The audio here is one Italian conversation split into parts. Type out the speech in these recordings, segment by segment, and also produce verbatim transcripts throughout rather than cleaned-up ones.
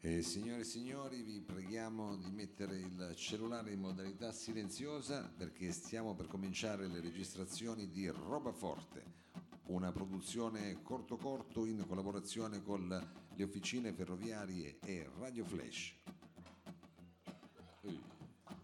E signore e signori, vi preghiamo di mettere il cellulare in modalità silenziosa perché stiamo per cominciare le registrazioni di Roba Forte, una produzione corto corto in collaborazione con le officine ferroviarie e Radio Flash. Ehi.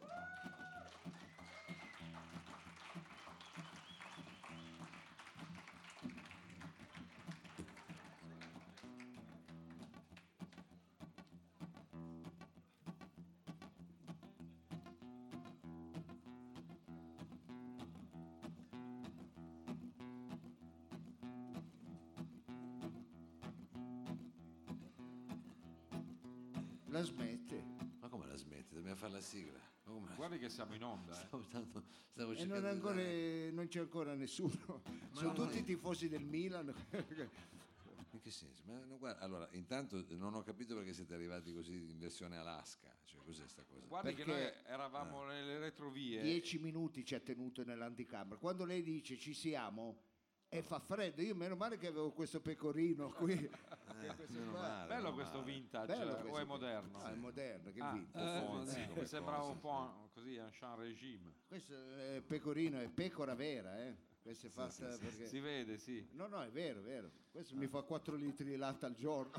La smette. Ma come la smetti? Dobbiamo fare la sigla. Ma come la... Guardi che siamo in onda, eh. Stavo, stavo, stavo E non, cercando ancora, di dare- non c'è ancora nessuno. Sono no, tutti no. tifosi del Milan. In che senso? Ma no, guarda, allora, intanto non ho capito perché siete arrivati così in versione Alaska. Cioè, cos'è sta cosa? Guardi Perché- che noi eravamo nelle retrovie. Dieci minuti ci ha tenuto nell'anticamera. Quando lei dice ci siamo e fa freddo, io meno male che avevo questo pecorino qui. Eh, Questo meno qua. male, Bello meno questo male. vintage Bello o questo è qui. moderno? Ah, è moderno, che Ah, vinto. un po' Fonzi, Fonzi, come mi sembrava Fonzi. un po' così, ancien regime. Questo è pecorino, è pecora vera, eh. Questa è fatta sì, sì, perché... Si vede, sì. No, no, è vero, è vero. Questo mi fa quattro litri di latte al giorno.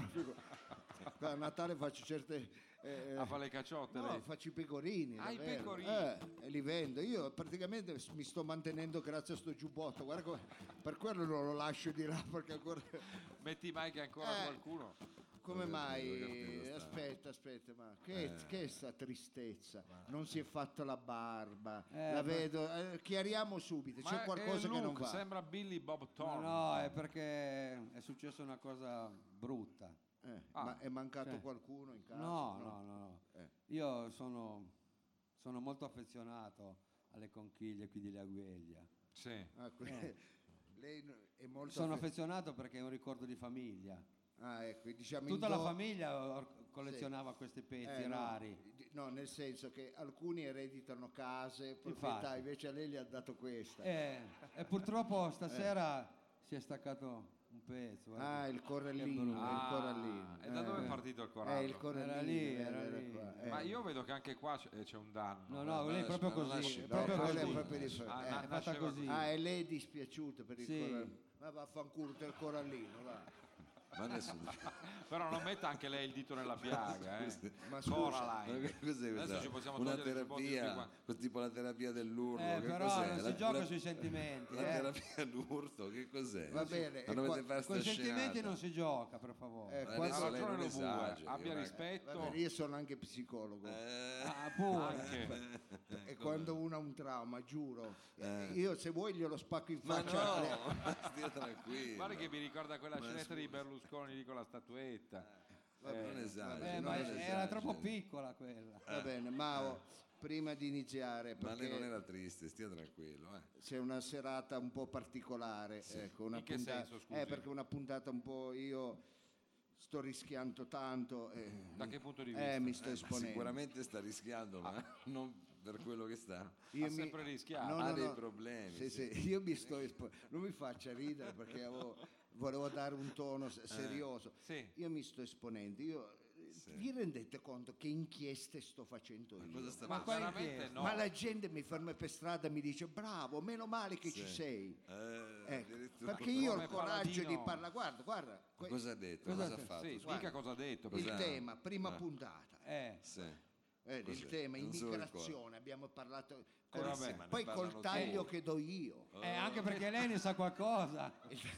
A Natale faccio certe... eh, Ah, fa le cacciotte no, lei? faccio i pecorini. Ah, i davvero. pecorini. Eh, e li vendo. Io praticamente mi sto mantenendo grazie a sto giubbotto. Guarda come... Per quello non lo lascio di là, perché ancora... Metti mai che ancora Eh. qualcuno? Come Dove- dove mai? cartello sta? Aspetta, aspetta, ma che, che è sta tristezza? Non si è fatto la barba, Eh, la ma- vedo. eh, chiariamo subito, c'è Ma qualcosa è che non look, va. sembra Billy Bob No, Thornton. no, è perché è successa una cosa brutta. Eh, Ah, ma è mancato cioè- qualcuno in casa? No, no, no, no. Eh. Io sono, sono molto affezionato alle conchiglie qui di Lagueglia. Sì. Ah, que- Lei no- è molto Sono affe- affezionato perché è un ricordo di famiglia. Ah, ecco, diciamo Tutta in la do- famiglia or- collezionava questi pezzi Eh, no, rari. di- no, nel senso che alcuni ereditano case, proprietà, Infatti. invece a lei gli ha dato questa. E, e purtroppo stasera si è staccato un pezzo. guarda. Ah, il Che corallino, brutto. il Ah, corallino. e da Eh. dove è partito il corallo? Eh, il corallino. Era lì, eh, era era lì. qua, eh. Ma io vedo che anche qua c'è, c'è un danno. No, no, lei è lasci- proprio ma non così. lasci- È No, proprio quello è così. proprio Ah, differente. na- Eh, È fatta nasceva- così. Ah, e lei è dispiaciuto per il Sì. corallino. Ma vaffanculo del corallino, va. Ma adesso Però non metta anche lei il dito nella piaga, eh. Ma scusa, Coraline. Ma che cos'è Adesso questa? ci possiamo Una togliere i giubbotti tutti terapia, quanti. tipo la terapia dell'urlo. Eh, che però cos'è? non si La- gioca la- sui sentimenti. La eh. terapia d'urto, che cos'è? Va bene, Ma non e avete qua- fare Con i sta sentimenti scenata? non si gioca, per favore. Eh, Ma quando- Ha adesso lei ragione non lo bue, esageri, abbia ma- rispetto. va bene, io sono anche psicologo. Eh, Ah, pure. Anche. E quando uno ha un trauma, giuro, io se vuoi glielo spacco in ma faccia. no, stia tranquillo. Guarda che mi ricorda quella Ma scenetta di scusi. Berlusconi lì con la statuetta. Ma non esageri, Eh, non ma esageri. era troppo piccola quella. Va bene, Mao, prima di iniziare, Ma lei non perché era triste, stia tranquillo. Eh. c'è una serata un po' particolare, ecco, una In che puntata- senso, scusi? Eh, perché una puntata un po' io sto rischiando tanto. eh, Da che punto di Eh, vista? mi sto Ma esponendo. sicuramente sta rischiando, ma non per quello che sta. Io Ha sempre rischiato. Ha dei problemi, Sì, sì. sì, io mi sto espo- non mi faccia ridere perché avevo- volevo dare un tono se- serioso. sì. Io mi sto esponendo. Io, Vi rendete conto che inchieste sto facendo io? Cosa sta Ma quale veramente inchiesta? no. Ma la gente mi ferma per strada e mi dice bravo, meno male che ci sei. Eh, Ecco, addirittura- perché io ho Come il coraggio paladino. di parlare. Guarda, guarda. Ma que- cosa ha detto? Cosa- Cosa, ha fatto? Sì, Scusa. dica cosa ha detto. il Cos'è? tema, prima Ah. puntata. Eh. Sì. Vedi, il Cos'è? tema Non so immigrazione, abbiamo parlato col- vabbè, ma ne poi parlano col taglio tutti. che do io. Eh, anche perché lei ne sa qualcosa.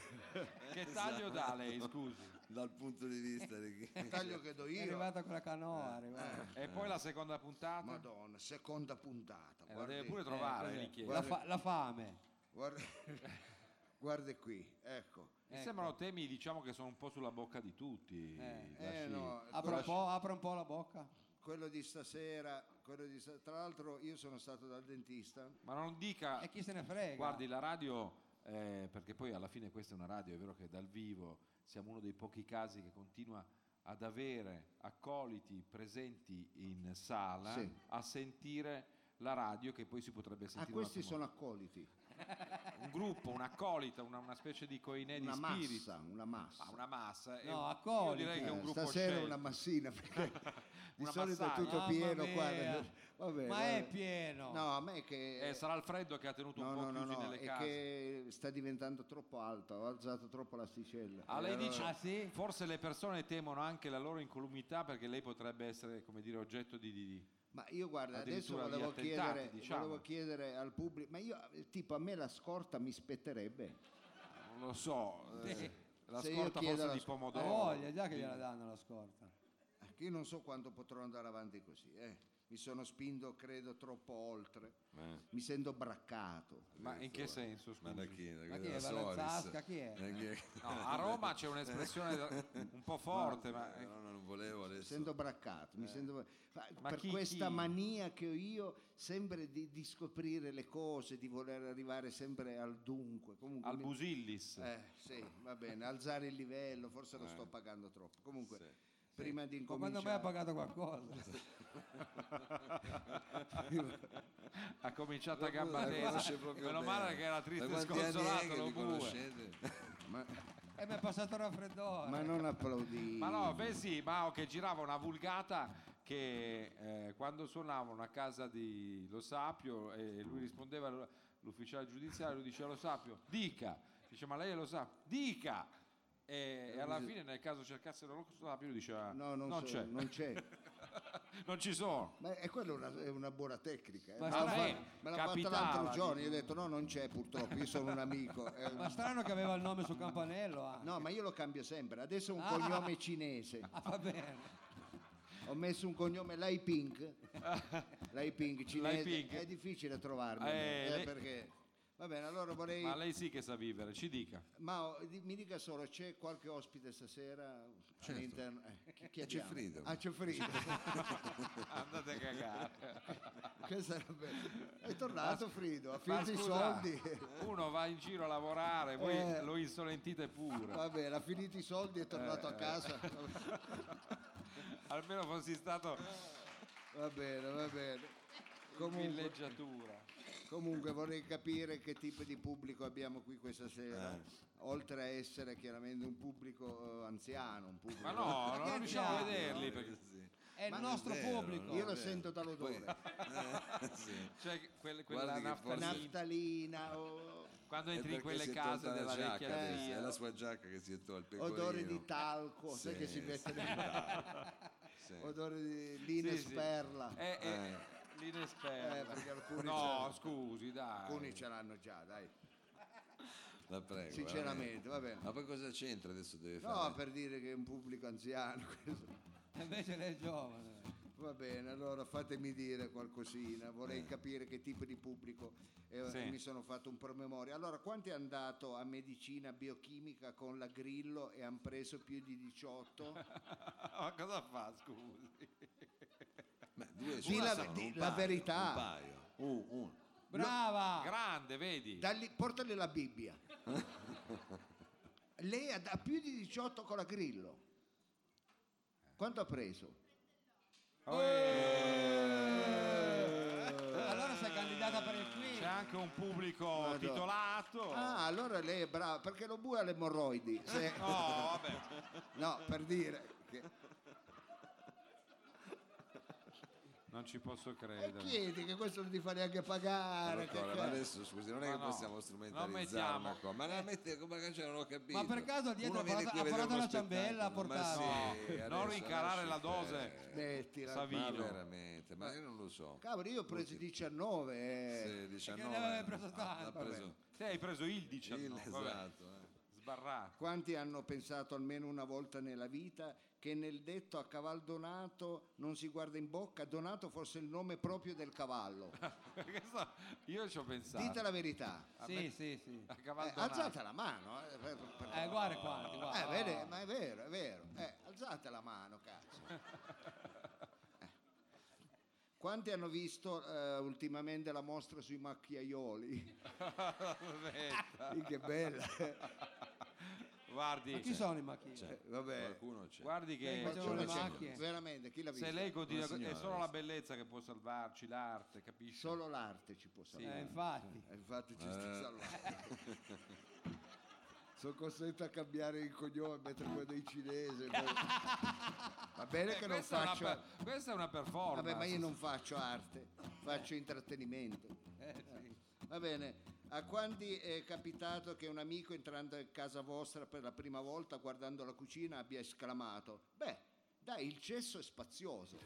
Che taglio dà lei, scusi? Dal punto di vista di chi... Il taglio che do È io. arrivata con la canoa. è arrivata. E poi la seconda puntata? Madonna, seconda puntata. Eh, la guardi, deve pure trovare, cos'è? mi chiedo. la, fa- la fame. guarda, guarda qui, ecco. Mi sembrano temi, diciamo, che sono un po' sulla bocca di tutti. Eh. la Eh, sci. no, Apra quello, un, po', apra un po' la bocca. quello di stasera, quello di sta- tra l'altro io sono stato dal dentista. Ma non dica... E chi se ne frega? Guardi, la radio, eh, perché poi alla fine questa è una radio, è vero che dal vivo siamo uno dei pochi casi che continua ad avere accoliti presenti in sala Sì. a sentire la radio che poi si potrebbe Ah, sentire. questi un attimo. sono accoliti. un gruppo, un'accolita, una, una specie di coinè di Una spiriti. massa, una massa. Ah, una massa. eh, No, Io accoliti. direi che è un Eh, gruppo Stasera scelto. una massina, perché di Una solito è massaglia. tutto Mamma pieno qua. mia. Vabbè, Ma vabbè. è pieno. No, a me che... Eh, sarà il freddo che ha tenuto No, un po' no, no, chiusi no, nelle è case. che sta diventando troppo alto, ho alzato troppo l'asticella. Ah, E lei allora- dice, Ah, sì? forse le persone temono anche la loro incolumità perché lei potrebbe essere, come dire, oggetto di... di- di- Ma io guarda, adesso addirittura di volevo attentati, chiedere, diciamo. volevo chiedere al pubblico, ma io eh, tipo a me la scorta mi spetterebbe? Non lo so, eh, Sì. la Se io scorta chiedo forse la di sc- Ha pomodoro. voglia, già che gliela danno la scorta. Che io non so quanto potrò andare avanti così, eh. Mi sono spinto, credo, troppo oltre. Eh. Mi sento braccato. Ma in che senso, scusi? Ma da chi? Da Ma chi? chi è? Da Valenzasca? Solis? Chi è? Eh, chi è? No, a Roma c'è un'espressione da- un po' forte, ma... Eh, no, non volevo Mi adesso. sento braccato, mi sento... fa- Ma per chi- questa chi? mania che ho io sempre di, di scoprire le cose, di voler arrivare sempre al dunque. Comunque Al mi- Busillis. Eh, sì, va bene, alzare il livello, forse lo sto pagando troppo. Comunque, Sì. prima di Ma quando mai ha incominciare... pagato qualcosa? Ha cominciato a La gamba conosce tesa. proprio Meno bene. male che era triste Da e quanti anni è sconsolato, che lo vi bue. conoscete? Ma, E mi è passato il raffreddore. ma non applaudire. Ma no, beh sì, Mao che girava una vulgata che eh, quando suonavano a casa di Lo Sapio e lui rispondeva l'ufficiale giudiziario, lui diceva Lo Sapio, dica. Dice ma lei Lo Sapio, dica. E, e alla fine nel caso cercassero Lo Sapio lui diceva No, non, non so, c'è, non c'è. non ci sono. Ma è quella una, è una buona tecnica. eh. Ma Me l'ha strano- fa- me l'ha fatta capitava l'altro di- giorno, io ho detto no, non c'è purtroppo, io sono un amico. eh. Ma strano che aveva il nome sul campanello. anche. No, ma io lo cambio sempre, adesso è un Ah. cognome cinese. Ah, va bene. Ho messo un cognome Lai Ping. Lai Ping cinese. Lai Ping. È difficile trovarmi. Eh, eh, lei- perché... Va bene, allora vorrei... Ma lei sì che sa vivere, ci dica. Ma oh, di- mi dica solo, c'è qualche ospite stasera all'interno? Eh, chi, chi C'è abbiamo? Frido. Ah, c'è Frido. Andate a cagare. Questo era bello. È tornato Frido, ha Ma finito i scusa, soldi. uno va in giro a lavorare, voi Eh. lo insolentite pure. Va bene, ha finito i soldi, è tornato Eh, a casa. Almeno fossi stato Va bene, va bene. in Comunque, villeggiatura. comunque vorrei capire che tipo di pubblico abbiamo qui questa sera. Eh. Oltre a essere chiaramente un pubblico eh, anziano, un pubblico... Ma no, non che riusciamo a diavolo? vederli Eh, perché sì. È il Ma nostro è vero, pubblico. Io lo Vabbè. sento dall'odore. Eh, sì. cioè, quelle- quella Guardi che forse- naftalina, Naftalina, o quando È entri in perché quelle si è case tolta la della giacca vecchia adesso, zia. è la sua giacca che si è tolta il pecorino. odore di talco, sai Sì, che si mette sì. nel... Sì. odore di linea Sì, sì. sperla. Eh, eh, Eh. l'inesperta. Eh, perché alcuni no, ce- scusi, dai. Alcuni ce l'hanno già, dai. La prego. Sinceramente, va bene. Ma poi cosa c'entra adesso deve No, fare? per dire che è un pubblico anziano. questo. Invece lei è giovane. Va bene, allora fatemi dire qualcosina, vorrei Eh. capire che tipo di pubblico eh, Sì. e mi sono fatto un promemoria. Allora, quanti è andato a medicina biochimica con la Grillo e hanno preso più di diciotto? Ma cosa fa, scusi? Beh, due Di ci la- sono, di- un la paio, verità. Un paio. Uh, uno. Brava! Grande, vedi? Dagli- portali la Bibbia. Lei ha, ha più di diciotto con la Grillo. Quanto ha preso? Allora sei candidata per il quiz. C'è anche un pubblico Madonna. titolato. Ah, allora lei è brava, perché lo bue ha le emorroidi. Se- No, vabbè. No, per dire che... Non ci posso E credere. chiedi che questo non ti fa neanche pagare. che Dottore, ma cazzo. adesso scusi, non è Ma che no, possiamo non strumentalizzare mettiamo- una cosa. Ma la mette come che cioè, non ho capito. Ma per caso dietro Uno ha viene portato- qui a ha vedere portato uno la ciambella, ha spettacolo, ma portato- sì, No, non adesso rincalare lasci la dose. stare. Smettila. Savino. Ma veramente, ma io non lo so. Cavolo, io ho preso diciannove. eh. Sì, diciannove. ne aveva preso ha- tanto. ha preso Te hai preso il diciannove. il vabbè. esatto. eh. Sbarrato. Quanti hanno pensato almeno una volta nella vita che nel detto a caval donato non si guarda in bocca? Donato fosse il nome proprio del cavallo. Questo- Io ci ho pensato. Dite la verità. A Sì, me- sì, sì. A cavallo Eh, donato. alzate la mano. Eh, per- per- Eh, guarda quanti, guarda. Eh, vede, ma è vero, è vero. Eh, alzate la mano, cazzo. Eh. Quanti hanno visto eh, ultimamente la mostra sui macchiaioli? Aspetta. Sì, che bella. Guardi, Ma chi sono i macchini? C'è. Eh, vabbè. Qualcuno c'è. guardi che Facciamo le Qualcuno c'è, macchine. veramente, chi l'ha visto? se lei continua, Una è signora, solo la questa. bellezza che può salvarci, l'arte, capisci? Solo l'arte ci può Sì. salvare. Eh, infatti. Eh, infatti ci Eh. sta salvando. Sono costretto a cambiare il cognome, mettere quello dei cinesi. poi- Va bene Eh, che non questa, è una faccio... per- questa è una performance. Vabbè, ma io non faccio arte, faccio intrattenimento. Eh, sì. Va bene. A quanti è capitato che un amico entrando in casa vostra per la prima volta guardando la cucina abbia esclamato: beh, dai, il cesso è spazioso.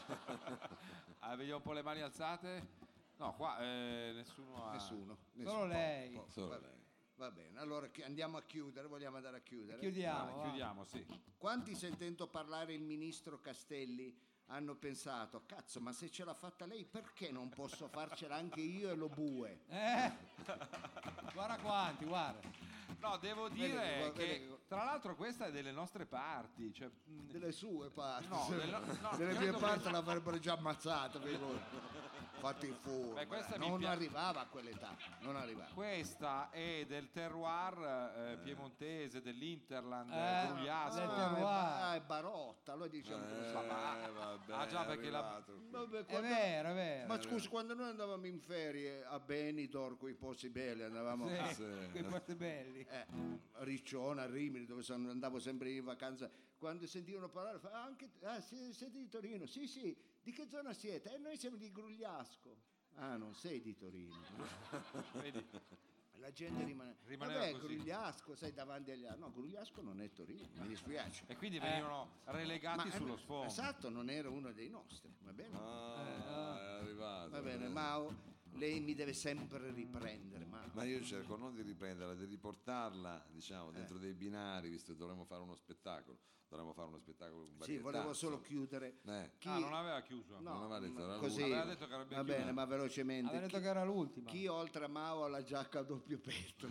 Ah, vediamo un po' le mani alzate. No, qua eh, nessuno ha... Nessuno. Solo nessuno. lei. Po- po- Solo va, lei. va bene, allora chi- andiamo a chiudere, vogliamo andare a chiudere. Chiudiamo. Ah, va. chiudiamo, sì. Quanti sentendo parlare il ministro Castelli hanno pensato: cazzo, ma se ce l'ha fatta lei, perché non posso farcela anche io e lo bue? Eh? Guarda quanti, guarda. No, devo dire Vedi, che vedi- tra l'altro questa è delle nostre parti, cioè, mh, Delle sue parti. No, delle- no, delle credo mie che- parti l'avrebbero già ammazzato. Fatti fuori. Beh, questa mi non pia- arrivava a quell'età. Non arrivava. questa è del terroir eh, piemontese, dell'Interland, Eh, Grugliasco. del Ah, terroir. è, ba- ah, è Barotta, allora diciamo Eh, così. vabbè, ah, già, perché la- è arrivato qui. Vabbè, È quando- vero, è vero. Ma scusi, quando noi andavamo in ferie a Benidorm, quei posti belli, andavamo Sì, a Sì. quei posti belli. eh, a Riccione, a Rimini, dove sono- andavo sempre in vacanza, quando sentivano parlare, fa, "Ah, anche, ah, sie- siete di Torino? Sì, sì, di che zona siete? E noi siamo di Grugliasco. Ah, non sei di Torino. Vedi? La gente rimane, Rimaneva vabbè, così. Grugliasco, sei davanti agli altri. No, Grugliasco non è Torino, mi dispiace. E quindi venivano relegati Ma, eh, sullo sfondo. esatto, non era uno dei nostri, va bene? Ah, è arrivato. Va bene, eh. Mao, lei mi deve sempre riprendere, Mao. Ma io cerco non di riprenderla, di riportarla, diciamo, dentro dei binari, visto che dovremmo fare uno spettacolo. Dovremmo fare uno spettacolo con Sì, varietà, volevo solo insomma. chiudere. Eh. Chi- Ah, non aveva chiuso. No, Non aveva detto, era così. l'ultimo. Aveva detto che avrebbe Va chiuso. bene, ma velocemente. Aveva detto chi, che era l'ultima. chi oltre a Mao ha la giacca a doppio petto?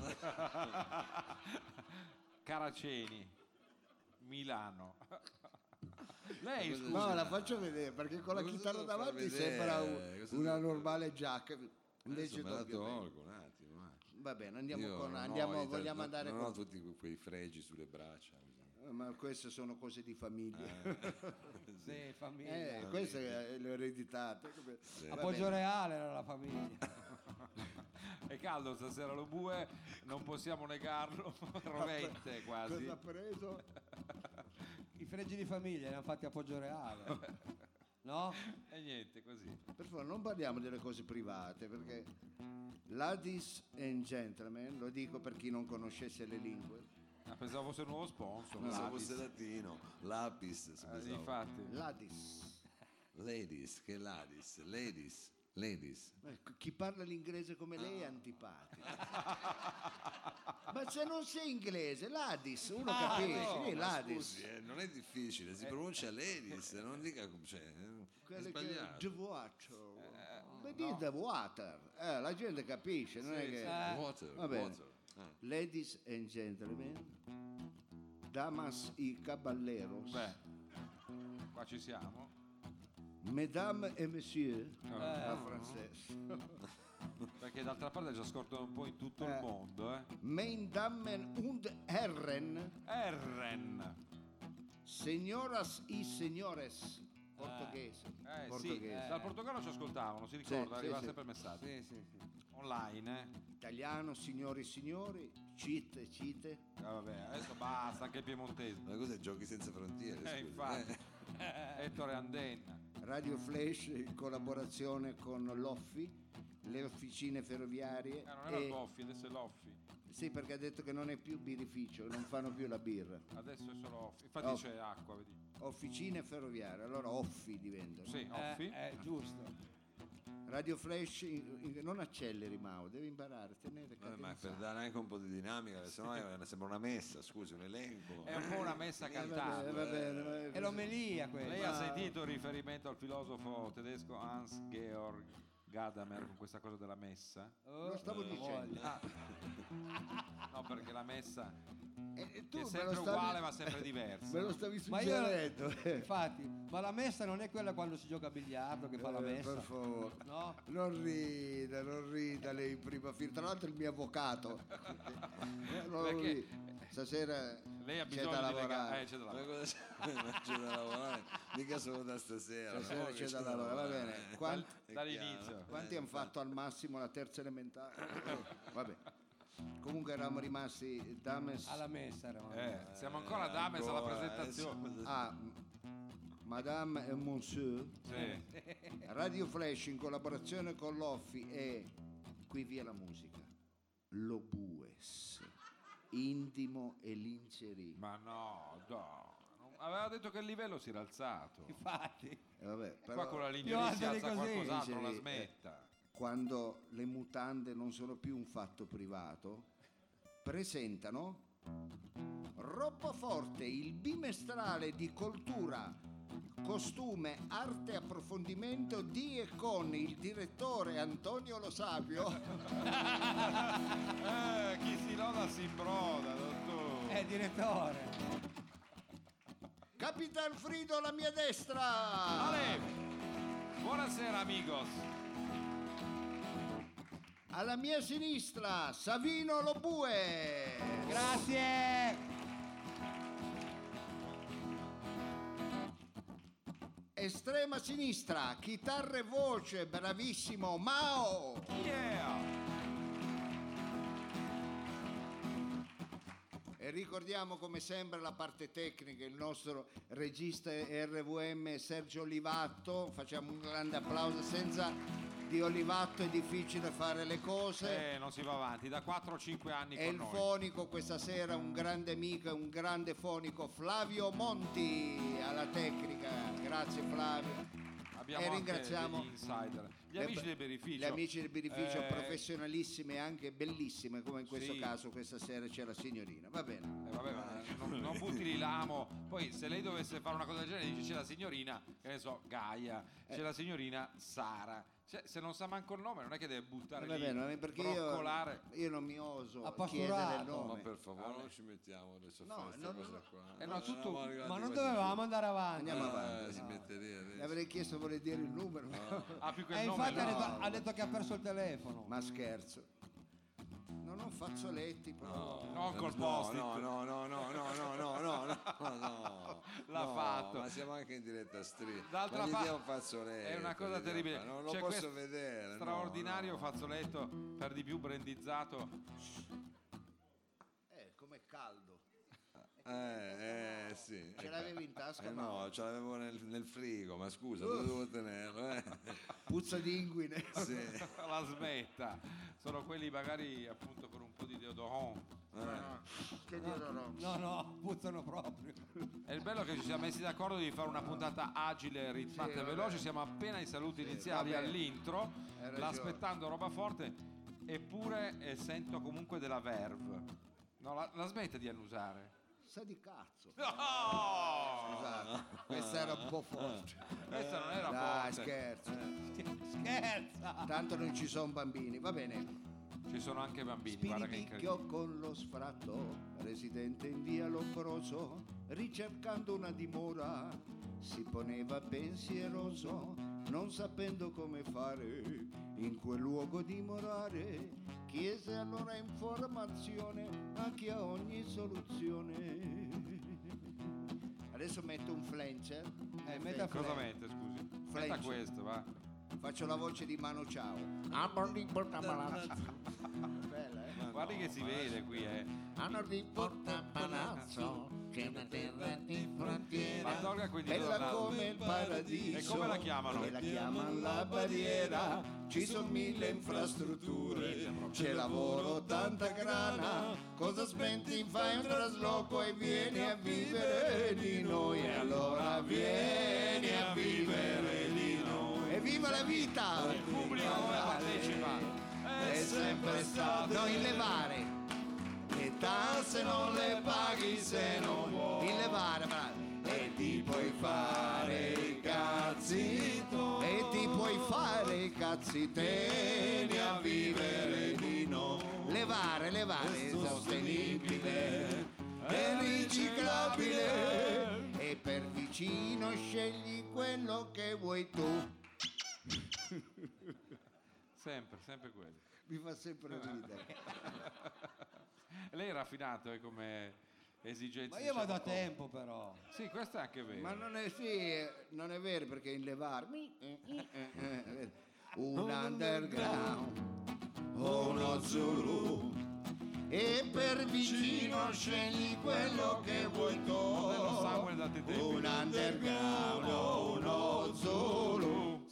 Caraceni, Milano. Lei, Cosa scusi, No, la faccio vedere perché con la Ma cosa chitarra devo far davanti vedere? sembra un- Cosa una devo- normale giacca. Adesso Invece me la doppio petto. tolgo un attimo. eh. Va bene, andiamo Io con. non ho Andiamo, i- vogliamo non- andare non con. ho tutti que- quei fregi sulle braccia. così. Eh, Ma queste sono cose di famiglia. Sì, famiglia. Eh, queste eh, le ho ereditate. Va Appoggio bene. reale era la famiglia. è caldo stasera lo bue, non possiamo negarlo, rovente quasi. Cosa ha preso? I fregi di famiglia li hanno fatti appoggio reale. No? E niente, così. Per favore, non parliamo delle cose private perché ladies and gentlemen, lo dico per chi non conoscesse le lingue, Ah, pensavo fosse un nuovo sponsor. Pensavo Lapis. fosse latino, lapis, Eh, pensavo. infatti. ladies. Ladies, che ladies, ladies, ladies. Ecco, chi parla l'inglese come lei è antipatico. Ma se non sei inglese, ladies, uno Ah, capisce, no, sì, ma ladies. scusi, eh, non è difficile, si pronuncia ladies, non dica cioè, eh, è Quelle che sbagliato. the water. Ma di the water. Eh, la gente capisce, non è Sì, che sì. Water, Va bene. water. Ah. Ladies and gentlemen, damas y caballeros, Beh, qua ci siamo. mesdames et messieurs, Eh. la francese. Perché d'altra parte ci ascoltano un po' in tutto Eh. il mondo, eh. Meine Damen und Herren, Erren. signoras y signores, portoghese, Eh, sì, portoghese. dal Portogallo ci ascoltavano, si ricorda, sì, arriva sì. sempre il messaggio. Sì, sì, sì. Online, eh. Italiano, signori e signori, cite, cite. Ah, vabbè, adesso basta, anche il piemontese. Ma cos'è Giochi senza frontiere? Eh, scusi, infatti. eh? Ettore Andenna. Radio Flash in collaborazione con l'Offi, le officine ferroviarie. Eh, non era e- il Boffi, adesso è l'Offi. Sì, perché ha detto che non è più birrificio, non fanno più la birra. Adesso è solo Offi. Infatti Offi. c'è acqua, vedi. Officine ferroviarie, allora Offi diventa. no? Sì, Eh, Offi. eh, giusto. Radio Flash, in- in- non acceleri Mao, devi imparare, tenere Eh, ma cadenza. per dare anche un po' di dinamica, se no è- sembra una messa, scusi, un elenco. È un po' una messa Eh, va bene, cantata. va bene, va bene. È l'omelia quella. Lei ha sentito il riferimento al filosofo tedesco Hans Georg Gadamer con questa cosa della messa? Lo stavo Eh, dicendo. voglia. No, perché la messa E, e tu è me sempre lo stavi- uguale ma sempre diversa. Me lo stavi Ma io, suggerendo. infatti, ma la messa non è quella quando si gioca a biliardo che fa la Eh, messa? per favore. No? Non rida, non rida lei in prima fila. Tra l'altro il mio avvocato. Non Perché ri- Stasera lei ha c'è bisogno da di lega- lavorare. eh, c'è da Ma lavorare. cosa c'è? Ma c'è da lavorare? Mica solo da stasera. Stasera no? c'è Che da lavorare, va bene. Quanti, È Dall'inizio. chiaro. quanti Eh, hanno fatto al massimo la terza elementare? Vabbè. Comunque eravamo rimasti Dames. Alla messa eravamo. Eh, siamo ancora a Dames alla ancora, presentazione. adesso- Ah, m- Madame e Monsieur. Sì. Radio Flash in collaborazione con l'Offi e qui via la musica. Lo Bues, Intimo e Lingerie. Ma no, no. Non- Aveva detto che il livello si era alzato. Infatti. Eh, vabbè, Qua però con la Io lingerie si alzo alza di così. qualcos'altro, la Lingerie, smetta. quando le mutande non sono più un fatto privato, presentano Roba Forte, il bimestrale di cultura, costume, arte e approfondimento di e con il direttore Antonio Lo Sapio. Eh, chi si loda si broda, dottore. Eh, direttore. Capitan Frido alla mia destra. Ale, buonasera amigos. Alla mia sinistra Savino Lobue. Grazie. Estrema sinistra, chitarra e voce, bravissimo Mao. Yeah. E ricordiamo come sempre la parte tecnica, il nostro regista R V M Sergio Olivatto. Facciamo un grande applauso. Senza di Olivatto è difficile fare le cose. Eh, non si va avanti, da quattro o cinque anni E con il noi. fonico questa sera, un grande amico e un grande fonico, Flavio Monti alla tecnica. Grazie Flavio. Abbiamo e anche ringraziamo degli insider. Gli le- amici del birrificio. Gli amici del birrificio, Eh, professionalissime e anche bellissime, come in questo Sì. caso questa sera c'è la signorina. Va bene. Eh, vabbè, ma non, non butti lì l'amo. Poi se lei dovesse fare una cosa del genere dice c'è la signorina, che ne so, Gaia, c'è Eh. la signorina Sara. Cioè, se non sa manco il nome non è che deve buttare Va lì, bene, va bene, perché io, broccolare. io non mi oso Ha chiedere pasturato. il Ma nome. per favore non ci mettiamo adesso a No, fare questa no, cosa no. qua. Eh, no, tutto- Eravamo arrivati Ma non quasi dovevamo andare avanti. Andiamo giù. avanti. Eh, si mette lì Le adesso. avrei chiesto vuole dire il numero. Ah, più che E il nome. infatti ha no. detto, ha detto che ha perso il telefono. Ma scherzo. Non ho fazzoletti, però. No, col no, post-it. no, no, no, no, no, no, no, no, no, no. L'ha No, fatto. Ma siamo anche in diretta stream. D'altra Ma gli parte dia un fazzoletto. è una cosa gli dia un terribile. fa- Non lo C'è posso questo vedere. no, straordinario no. fazzoletto, per di più brandizzato. Eh, com'è caldo. Eh, eh, sì. Ce l'avevi in tasca? Eh no? no, ce l'avevo nel, nel frigo, ma scusa, dove devo tenerlo? Eh? Puzza di inguine. Sì. La smetta. Sono quelli magari appunto con un po' di deodorant. Eh. Che Dio no. No, no, puzzano proprio. E il bello è che ci siamo messi d'accordo di fare una puntata agile, ritmata Sì, e vabbè. veloce. Siamo appena ai saluti iniziali vabbè. all'intro, Hai ragione. l'aspettando roba forte, eppure eh, sento comunque della verve. No, la, la smette di annusare. Sa di cazzo. No! Scusate, questa era un po' forte. Questa non era Dai, forte. scherzo. Scherza. Tanto non ci sono bambini, va bene. Ci sono anche bambini, guarda che incredibile. Spiripicchio con lo sfratto, residente in via Lombroso, ricercando una dimora, si poneva pensieroso, non sapendo come fare, in quel luogo dimorare, chiese allora informazione a chi ha ogni soluzione. Adesso metto un flancher. Eh, metta Cosa flash. mette, scusi? Flash. Metta questo, va. Faccio la voce di Mano Ciao. Bella, eh? Guardi che si vede qui, eh. Hanno di Porta Palazzo, che è una terra di frontiera, Ma tolga quindi bella tornado. come il paradiso. E come la chiamano? E la chiamano la barriera, ci sono mille infrastrutture, c'è lavoro, tanta grana, cosa aspetti? Fai un trasloco e vieni a vivere di noi, e allora vieni a vivere di noi. E viva la vita! Il pubblico come partecipa? È sempre stato no, il levare, le tasse non le paghi se non vuoi, il levare, bravo. E ti puoi fare i cazzi tuoi, e ti puoi fare i cazzi tieni a vivere di no. Levare, levare, sostenibile e riciclabile, e per vicino scegli quello che vuoi tu. Sempre, sempre quello. Mi fa sempre ridere. Lei è raffinato eh, come esigenze. Ma io vado a diciamo, tempo però. Sì, questo è anche vero. Ma non è, sì, non è vero, perché in levarmi un underground o uno Zulu, e per vicino scegli quello che vuoi tu. Fratello Samuel, date tempo. Un underground o uno Zulu.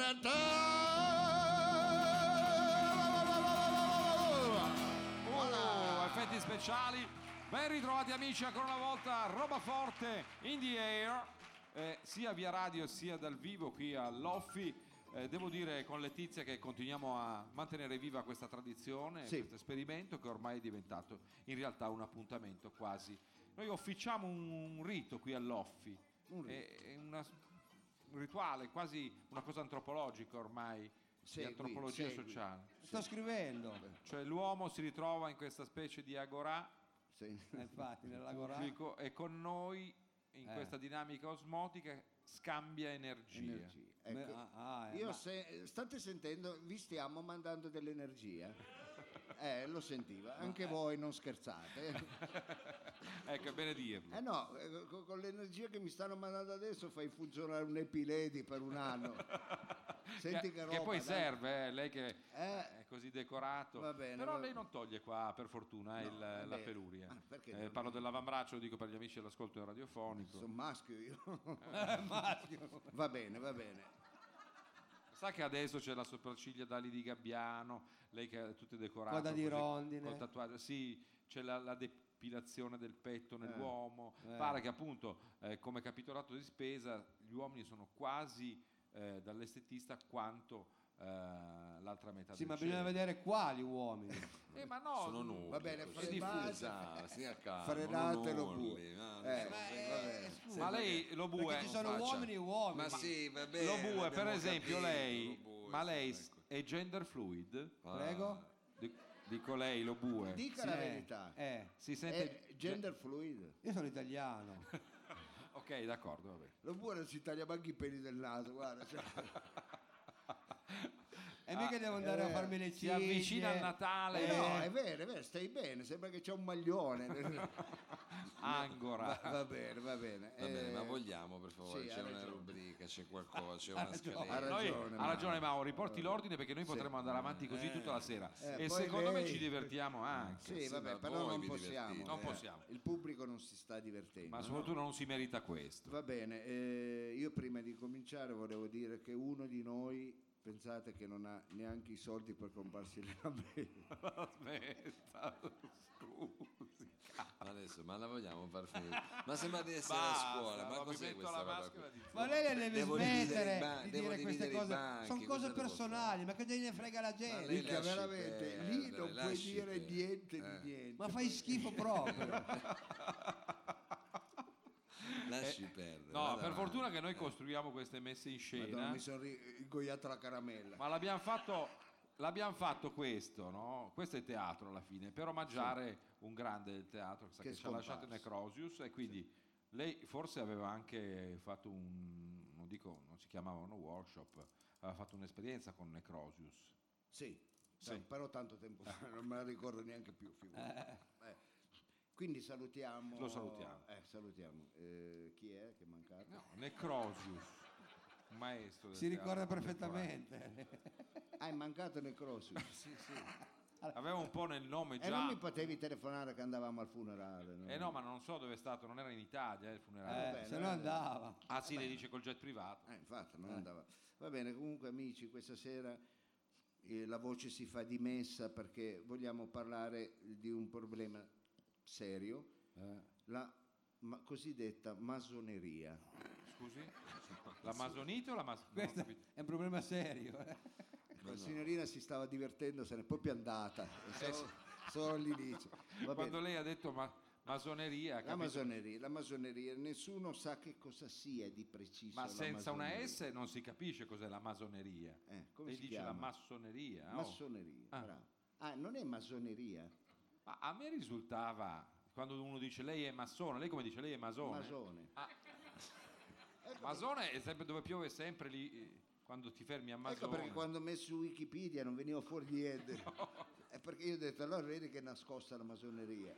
Oh, effetti speciali. Ben ritrovati amici ancora una volta. Roba forte in the air, eh, sia via radio sia dal vivo qui all'Offi. Eh, devo dire con Letizia che continuiamo a mantenere viva questa tradizione, Sì. questo esperimento che ormai è diventato in realtà un appuntamento quasi. Noi officiamo un, un rito qui all'Offi, Un rito. è, è una- un rituale, quasi una cosa antropologica ormai, Segui, di antropologia segui. sociale. Sto scrivendo. Cioè l'uomo si ritrova in questa specie di agorà Sì. Eh, infatti, nell'agorà. pubblico e con noi in Eh. questa dinamica osmotica scambia energia. Energia. Ecco, Me- ah, ah, eh, io ma- se, state sentendo, vi stiamo mandando dell'energia. Eh, lo sentiva, anche voi non scherzate. Ecco, è bene dirlo. Eh no, eh, co- con l'energia che mi stanno mandando adesso fai funzionare un Epiledi per un anno. Senti che, roba, che poi dai. serve, eh, lei che Eh. è così decorato. Va bene, Però va lei bene. non toglie qua, per fortuna, No, il- va la bene. peluria. Ah, perché Eh, non- parlo dell'avambraccio, lo dico per gli amici dell'ascolto radiofonico. Sono maschio io. Maschio. Va bene, va bene. Sa che adesso c'è la sopracciglia d'ali di Gabbiano, lei che è tutte decorate. Coda di così, rondine. col tatuaggio. Sì, c'è la, la depilazione del petto nell'uomo. Eh. Pare che appunto eh, come capitolato di spesa gli uomini sono quasi eh, dall'estetista quanto eh, l'altra metà Sì, del ma bisogna cielo. vedere quali uomini. Eh, ma no, Sono nulli. Va bene, così. fare È base. diffusa, stia calmo, Frenatelo non nulli, pure. no, non Eh, so, va sembra- bene. sembra ma lei che- lo Perché bue ci sono faccia. uomini e uomini. Ma sì, va bene. lo bue per abbiamo esempio capito, lei lo bue, ma lei sì, s- ecco. è gender fluid? Ah. Prego? Di- dico lei lo bue Dica Sì, la eh, verità. eh, si sente È gender fluid. io sono italiano. ok, d'accordo, va bene. Lo buono si taglia anche i peli del naso, guarda. Cioè. E mica devo andare a eh, farmi le si ciglia. avvicina il Natale. Eh, no, è vero, è vero, stai bene, sembra che c'è un maglione. Angora. va, va bene, va bene. Va bene, Eh, ma vogliamo per favore, sì, c'è ha una ragione. rubrica, c'è qualcosa, c'è Ha una ragione. scaletta. Ha Noi- ragione, ha ragione Mauro. Mauro, riporti l'ordine perché noi potremmo andare avanti così tutta la sera Eh, e poi secondo me lei- ci divertiamo anche. Sì, Sì, vabbè, ma però voi non vi possiamo. divertite. Non eh. possiamo. Il pubblico non si sta divertendo. Ma no? soprattutto non si merita questo. Va bene, eh, io prima di cominciare volevo dire che uno di noi, pensate che non ha neanche i soldi per comprarsi il gabello. Aspetta, scusi. Ma adesso, ma la vogliamo far finire? Ma sembra di essere a Basta, scuola, ma mi cos'è metto questa la roba maschera qui? di Ma lei le deve Devo dividere smettere i ban- di devo dire queste dividere i cose. banchi, Sono cosa cose devo personali, ma che gliene frega la Ma gente? lei Mica lasci veramente, perdere, lì non puoi lasci dire perdere. niente Eh. di niente. Ma fai schifo proprio. Lasci perdere. No, vada per avanti. fortuna che noi costruiamo queste messe in Madonna, scena, mi sono ri- ingoiata la caramella. ma l'abbiamo fatto, l'abbiamo fatto questo, no? Questo è teatro alla fine, per omaggiare un grande del teatro che, sa Che che è ci ha lasciato scomparso. Necrosius e quindi lei forse aveva anche fatto un, non dico, non si chiamava uno workshop, aveva fatto un'esperienza con Necrosius. Sì, Sì. dai, però tanto tempo fa, non me la ricordo neanche più. figurati. Eh. Quindi salutiamo. Lo salutiamo. Eh, salutiamo. Eh, chi è che è mancato? No, Necrosius, un maestro del Si ricorda teatro perfettamente. Ah, è mancato nel cross. Sì, sì. Aveva un po' nel nome E non mi già. potevi telefonare che andavamo al funerale. No? Eh no, ma non so dove è stato, non era in Italia eh, il funerale. Eh, bene, se no va bene. andava. Ah sì, le dice col jet privato. Eh, infatti, non andava. Va bene, comunque amici, questa sera eh, la voce si fa dimessa perché vogliamo parlare di un problema serio, la ma- cosiddetta masoneria. Scusi? La masonite o la mas- non ho Questo capito. è un problema serio. eh. La signorina si stava divertendo, se n'è proprio andata, solo, sì. solo all'inizio. Va Quando bene. lei ha detto ma- masoneria, La capito? masoneria, la masoneria, nessuno sa che cosa sia di preciso. Ma la senza una masoneria. S non si capisce cos'è la masoneria. Eh, come Lei si dice chiama? la massoneria. oh. Massoneria, Ah. bravo. Ah, non è masoneria, Ma a me risultava, quando uno dice lei è massone, lei come dice lei è masone? masone. Ah, Ecco masone è sempre dove piove, sempre lì, eh, quando ti fermi a perché, ecco masone. perché quando ho messo su Wikipedia non veniva fuori niente. È perché io ho detto, allora vedi che è nascosta la masoneria.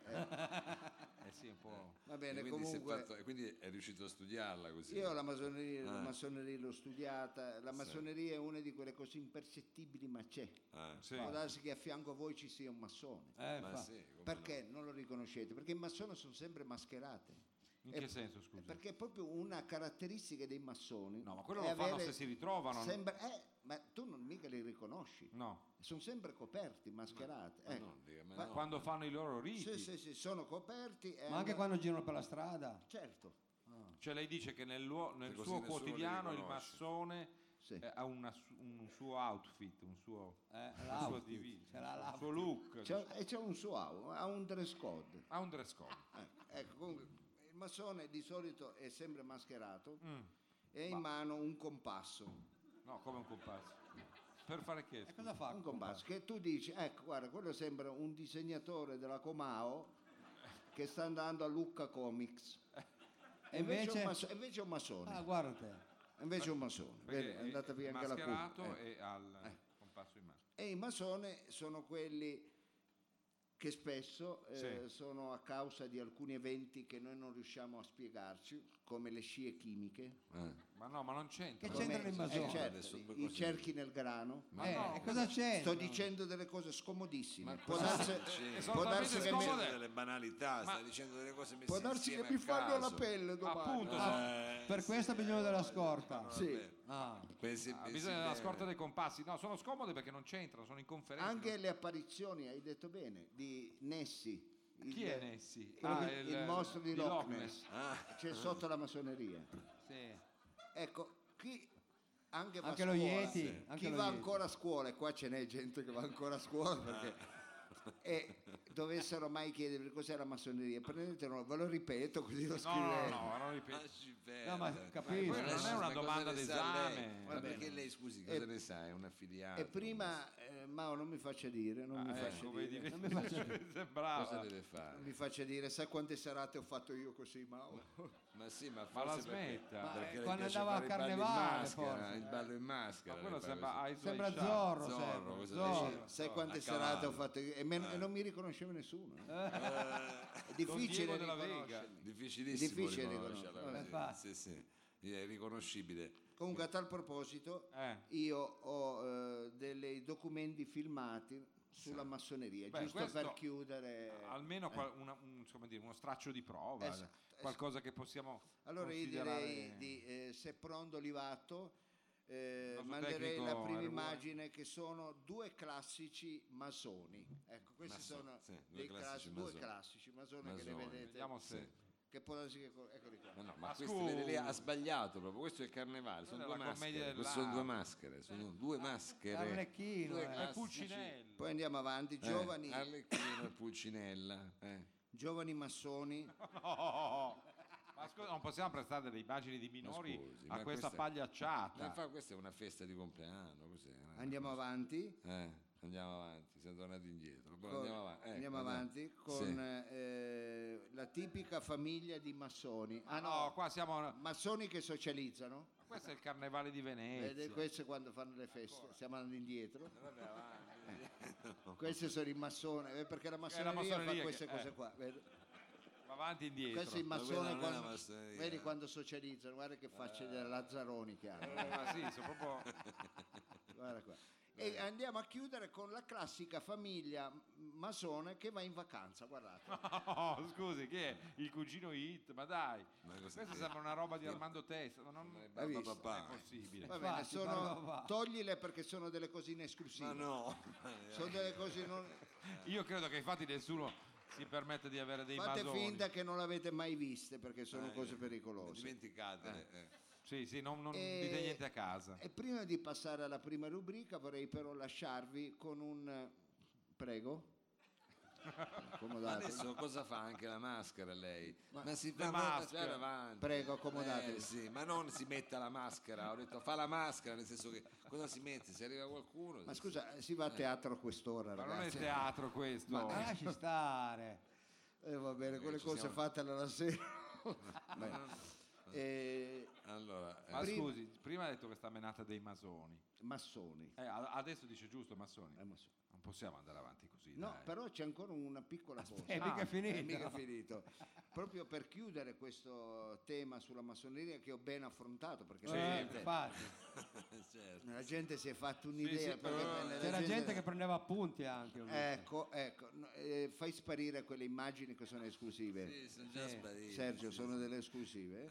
eh. Eh sì, un po'. Va E bene, quindi, si è comunque... fatto- e quindi è riuscito a studiarla così. Io la massoneria, la Ah. massoneria l'ho studiata, la Sì. massoneria è una di quelle cose impercettibili, ma c'è. Ah, Sì. Può darsi che a fianco a voi ci sia un massone. Eh, ma fa- sì, come Perché non lo riconoscete? Perché i massoni sono sempre mascherate. In Eh, che senso, scusa? Perché è proprio una caratteristica dei massoni. No, ma quello è lo fanno avere se si ritrovano. sempre- eh, ma tu non mica li riconosci. No, Sono sempre coperti, mascherati. no? Ma ecco. no, dica, ma Ma no. quando fanno i loro riti. Sì, sì, sì, sono coperti. e Ma anche hanno- quando girano per la strada. Certo. Cioè lei dice che nel, luo- nel Che così suo nessuno li quotidiano il riconosce. massone Sì. eh, ha una su- un suo outfit, un suo, Eh, una sua l'outfit, divisa, c'era un l'outfit. suo look. C'è, e c'è un suo au- ha un dress code. Ha un dress code. Ecco, ecco, comunque, il massone di solito è sempre mascherato Mm. e ha in mano un compasso. No, come un compasso. Per fare che? E scusa? cosa fa? Un compasso che tu dici, ecco, guarda, quello sembra un disegnatore della Comao che sta andando a Lucca Comics. E invece, invece- è un masso- invece è un massone. Ah, guarda te. Invece è un massone. Perché Vedi, è andata via anche la mascherato curva. Eh. e al compasso in mano. E i massone sono quelli che spesso eh, Sì. sono a causa di alcuni eventi che noi non riusciamo a spiegarci, come le scie chimiche, Eh. Ma no, ma non c'entra. Che come- c'entrano i masoni? eh, certo, Adesso due i cose- cerchi nel grano. Ma eh, no, e cosa c'è? Sto dicendo delle cose scomodissime. Ma può cosa darsi, c'è? Sono può talmente darsi che Sta mi- scomode. dicendo delle banalità, sta Ma- dicendo delle cose messe può darsi che insieme mi a fanno la caso. pelle domani. Appunto, Eh, Per questo ha bisogno della scorta. Sì. vabbè. Ah. Pensi- Ha pensi bisogno della bene. scorta dei compassi. No, sono scomode perché non c'entrano, sono in conferenza. Anche le apparizioni, hai detto bene, di Nessi. il- Chi è Nessi? quello Ah, che- il, mostro di Loch Ness. Ah, C'è sotto la massoneria. Sì. Ecco, chi anche, va Anche a lo scuola, Yeti, chi anche lo va Yeti. ancora a scuola, e qua ce n'è gente che va ancora a scuola perché e dovessero mai chiedere cos'è la massoneria, prendetelo, ve lo ripeto così lo No, no, scrivete. no, non ripeto. lasci perdere. No, ma Ma capisco. quello non è una cosa domanda ne sa d'esame. lei? Va Ma bene. perché lei, scusi, cosa E- ne sa? È un affiliato. E prima, eh, Mao non mi faccia dire, non mi Ah, faccia ecco, dire, vedi, Non mi faccia- cosa sembrava. deve fare? non mi faccia dire, sai quante serate ho fatto io così, Mao? Ma sì, ma Ma la forse perché- smetta. Ma, perché eh, le quando piace andava a fare i balli in carnevale, maschera, forse. il ballo in maschera. Ma quello le fa sembra così. Eyes Sembra Wide Shut. Zorro, Zorro, sembra. cosa Zorro. dice? Sai quante A serate ho cavallo. fatto io? E, me- e non mi riconosceva nessuno. eh. Eh, È difficile Diego della Vega. riconoscermi. difficilissimo Difficile riconoscerla riconoscerla. così. Infatti. Sì, sì, è riconoscibile. Comunque a tal proposito Eh. io ho eh, dei documenti filmati sulla massoneria, Beh, giusto questo- per chiudere. Almeno qual- una- un- insomma dire, uno straccio di prova, Esatto, qualcosa che possiamo Allora io considerare- direi di eh, se pronto Livato eh, Il nostro manderei la tecnico prima Erwan. immagine che sono due classici masoni. Ecco, questi Masoni, sono sì, due dei classici classi- due masoni. classici masoni che li Masoni. vedete. Vediamo se Sì. Che può darsi che eccoli qua. Ma no, Ma ma questo vede lei, scusa. ha sbagliato proprio, questo è il carnevale, sono Quella due è la commedia maschere, queste sono due dell'arte. maschere, sono due maschere. Arlecchino, Due eh. è classici- Pulcinello. Poi andiamo avanti, Eh, giovani, Arlecchino e Pulcinella. eh. giovani massoni. No. Ma scusa, non possiamo prestare delle immagini di minori scusi, a ma questa questa- Ma pagliacciata. fa- questa è una festa di compleanno, cos'è? Andiamo avanti. Eh, andiamo avanti, siamo tornati indietro. Poi con- andiamo avanti. ecco, andiamo dai. avanti con Sì. eh, la tipica famiglia di massoni. Ah no, no, qua siamo. massoni che socializzano. Questo è il carnevale di Venezia. Vede, questo è quando fanno le feste, stiamo andando indietro. Vabbè, avanti. Questi sono i massoni, eh, perché la massoneria, massoneria fa che- queste eh. cose qua. Vede? Va avanti e indietro. Questo è il Ma quella massone non è la quando, massoneria. vedi quando socializzano, guarda che facce delle Lazzaroni che hanno. Eh, ma sì, sono proprio. Guarda qua. E andiamo a chiudere con la classica famiglia masone che va in vacanza, guardate. No, scusi, chi è? Il cugino Hit, ma dai. Ma cos'è Questa che- sembra una roba di Armando Testa, ma non, Ma Hai è visto? papà. non è possibile. Va bene, Infatti, sono, papà. toglile perché sono delle cose in esclusiva. Ma no. Sono delle cose non... Io credo che infatti nessuno si permette di avere dei Fate masoni. finta che non l'avete mai viste perché sono Eh, cose pericolose. Dimenticatele. eh. Sì, sì, non, non E- dite niente a casa. E prima di passare alla prima rubrica vorrei però lasciarvi con un... Prego? Ma Accomodate. adesso cosa fa anche la maschera lei? Ma- Ma, si Le fa maschere. avanti. Prego, accomodatevi. Eh, sì, ma non si metta la maschera, ho detto fa la maschera, nel senso che cosa si mette? Se arriva qualcuno. Ma scusa, si va a teatro a quest'ora, Ma non è ragazzi? teatro questo. Ma lasci stare. Eh, va bene, quelle ci cose siamo- fatele la sera. Beh, eh, Allora, eh, Ma Prima- scusi, prima ha detto che sta menata dei masoni. massoni. Eh, a- adesso dice giusto massoni. Eh, massoni. Non possiamo andare avanti così. No, dai. però c'è ancora una piccola cosa. È Ah, mica È finito. mica finito. Proprio per chiudere questo tema sulla massoneria che ho ben affrontato, perché Eh, la, gente, infatti. certo. la gente si è fatta un'idea. sì, perché però- la C'era gente che prendeva appunti anche. ho visto. Ecco, ecco, no, eh, fai sparire quelle immagini che sono esclusive. Sì, sono già Sì. spariti. Sergio, sì, sono sì. delle esclusive.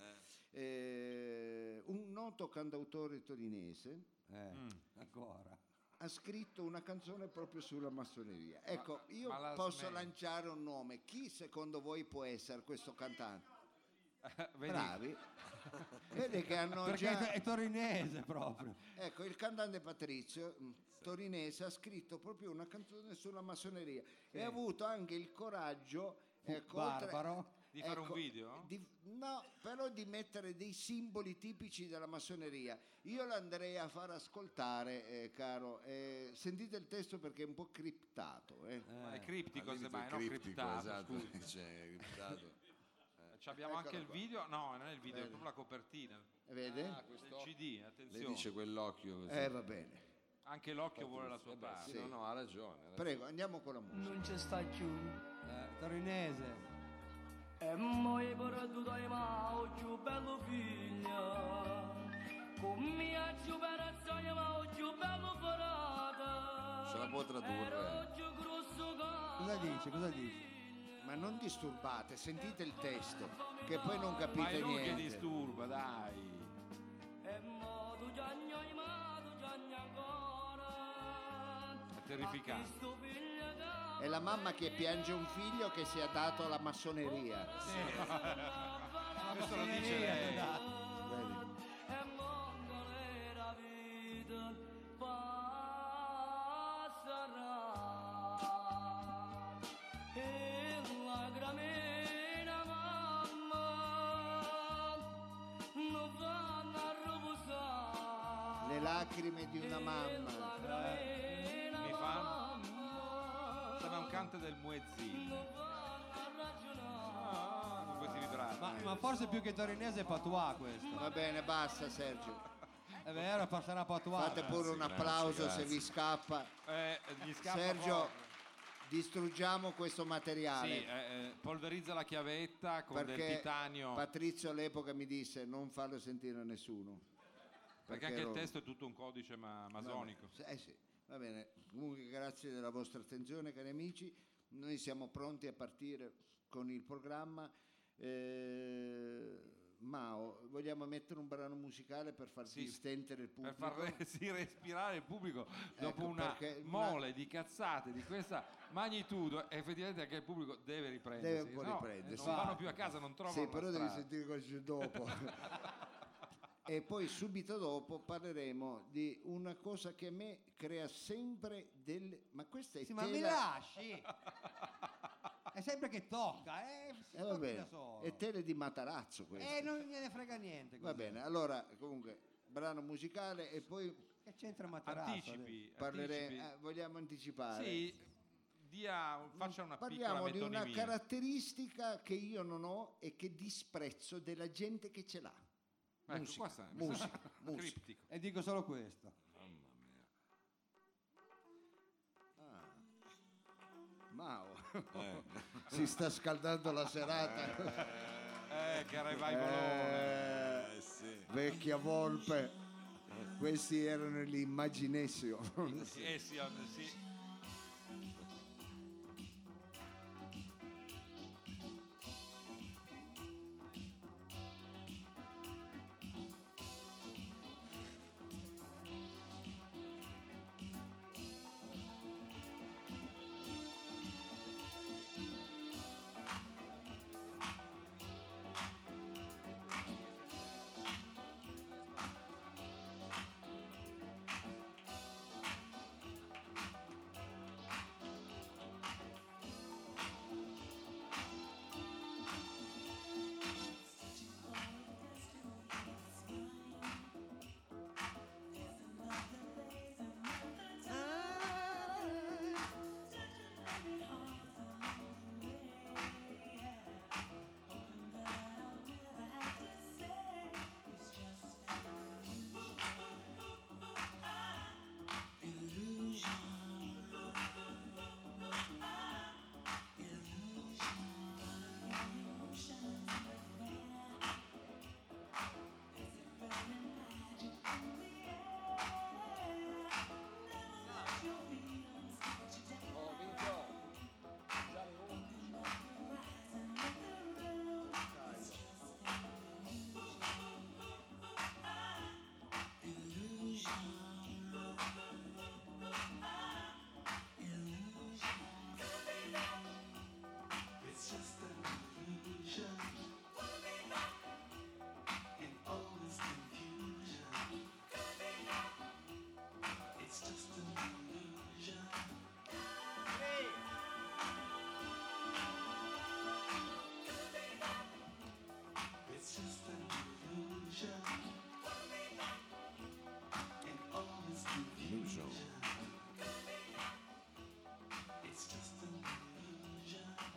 Eh, un noto cantautore torinese Eh, Mm. ancora. ha scritto una canzone proprio sulla massoneria. Ecco, io ma la posso smetti. lanciare un nome. Chi secondo voi può essere questo cantante? Vedi? Bravi. Vedi che hanno Perché già... è torinese proprio. Ecco, il cantante Patrizio, mh, torinese, ha scritto proprio una canzone sulla massoneria e ha avuto anche il coraggio, ecco, oltre- Barbaro. Di fare un ecco, video? di- no, però di mettere dei simboli tipici della massoneria. Io l'andrei a far ascoltare, eh, caro. eh, sentite il testo perché è un po' criptato. eh. Ma è Al criptico limite semmai, è non criptico, criptato. esatto, scusi. c'è criptato. Ci abbiamo anche Eccolo il qua. video? No, non è il video, è Vedi. proprio la copertina. Vede? Ah, Del questo- C D, Lei attenzione. dice quell'occhio così. Eh, va bene. Anche l'occhio vuole la sua Eh beh, parte. sì, no, no, ha ragione. ha ragione. Prego, andiamo con la musica. Non ci sta più Eh, torinese. e mai perduto ma ho più bello figlio con mia superazione ma ho più bello farata Ce la può tradurre? ero più grosso Cosa dice? Cosa dice? Ma non disturbate, sentite il testo, che poi non Ma capite è lui che niente. disturba, dai. e mo tu giagno ma tu giagno ancora È terrificante. sto figlio È la mamma che piange un figlio che si è dato alla massoneria. Questo lo dice lei. Vedi? e mongole la vita passerà e la gramina mamma non vanno a riposare Le lacrime di una la mamma. gramina Mi fanno- mamma Sembra un cante del muezzin. non vanno a ragionare Con questi vibrati. Ma, ma forse più che torinese è patois questo. Va bene, basta Sergio. È vero, passerà patois. Fate pure un grazie, applauso grazie. se vi scappa. Eh, gli scappa Sergio, forte. distruggiamo questo materiale. Sì, eh, eh, polverizza la chiavetta con del perché titanio. Patrizio all'epoca mi disse non farlo sentire a nessuno. Perché anche il ero- testo è tutto un codice ma- masonico. Vabbè, eh sì, va bene. Comunque grazie della vostra attenzione, cari amici. Noi siamo pronti a partire con il programma. Eh, Mao, vogliamo mettere un brano musicale per far Sì, distendere il Per pubblico? far re- sì, respirare il pubblico dopo Ecco, una perché una- mole di cazzate di questa magnitudo, effettivamente anche il pubblico deve riprendersi. Deve un po' se no, riprendersi. non vanno più a casa, non trovano Sì, la però devi strada. sentire cosa c'è dopo. E poi subito dopo parleremo di una cosa che a me crea sempre del... Ma questa è Sì, ma mi tela... lasci. È sempre che tocca, eh, si Eh, va tocchi bene. da solo. È tele di Matarazzo questo. E non gliene frega niente. Va così. bene, allora comunque brano musicale e poi Che c'entra Matarazzo? Anticipi, parleremo... anticipi. eh, vogliamo anticipare? Sì, dia, un- faccia una Parliamo di piccola una metonimia. caratteristica che io non ho e che disprezzo della gente che ce l'ha. Ecco, musica, qua sta- musica, musica. criptico. E dico solo questo. Mamma mia. Ah. Mao, Eh. si sta scaldando la serata. Eh, che revivalone. Eh, Eh, sì. vecchia volpe. Questi erano gli Imagination. Eh sì, sì.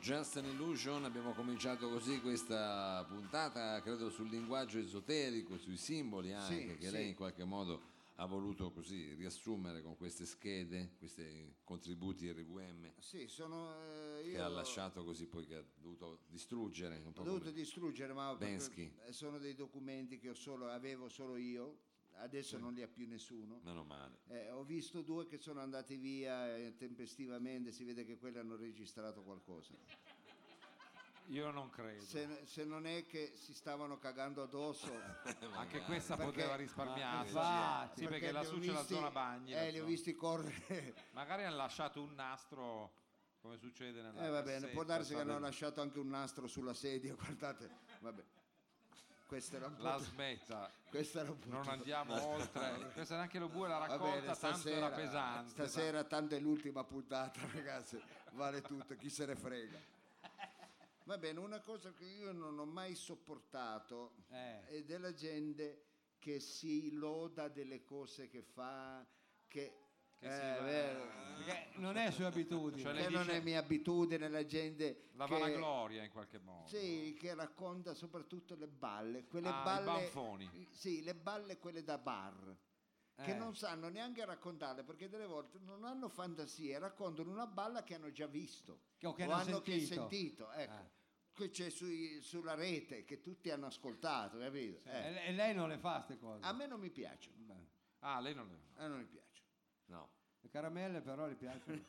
Just an Illusion, abbiamo cominciato così questa puntata, credo sul linguaggio esoterico, sui simboli anche, Sì, che sì. lei in qualche modo ha voluto così riassumere con queste schede, questi contributi R V M Sì, sono eh, io che ha lasciato così poi che ha dovuto distruggere un po' ho dovuto come distruggere, ma perché Bensky. sono dei documenti che ho solo, avevo solo io, adesso non li ha più nessuno. meno male. Eh, ho visto due che sono andati via eh, tempestivamente, si vede che quelli hanno registrato qualcosa. Io non credo. Se, se non è che si stavano cagando addosso. Anche questa Perché- poteva risparmiarsi. infatti, Sì, perché lassù li ho c'è la visti- zona bagni. la Eh, li ho zona- visti correre. Magari hanno lasciato un nastro, come succede nella Eh, va bene, cassetta, può darsi che sa, hanno del- lasciato anche un nastro sulla sedia, guardate. Vabbè. Questa era un po'. La smetta, Questa era un po'. non andiamo oltre. Questa neanche lo bue la Va raccolta, bene, tanto era stasera, pesante. stasera tanto è l'ultima puntata, ragazzi, vale tutto, chi se ne frega. Va bene, una cosa che io non ho mai sopportato Eh. è della gente che si loda delle cose che fa, che, Che eh, si va- vero, Perché non è sue abitudini. Cioè, che lei non dice- è mia abitudine, la gente La che, vanagloria in qualche modo. sì, che racconta soprattutto le balle, quelle Ah, i balle, banfoni. sì, le balle quelle da bar. Che Eh. non sanno neanche raccontarle perché delle volte non hanno fantasia, raccontano una balla che hanno già visto Che- o che o hanno hanno che sentito. sentito, ecco. Qui c'è sui- sulla rete che tutti hanno ascoltato, capito? Eh. E, e lei non le fa queste cose. A me non mi piacciono, Beh, Ah, lei non le... a me non mi piacciono. No. le caramelle però le piacciono.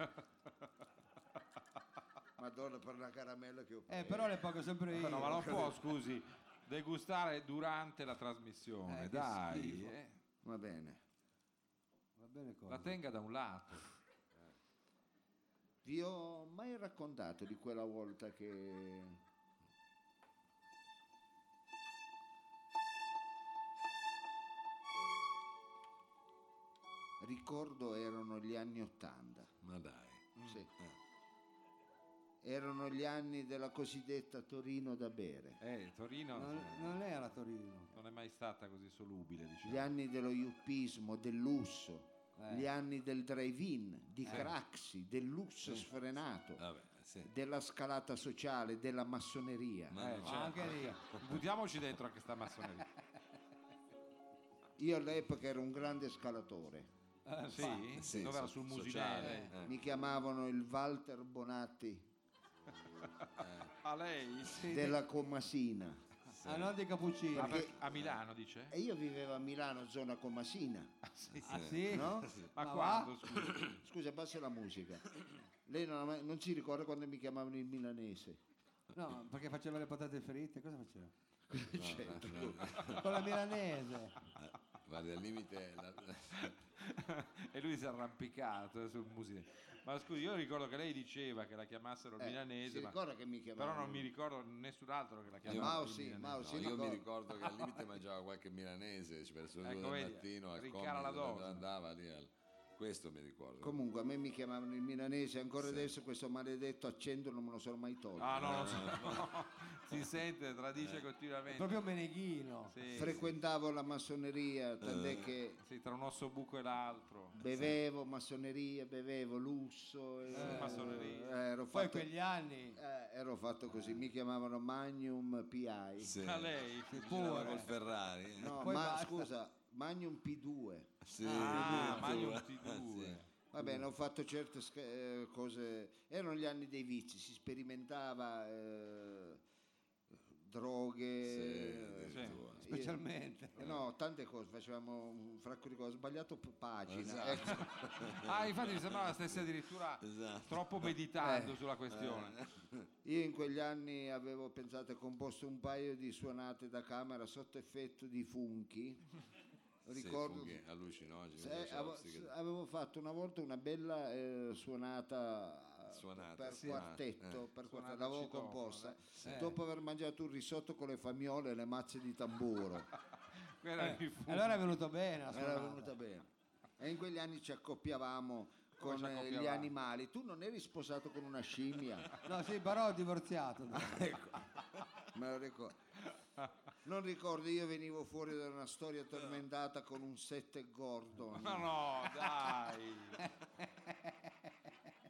Madonna, per la caramella che ho preso. Eh, però le pago sempre io. No, ma non può, scusi, degustare durante la trasmissione, Eh, che dai. schifo. eh. Va bene. Va bene cosa? La tenga da un lato. Vi ho mai raccontato di quella volta che ricordo erano gli anni Ottanta, Ma dai. sì. Erano gli anni della cosiddetta Torino da bere, Eh, Torino Non, eh, non era a Torino. non è mai stata così solubile, diciamo. gli anni dello yuppismo, del lusso, Eh. gli anni del drive-in, di Craxi, del lusso sfrenato, Vabbè, sì. della scalata sociale, della massoneria. Ma Eh, no. certo. Anche lì. Buttiamoci dentro anche sta massoneria. Io all'epoca ero un grande scalatore. Eh, Sì? fa. Sì, Dove era so- sul sociale, Musinelli? eh. Mi chiamavano il Walter Bonatti A lei? della Comasina Ah, non di cappuccino. A, Perché- a Milano dice? e io vivevo a Milano, zona Comasina, Ah sì? no? Ma Ma quando, scusa? Scusa, passi la musica. Lei non, ha mai- non si ricorda quando mi chiamavano il milanese? No, perché faceva le patate fritte, cosa faceva? No, no, Con la milanese. no. Guarda, al limite la- E lui si è arrampicato eh, sul Musinelli. Ma scusi, io ricordo che lei diceva che la chiamassero il Eh, milanese, si ma- ricorda che mi chiamavano? però non mi ricordo nessun altro che la Io- chiamava Mao il sì, milanese. Mao no, sì, io mi ricordo. ricordo che al limite mangiava qualche milanese, ci verso le Ecco, due del vedi, mattino al rincara la Comics, dove dose. andava lì al... Questo mi ricordo. Comunque a me mi chiamavano il milanese, ancora adesso questo maledetto accento non me lo sono mai tolto. Ah no, non so, no. Si sente, tradisce continuamente. Proprio Meneghino. Sì, Frequentavo la massoneria, tant'è che sì, tra un osso buco e l'altro. bevevo massoneria, bevevo lusso, eh, massoneria. eh, ero Poi fatto, quegli anni. eh, ero fatto così, mi chiamavano Magnum P I. Sì. A lei? Girava pure. col Ferrari. eh. No, Poi ma basta. scusa, Magnum P due. Sì, Ah, sì, Magnum sì. T due. Va bene, ho fatto certe sca- eh, cose, erano gli anni dei vizi, si sperimentava eh, droghe, Sì, eh, addirittura. Specialmente. eh, no, tante cose, facevamo un fracco di cose, ho sbagliato p- pagina, Esatto. ecco. Ah, infatti mi sembrava stesse addirittura Esatto. troppo meditando Eh. sulla questione. Io in quegli anni avevo, pensate, composto un paio di suonate da camera sotto effetto di funky. Ricordo, Sì, funghi allucinogeni. se- invece avevo, ostiche- avevo fatto una volta una bella eh, suonata, Suonata, per sì, quartetto, eh. per Suonata quartetto, l'avevo citofono, composta eh. dopo aver mangiato un risotto con le famiole e le mazze di tamburo. Era Eh, il fu- allora è venuto bene la Era suonata. venuta bene. E in quegli anni ci accoppiavamo Come con ci eh, gli accoppiavamo? animali. Tu non eri sposato con una scimmia? No, sì, però ho divorziato. Ecco, me lo ricordo. Non ricordo, io venivo fuori da una storia tormentata con un sette Gordon Ma no, dai. e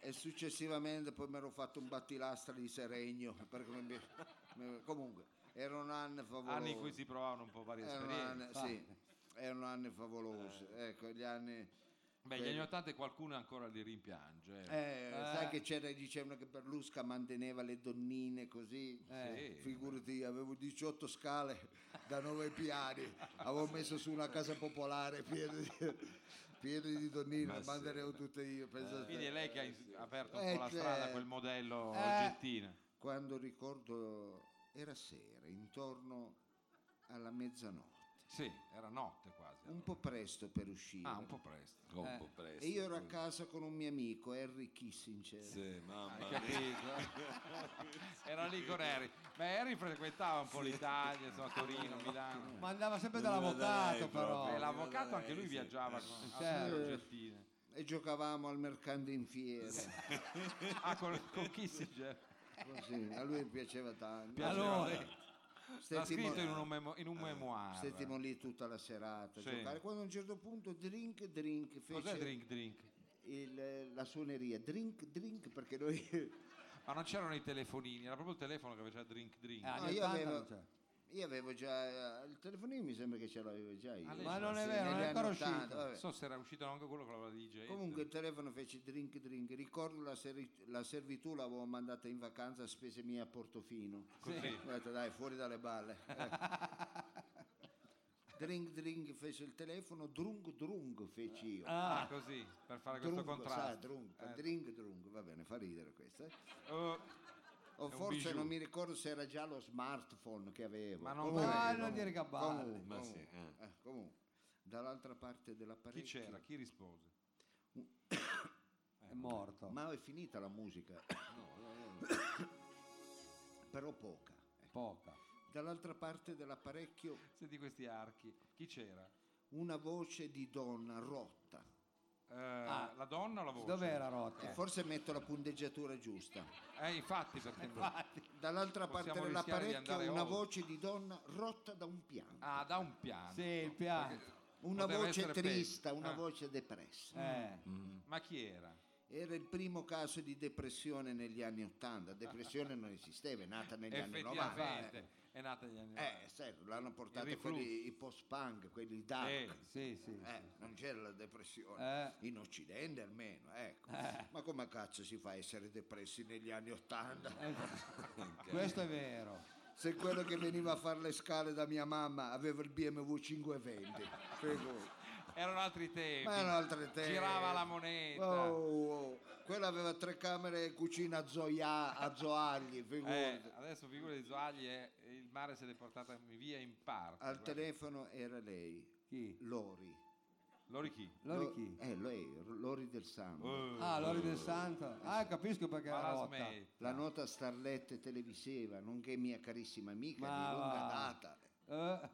e successivamente poi mi ero fatto un battilastra di Seregno, perché mi- mi- comunque erano anni favolosi. Anni in cui si provavano un po' varie erano esperienze. anni, sì, erano anni favolosi, ecco, gli anni... Beh, gli anni ottanta qualcuno ancora li rimpiange. Eh, sai che c'era, dicevano che Berlusca manteneva le donnine così, Sì. figurati, avevo diciotto scale da nove piani, avevo messo su una casa popolare piena di, piena di donnine, Ma le sì. mantenevo tutte io. pensate. Quindi è lei che ha in- aperto un Eh, po' la strada a certo. quel modello Eh. oggettina. Quando ricordo, era sera, intorno alla mezzanotte, Sì, era notte quasi. un po' presto per uscire. Ah, un po' presto. Un po' presto. E io ero a casa con un mio amico, Henry Kissinger. Sì, mamma Hai mia. capito? Era lì con Harry. Beh, Harry frequentava un po' l'Italia, insomma, Torino, Milano. Ma andava sempre Non me la dall'avvocato dai però. E proprio. l'avvocato anche lui Sì. viaggiava con certo. altre oggettine. E giocavamo al mercante in fiera. Ah, con, con Kissinger. Così, a lui piaceva tanto. Piaceva. Allora. L'ha Stettimo- scritto in un, memo- in un memoir. Stettimo lì tutta la serata a Sì. giocare. Quando a un certo punto drink drink fece Cos'è drink drink? il- la suoneria drink drink perché noi Ma non c'erano i telefonini, era proprio il telefono che faceva drink drink. Ah, No, anni io ottanta avevo- non c'è. io avevo già il telefonino, mi sembra che ce l'avevo già io. Ah, lei Ma ce non l'ha, è sì. vero, non Negli è ancora anni ottanta, uscito. vabbè. Non so se era uscito anche quello con la D J. Comunque il telefono fece drink drink. Ricordo la, seri- la servitù l'avevo mandata in vacanza a spese mie a Portofino. Così. Ho detto dai, fuori dalle balle. Ecco. Drink drink fece il telefono, drunk drunk feci io. Ah, così, per fare questo Drunk, contrasto. sai, drunk, Eh. drink drunk, va bene, fa ridere questo. eh. Oh, O un forse bijou. non mi ricordo se era già lo smartphone che avevo. Ma non Comunque, credo. Ah, non comunque, dire cabale. comunque, Ma sì, comunque, eh. eh, comunque. Dall'altra parte chi dell'apparecchio. c'era? Chi rispose? È morto. Ma è finita la musica. Però poca. Poca. Dall'altra parte dell'apparecchio Senti questi archi. Chi c'era? una voce di donna rotta. Eh, la donna o la voce? Dov'era E rotta? forse metto la punteggiatura giusta. Eh, infatti, perché Dall'altra parte Possiamo rischiare di dell'apparecchio andare una oltre. voce di donna rotta da un piano. Ah, da un piano. Sì, il piano. Una poteva voce essere trista, peggio. una Ah. voce depressa. Eh. Ma chi era? Era il primo caso di depressione negli anni Ottanta. Depressione non esisteva, è nata negli anni novanta. Effettivamente è nata negli anni Eh, novanta. certo, l'hanno portata Il riflusso. quelli i post-punk, quelli dark. Eh, Sì, sì. Eh, non c'era la depressione, Eh. in Occidente almeno, ecco. Ma come cazzo si fa a essere depressi negli anni Ottanta? Eh, Questo è vero. Se quello che veniva a fare le scale da mia mamma aveva il B M W cinquecento, figurati. Erano altri tempi. Ma erano altri tempi. Girava la moneta. Oh, oh. Quello aveva tre camere e cucina a, zoia, a zoagli, Eh, figurati. adesso figura di Zoagli e il mare se l'è portata via in parte. Al guarda. telefono era lei, Chi? Lori. Lori chi? Lori Lo- chi? Eh, lei, Lori del Santo. Oh, Ah, Lori del Santo. Ah, capisco perché ma era la rotta. smetta. La nota starletta televisiva, nonché mia carissima amica Ma di lunga va. data. Eh.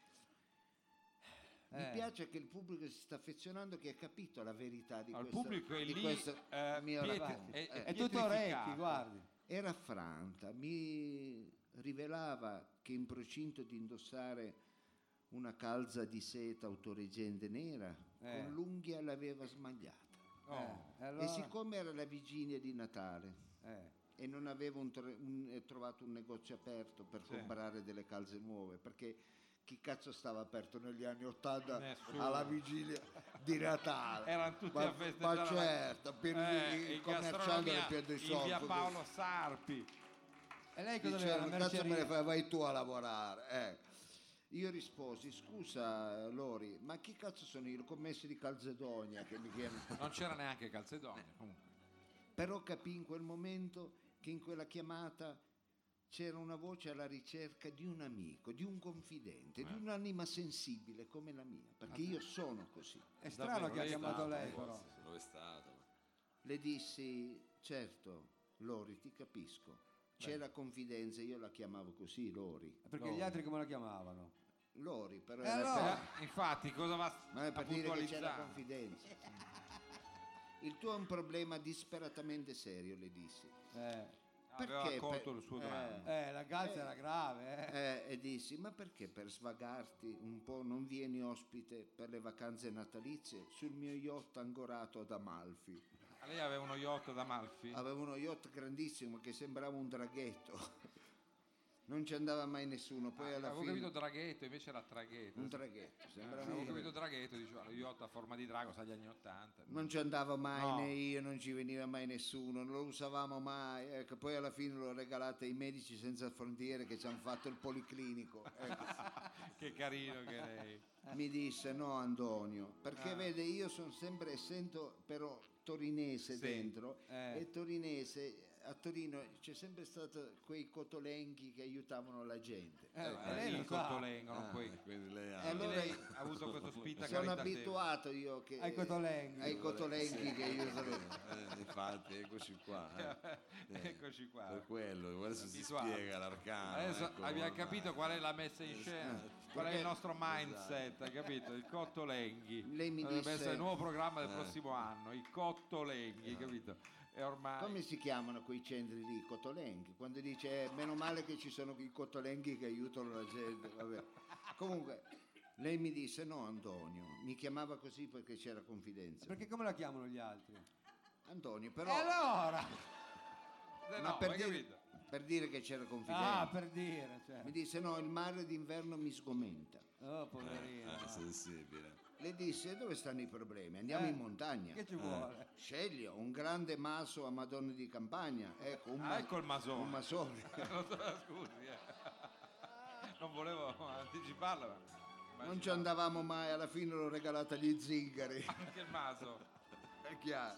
Mi Eh. piace che il pubblico si sta affezionando, che ha capito la verità di Al questo, pubblico è di lì, questo eh, mio piet- racconto. è- Eh. È tutto orecchi, pietrificato. guardi. Era affranta, mi rivelava che in procinto di indossare una calza di seta autoreggente nera, Eh. con l'unghia l'aveva smagliata. Oh. Eh, e allora- E siccome era la vigilia di Natale eh. e non avevo un tre- un- eh, trovato un negozio aperto per Sì. comprare delle calze nuove, perché chi cazzo stava aperto negli anni Ottanta Nessuno. alla vigilia di Natale? Erano tutti ma, a festeggiare ma la- certo, per Eh, il, il in commerciante gastronomia, del piede in solco, via Paolo Sarpi. E lei cosa aveva? diceva, La cazzo me ne merceria? fai, vai tu a lavorare. eh. Io risposi, scusa Lori, ma chi cazzo sono io? Il commesso di Calzedonia che mi chiama. Non c'era neanche Calzedonia. Comunque. Però capì in quel momento che in quella chiamata c'era una voce alla ricerca di un amico, di un confidente, di un'anima sensibile come la mia, perché io sono così. È strano Davvero, che ha lei è chiamato stato, lei, forse, però. se lo è stato. Le dissi, certo, Lori, ti capisco. C'era confidenza, io la chiamavo così, Lori. Perché No. gli altri come la chiamavano? Lori, però E era allora? per- Eh, infatti, cosa va ma è a per dire che c'era puntualizzare? confidenza. Il tuo è un problema disperatamente serio, le dissi. Eh. Aveva perché accolto per- il suo eh, dramma. Eh, la galza era grave, eh. eh, e dissi, ma perché per svagarti un po' non vieni ospite per le vacanze natalizie sul mio yacht ancorato ad Amalfi? Ah, lei aveva uno yacht ad Amalfi? Avevo uno yacht grandissimo che sembrava un draghetto. Non ci andava mai nessuno, poi Ah, alla avevo fine capito draghetto, invece era traghetto. un draghetto, sembrava Avevo un capito draghetto. draghetto, diceva lo yacht a forma di drago, sa gli anni ottanta. Non ci andava mai No. né io, non ci veniva mai nessuno, non lo usavamo mai, ecco, poi alla fine l'ho regalata ai Medici Senza Frontiere che ci hanno fatto il policlinico. Ecco. Che carino che lei. Mi disse no Antonio, perché Ah. vede io sono sempre, essendo però torinese Sì. dentro, Eh. e torinese a Torino c'è sempre stato quei cotolenghi che aiutavano la gente. Eh, Ecco. eh, lei lo il sa. Cotolengo, non Ah, puoi. quindi lei ha... E allora- Lei ha avuto questo spinta Sono caritativa. abituato io che, Ai cotolenghi. ai cotolenghi che aiutano. Eh, infatti, eccoci qua. eh. Eh, Eccoci qua. Per quello, adesso si Abituato. spiega l'arcano. Adesso ecco, abbiamo come capito mai. qual è la messa in scena, Esatto. qual è il Perché- nostro mindset, hai capito? Il Cottolenghi. Lei mi Dovrebbe disse- essere il nuovo programma del Eh. prossimo anno, i Cottolenghi, capito? E ormai Come si chiamano quei centri lì, cotolenghi? Quando dice eh, meno male che ci sono i cotolenghi che aiutano la gente, vabbè. Comunque, lei mi disse no Antonio, mi chiamava così perché c'era confidenza. Perché come la chiamano gli altri? Antonio, E però, allora? Eh, ma no, per hai dire, capito? per dire che c'era confidenza. Ah, per dire, cioè. Mi disse no, il mare d'inverno mi sgomenta. Oh, poverino. Eh, sensibile. Le disse dove stanno i problemi? Andiamo Eh, in montagna. Che ci vuole? Scegli un grande maso a Madonna di Campagna. Ecco, un, Ah, ecco il masone. un masone. Scusi, eh. Non volevo anticiparla, ma Non ci andavamo mai, alla fine l'ho regalata agli zingari. anche il maso, È chiaro.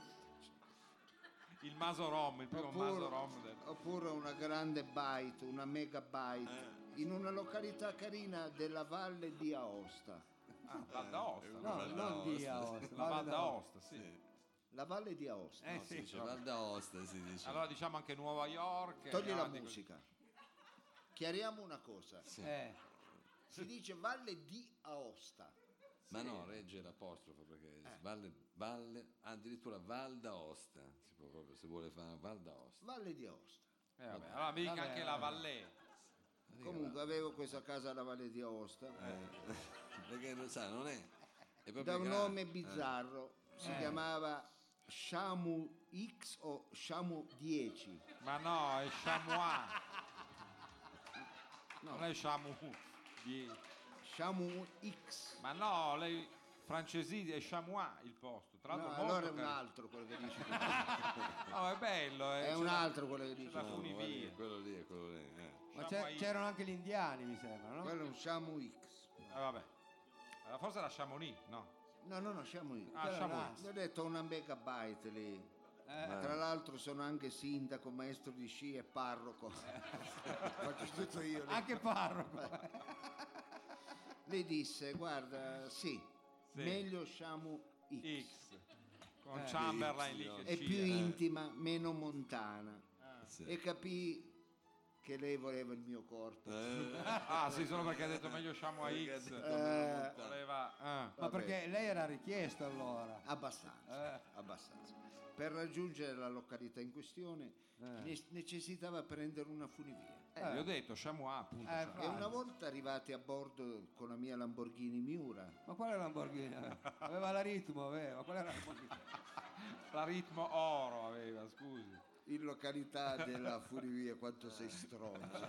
il maso rom, il primo maso rom del... oppure una grande bite, una mega bite, in una località carina della Valle di Aosta. Ah, Val d'Aosta. Eh, No, Val non d'Aosta. di Aosta. La Val Valle d'Aosta, sì. Sì. La Valle di Aosta. Eh No, si sì. dice Val d'Aosta, si dice. Allora diciamo anche Nuova York. Togli e la avanti così. musica. Chiariamo una cosa. Sì. Eh, Si dice Valle di Aosta. Ma no, regge l'apostrofo perché Eh. Valle, Valle, addirittura Val d'Aosta, si può proprio, se vuole fare Val d'Aosta. Valle di Aosta. Eh, vabbè, allora mi dica Vabbè, anche la vabbè. Vallée. Comunque avevo questa casa alla Valle di Aosta. Eh, perché non sa, non è, è proprio Da un grande. nome bizzarro. Si Eh. chiamava Shamu X o Shamu dieci. Ma no, è Chamois. No, Non è Chamois. Di- Shamu X. Ma no, lei francesi è Chamois il posto. Tra No, l'altro allora è molto un carino. altro quello che dici. tu. No, è bello. eh, È c'è un la- altro quello che c'è dici. la tu. No, funivia. guardi, quello lì è quello lì. eh. ma c'è- Chamois. c'erano anche gli indiani, mi sembra, no? Quello è un Shamu X. Eh, vabbè. Allora, forse era Chamonix, no? No, no, no, Shamu X. Ah, Quello Chamois. Gli ho detto una megabyte lì. Eh, Tra l'altro sono anche sindaco, maestro di sci e parroco. Faccio tutto io lì. anche parroco. Le disse, guarda, sì, Sì. meglio Shamu X. X. Con Eh. Chamberlain X, lì no. che È scia. più intima, meno montana. Sì. E capì che lei voleva il mio corpo. Eh, Ah, sì, solo perché ha detto meglio Chamois perché ha X. detto Eh, meno montano. Voleva... ah. Ma Vabbè. perché lei era richiesto allora? Abbastanza, Eh. abbastanza. Per raggiungere la località in questione Eh. ne- necessitava prendere una funivia. Eh, vi ho detto, Chamois appunto. Eh, Chamois. E una volta arrivati a bordo con la mia Lamborghini Miura, Ma quale Lamborghini? Aveva la ritmo, aveva. Qual era la Lamborghini? La ritmo oro aveva, scusi. in località della funivia, quanto sei stronzo.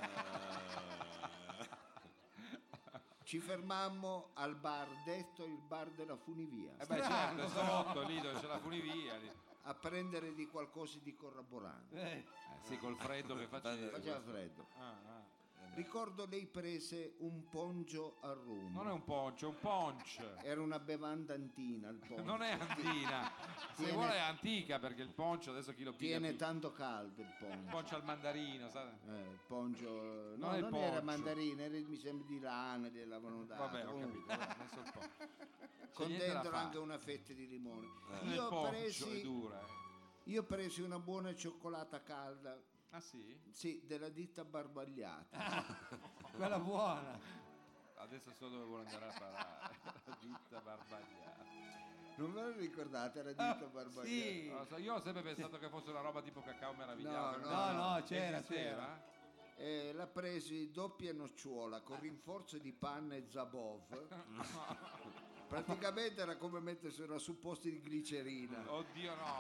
Ci fermammo al bar, detto il bar della funivia, Eh beh, certo, è sotto lì dove c'è la funivia. Lì. a prendere di qualcosa di corroborante. Eh, Eh, sì, col freddo che faceva. Faceva freddo. Ah, ah. Ricordo lei prese un poncio al rum. Non è un poncio, è un punch. Era una bevanda antina il poncio. Non è antina. Se Tiene- vuole è antica perché il poncio adesso chi lo piglia? Tiene piglia. tanto caldo il Il poncio. poncio al mandarino, sai? Eh, il poncio no, Non è il non era poncio. mandarina, era mi sembra di lana, gliel'avevano dato. Vabbè, ho Comunque, capito, vabbè, messo il poncio. con niente da dentro fare. anche una fetta di limone. Il Io, ho poncio è presi, dura, eh. io ho presi una buona cioccolata calda, Ah sì? sì, della ditta Barbagliata. quella buona. Adesso so dove vuole andare a parare. La ditta barbagliata. Non ve lo ricordate, era Dito Barbagliata? Sì. Non lo so, io ho sempre pensato che fosse una roba tipo cacao meravigliato. No, No, no, Esisteva, c'era, eh? c'era. Eh, l'ha presi doppia nocciola con rinforzo di panna e Zabov. Praticamente era come mettersi una supposta di glicerina. Oddio no.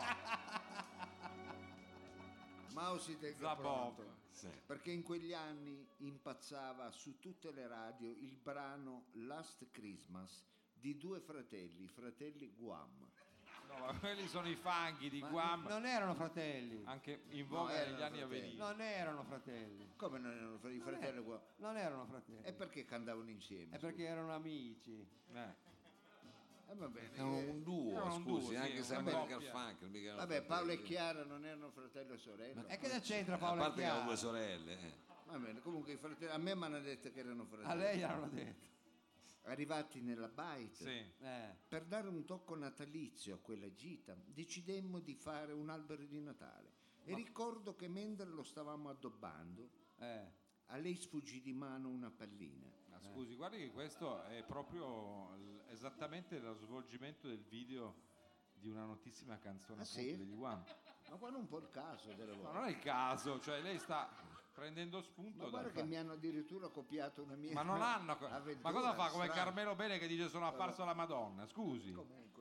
Mausi tenga Zabov. pronto. Sì. Perché in quegli anni impazzava su tutte le radio il brano Last Christmas di due fratelli, i fratelli Guam. No, ma quelli sono i fanghi di Guam, Non erano fratelli. anche in voga No, negli erano anni a fratelli. venire. Non erano fratelli. Come non erano i fratelli Guam? Non erano fratelli. E perché cantavano insieme? È perché erano amici. Eh. Eh, va bene. È un duo, Era un scusi, duo, sì, anche se una American coppia. Funk. mica erano Vabbè, Paolo e fratelli. Chiara non erano fratello e sorella. E che ne c'entra A Paolo e parte che erano Chiara? due sorelle. eh. Va bene, comunque i fratelli, a me mi hanno detto che erano fratelli. A lei gliel'hanno detto. Arrivati nella Bite, Sì. Eh. per dare un tocco natalizio a quella gita, decidemmo di fare un albero di Natale. E ricordo che mentre lo stavamo addobbando, Eh. a lei sfuggì di mano una pallina. Ma scusi, guardi che questo è proprio l- esattamente lo svolgimento del video di una notissima canzone Ah, appunto sì? degli Guam. Ma guarda un po' il caso delle No, volte. non è il caso, cioè lei sta prendendo spunto Ma da guarda che mi hanno addirittura copiato una mia Ma non hanno co- avventura Ma cosa fa come strana. Carmelo Bene che dice sono apparso alla Madonna? Scusi. Comunque,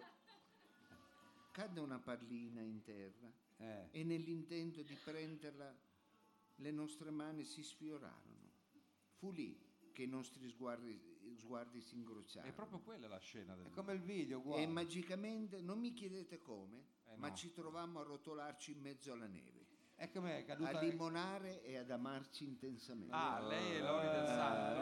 cadde una pallina in terra Eh. e nell'intento di prenderla le nostre mani si sfiorarono. Fu lì che i nostri sguardi, sguardi si incrociarono. È proprio quella la scena del È come il video, E guarda. magicamente, non mi chiedete come, Eh, ma no. ci trovammo a rotolarci in mezzo alla neve, È come è caduta. a limonare e ad amarci intensamente. Ah, lei è Lori del Santo.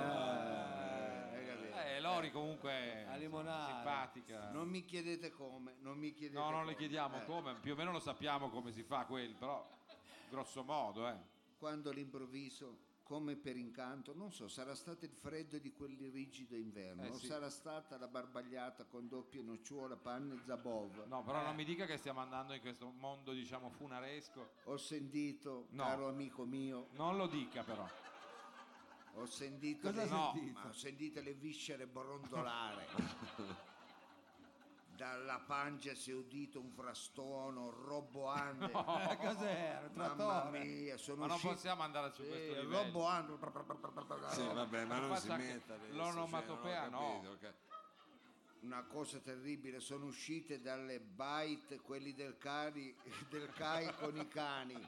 Ah, hai capito? Eh, Lori comunque è A limonare. simpatica. Non mi chiedete come, non mi chiedete No, non come. le chiediamo Eh, come, più o meno lo sappiamo come si fa quello, però grosso modo, eh. Quando all'improvviso, come per incanto, non so, sarà stato il freddo di quel rigido inverno, Eh, o sì. sarà stata la barbagliata con doppie nocciola, panna e zabov. No, però non mi dica che stiamo andando in questo mondo, diciamo, funaresco. Ho sentito, No. caro amico mio, Non lo dica però. ho sentito, Cosa le, ha No. sentito? ma ho sentito le viscere brontolare. Dalla pancia si è udito un frastuono roboante. Eh, cos'era? Un Mamma trattore? mia, sono Ma non uscito. possiamo andare su Sì, questo livello. roboante. Sì, vabbè, ma Ma non si faccia anche metta adesso, l'onomatopea, cioè, non ho capito, ok. Una cosa terribile, sono uscite dalle bite quelli del, cari, del C A I con i cani,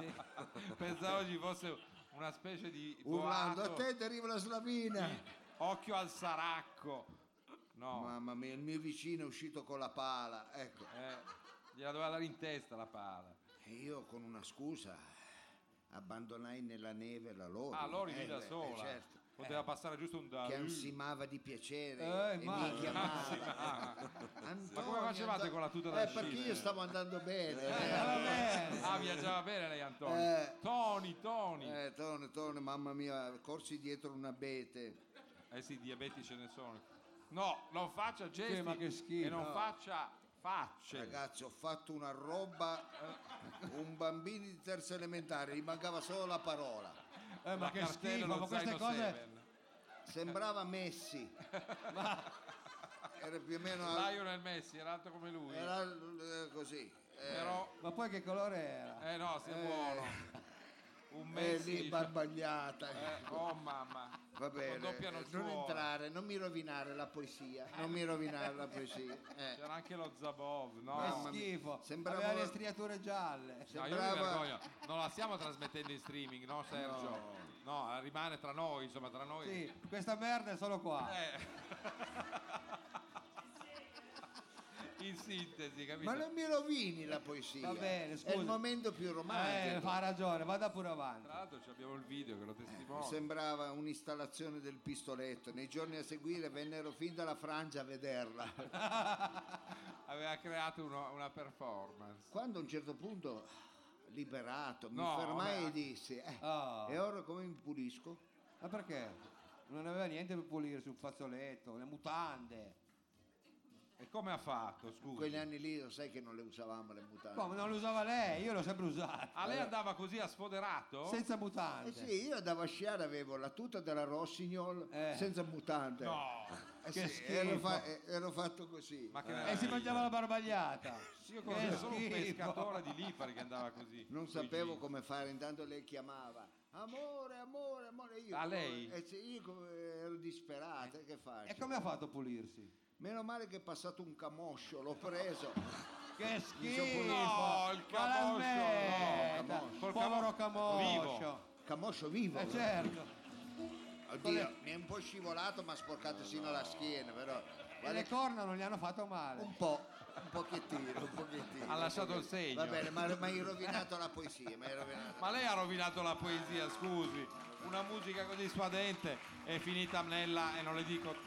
Pensavo ci fosse una specie di urlando: a boato, te deriva la slavina. occhio al saracco. No, Mamma mia, il mio vicino è uscito con la pala, ecco. eh, gliela doveva dare in testa la pala. E io con una scusa abbandonai nella neve la Lori. Ah, Lori lì Eh, da beh, sola. eh, certo. Poteva passare giusto un da. Che ansimava di piacere Eh, e mi immagino. chiamava. Ma Antonio, come facevate Antonio- con la tuta da Eh, perché sci? io stavo andando bene. Eh, eh. va bene. Ah, viaggiava bene lei Antonio. Eh. Tony, Tony. Eh. Eh, Tone, Tone, mamma mia, corsi dietro un abete. sì, diabeti ce ne sono. No, non faccia gesti Sì, ma che schifo. e non No. faccia facce. Ragazzi, ho fatto una roba, un bambino di terza elementare, gli mancava solo la parola. Eh, ma La che cartella, schifo, lo ma queste zaino cose. Seven. Sembrava Messi. Era più o meno Lionel Messi era alto come lui. era eh, così. Eh, Però, Ma poi che colore era? eh no, sei Eh. buono. Un eh, Messi. lì dice- barbagliata. eh, oh mamma. Va bene, Con doppia eh, non nocciola. entrare, non mi rovinare la poesia, non mi rovinare la poesia. Eh. C'era anche lo Zabov, no? Che Mamma mia. schifo. Sembrava- Aveva le striature gialle. No, io mi sembrava- vergogno. Non la stiamo trasmettendo in streaming, no Sergio? No, rimane tra noi, insomma, tra noi. Sì, questa merda è solo qua. Eh. In sintesi, capito? Ma non mi rovini la poesia. Va bene, È scusa. il momento più Eh, romantico. fa ragione, vada pure avanti. Tra l'altro ci abbiamo il video che lo testimonia. Sembrava un'installazione del pistoletto. Nei giorni a seguire vennero fin dalla Francia a vederla. Aveva creato uno- una performance. Quando a un certo punto, liberato, mi No, fermai vabbè. e dissi: eh, Ah. e ora come mi pulisco? Ma perché? Non aveva niente per pulire sul fazzoletto, le mutande. E come ha fatto, scusi? In quegli anni lì lo sai che non le usavamo le mutande. Come non le usava lei? Io l'ho sempre usata. Ah, lei andava così a sfoderato? Senza Eh mutande. sì, io andavo a sciare, avevo la tuta della Rossignol Eh. senza mutande. No, Eh che sì, ero, schifo. fa- eh, ero fatto così. ma che E meraviglia. si mangiava la barbagliata. Io Che conoscevo solo un schifo. pescatore di Lipari che andava così. Non coi sapevo jeans. come fare, intanto lei chiamava. Amore, amore, amore. Io, A lei? Eh sì, io come- ero disperata, che faccio? E come ha fatto a pulirsi? Meno male che è passato un camoscio, l'ho preso. Che schifo! No, il Ma la camoscio, smetta! no, camoscio. Col Povero camo- camoscio! Camoscio vivo. Eh certo! Oddio, mi è un po' scivolato, ma ha sporcato sino alla schiena, però. E guarda le che- corna non gli hanno fatto male. un po', un pochettino, un pochettino. Ha lasciato il segno. Va bene, ma mi hai rovinato la poesia, mi hai rovinato. Ma lei ha rovinato la poesia, scusi. Una musica così suadente è finita nella e non le dico.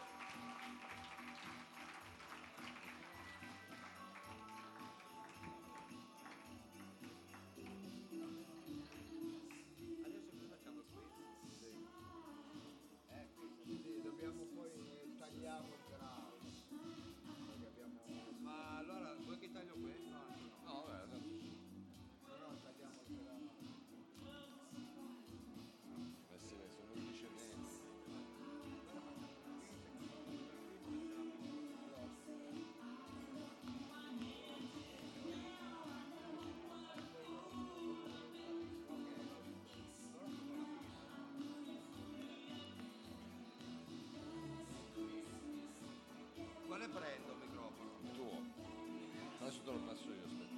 Sì, dobbiamo poi tagliamo il grano. Perché abbiamo. Ma allora vuoi che taglio questo? No, vabbè, No, no, tagliamo il grano. sono i riceventi. Quale prendo il microfono? Tuo. Adesso te lo passo io, aspetta.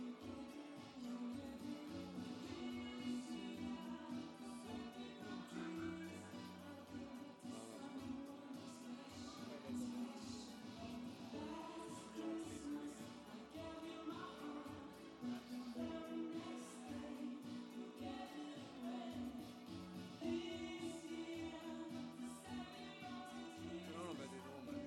Se no non vedo i numeri.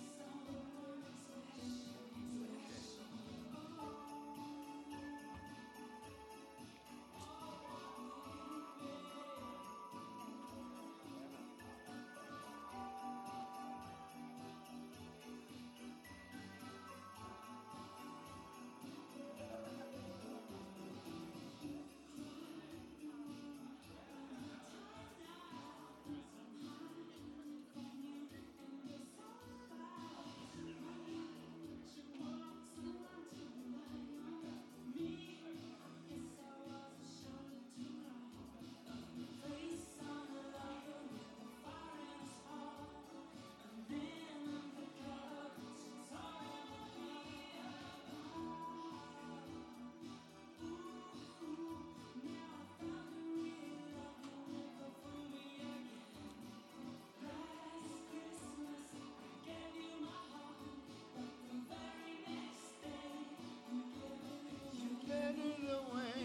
Get it away.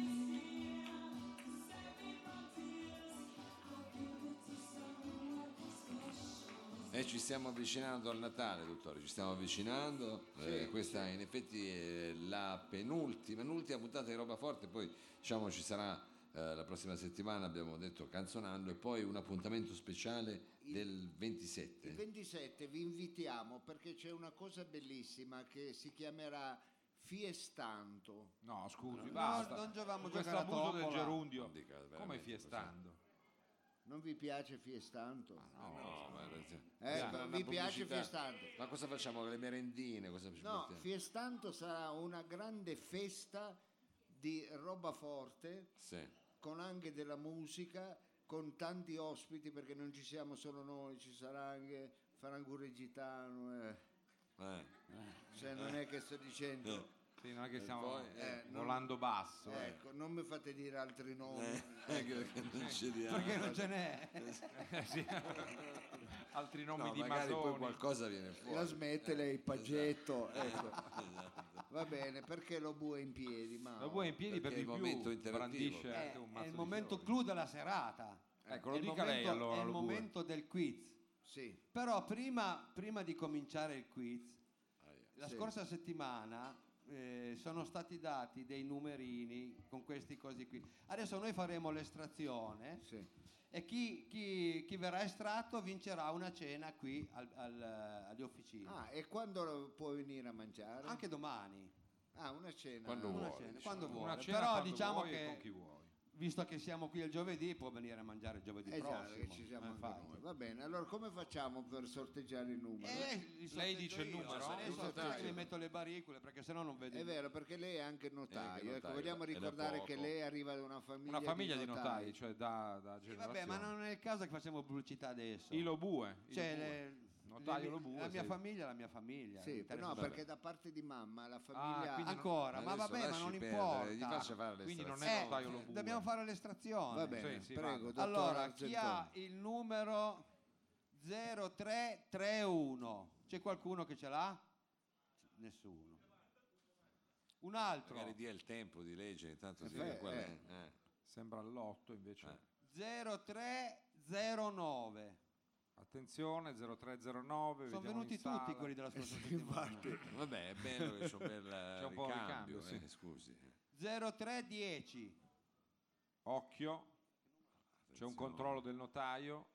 E ci stiamo avvicinando al Natale, dottore, ci stiamo avvicinando. Eh, questa in effetti è la penultima, l'ultima puntata di Roba Forte, poi diciamo ci sarà eh, la prossima settimana, abbiamo detto Canzonando, e poi un appuntamento speciale del ventisette. Il ventisette vi invitiamo perché c'è una cosa bellissima che si chiamerà Fiestanto. No, scusi, No, basta. non giocavamo Questo giocare a abuso del tombola. gerundio. Non dica veramente Come così. fiestando? Non vi piace Fiestanto? No, ma Eh, ma vi una piace pubblicità. Fiestanto? Ma cosa facciamo con le merendine? Cosa ci No, mettiamo? Fiestanto sarà una grande festa di roba forte, Sì. con anche della musica, con tanti ospiti, perché non ci siamo solo noi, ci sarà anche Franco Regitano. Eh. Eh. Cioè, non è che sto dicendo. Sì, non è che stiamo poi, eh, non- volando basso. eh. Ecco, non mi fate dire altri nomi. Eh, che non ci diamo. Perché non ce n'è. Eh, sì. Altri nomi No, di magari poi masoni. qualcosa viene fuori. La smette lei, il paggetto. Ecco. Esatto. Va bene, perché lo bue in piedi? Ma Lo vuoi in piedi per Perché di è il più, momento interattivo. brandisce È, anche un è mazzo il di momento fiori. clou della serata. Ecco, lo È il dica lei momento- allora, È il lo bue. momento del quiz. Sì, Però prima, prima di cominciare il quiz, Ah, yeah. la Sì. scorsa settimana eh, sono stati dati dei numerini con questi cosi qui. Adesso noi faremo l'estrazione Sì. e chi, chi- chi verrà estratto vincerà una cena qui al- al- alle officine. Ah, e quando può venire a mangiare? Anche domani. Ah, una cena. Quando Una vuole, cena, diciamo. quando vuole. Una cena Però quando diciamo vuoi e che con chi vuoi. visto che siamo qui il giovedì può venire a mangiare il giovedì Esatto, prossimo. che ci siamo Eh, anche infatti. noi. Va bene, allora come facciamo per sorteggiare il numero? Eh, li Lei sorteggio dice il io. numero? Adesso Il aspetta che notaio. mi metto le baricole perché sennò non vedo. È vero, perché lei è anche notaio. Eh, che ecco, notaio, vogliamo è da ricordare poco. che lei arriva da una famiglia, Una famiglia di notai. notai, cioè da, da Sì, generazione. vabbè, ma non è il caso che facciamo pubblicità adesso. I Lobue. i Cioè, Lobue. le- Notaio le- Lobue, la mia sì. famiglia è la mia famiglia. Sì, mi interessa no, sapere. perché da parte di mamma la famiglia... Ah, quindi non- Ancora, ma Adesso vabbè, ma lasci non perdere, importa. gli faccia fare le Quindi non è Eh, notaio Lobue. dobbiamo fare l'estrazione. Va bene, Sì, sì, prego, vada. dottor Allora, chi ha Argentoni. il numero zero tre tre uno? C'è qualcuno che ce l'ha? Nessuno. Un altro. Magari dia il tempo di leggere, intanto si Eh, vede qual è. eh. Eh. Sembra l'otto invece. Eh. zero tre zero nove. Attenzione, zero tre zero nove. Sono vediamo venuti in sala. tutti quelli della scorsa settimana. Vabbè, è bello che c'è un bel C'è un po' di ricambio, ricambio, sì. eh, scusi. zero tre dieci. Occhio, c'è un controllo del notaio.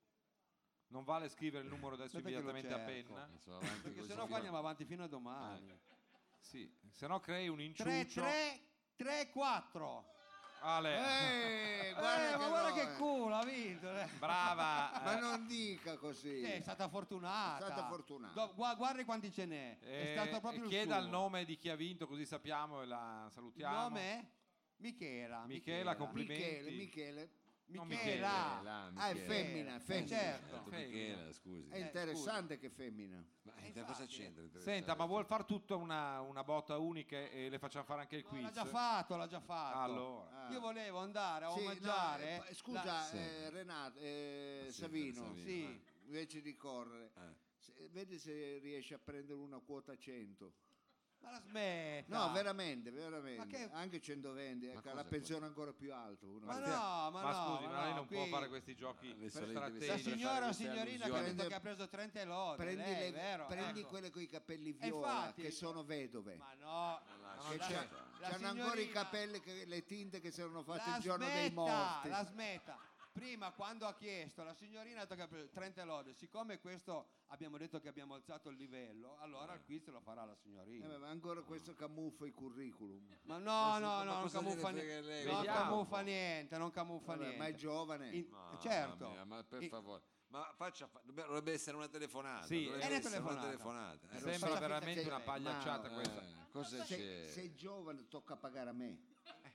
Non vale scrivere il numero adesso Aspetta che lo immediatamente a cerco. penna. Sono avanti Perché così sennò qua fino- andiamo avanti fino a domani. Sì, se no crei un tre inciuccio. tre tre quattro. Ale, Eh, guarda Eh, che ma guarda no, che eh. culo, ha vinto. eh. brava. Ma eh, non dica così. Eh, è stata fortunata. È stata fortunata. Do- gua- guardi quanti ce n'è. È eh, stato proprio il chieda suo. il nome di chi ha vinto, così sappiamo e la Il salutiamo. nome è Michela. Michela, complimenti. Michele, Michele. Non Michela. Michela, Ah, è Michela. femmina, è Eh, femmina. certo. Ha detto Femmina. Michela, scusi. È interessante che è femmina. Ma Eh, da cosa infatti. c'entra? interessante? Senta, ma vuol far tutta una, una botta unica e le facciamo fare anche il No, quiz? l'ha già fatto, l'ha già fatto. Allora, Ah. Io volevo andare a Sì, no, omaggiare. eh, pa- scusa, la- Sì. eh, Renato, eh, Sì, Savino, Savino, sì, eh. invece di correre, Eh. se- vedi se riesci a prendere una quota cento. Ma la smetta. No, veramente, veramente. Ma che- Anche centoventi, Ma ecco, cosa la pensione ancora più alta. uno. Ma Ma no, ma, ma no, scusi, ma, no, lei non può qui- fare questi giochi Adesso lei deve strategici. La sempre signora o fare queste signorina che ha allusioni. detto che ha preso trenta lode. Prendi, lei, le- vero? prendi Ecco. quelle con i capelli E viola, infatti- che sono vedove. Ma no, lascia Che la- c'ha- la c'hanno ancora i signorina- capelli, che, le tinte che si erano fatte la il giorno smetta, dei morti. la smetta. Prima quando ha chiesto la signorina ha detto che ha preso trenta lode, siccome questo abbiamo detto che abbiamo alzato il livello, allora il quiz lo farà la signorina. Eh, ma ancora questo camuffa i curriculum. Ma no, Ma no, ma no, non cosa camuffa, gliene ni- frega lei? non Vediamo. camuffa niente, non camuffa Vabbè, niente. ma è giovane. In- Mamma certo. mia, ma per In- favore. Ma faccia, fa- dovrebbe dovrebbe essere una telefonata. Sì, dovrebbe è una essere telefonata. telefonata. Eh, lo Sembra so, faccia veramente finta una che- pagliacciata ma- questa. Eh, cosa Se, c'è? sei giovane tocca pagare a me.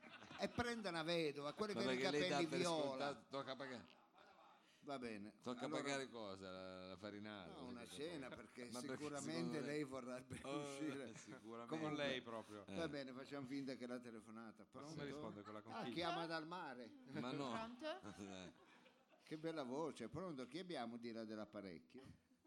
E prenda una vedova, quelle Ma con i perché lei dà capelli per viola. scontato, tocca pagare. Va bene. Tocca Allora, pagare cosa? La, la farinata? no, Così una cosa cena, fa? perché Ma perché sicuramente secondo lei vorrebbe Oh, uscire. sicuramente. Con lei proprio. Eh. Va bene, facciamo finta che è la telefonata. Ma Pronto? come risponde con la Ah, conchiglia? chiama dal mare. Ma no. Pronto? Eh, Che bella voce. Pronto? Chi abbiamo di là dell'apparecchio?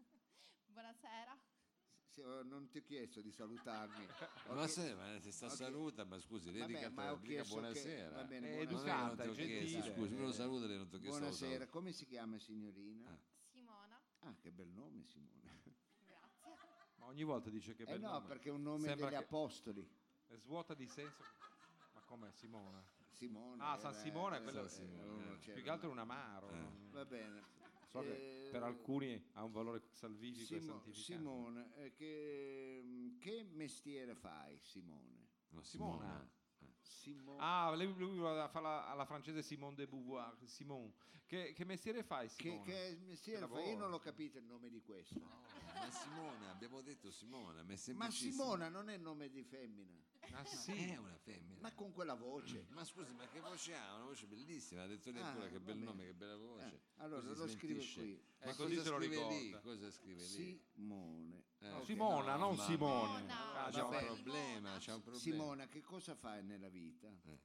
Buonasera. Sì, oh, non ti ho chiesto di salutarmi. Ho Ma chie- se, ma se sta Ok. saluta, ma scusi, lei Vabbè, dica, ma ho dica chiesto buonasera. Che... Va bene, È Non è che buonasera. non ti ho educata, chiesto, gentile. scusi, me lo saluta, lei non ti ho chiesto. lo Buonasera, saluto. come si chiama signorina? Ah. Simona. Ah, che bel nome, Simone. Grazie. Ma ogni volta dice che Eh bel no, nome. perché è un nome Sembra degli che- apostoli. È svuota di senso. Ma com'è Simona? Simone. Ah, San era- Simone, era- quello era uno eh, c'era- più che altro un amaro. Eh. non- Va bene. So che Eh, per alcuni ha un valore salvifico e Simo- santificato. Simone, eh, che, che mestiere fai, Simone? No, Simona. Simone. Ah, lei lui va a fare la- alla francese Simone de Beauvoir. Simone. Che, che mestiere fai, che, Simone? che mestiere Che fai? Io lavoro. non l'ho capito il nome di questo. Ma Simona, abbiamo detto Simona, ma è Ma semplicissimo. Simona non è nome di femmina. Ah, Sì, sì. è una femmina. Ma con quella voce. Ma scusi, ma che voce ha? Una voce bellissima, ha detto lei Ah, pure che va bel bene. nome, che bella voce. Eh, allora Così lo scrive smentisce. qui. Ma Eh, così cosa se lo scrive lì? ricorda. Cosa scrive lì? Simone. Eh, Ok. Simona, non ma- Simone. Simona. Ah, c'è già, un vabbè. problema, c'è un problema. Simona, che cosa fai nella vita? Eh.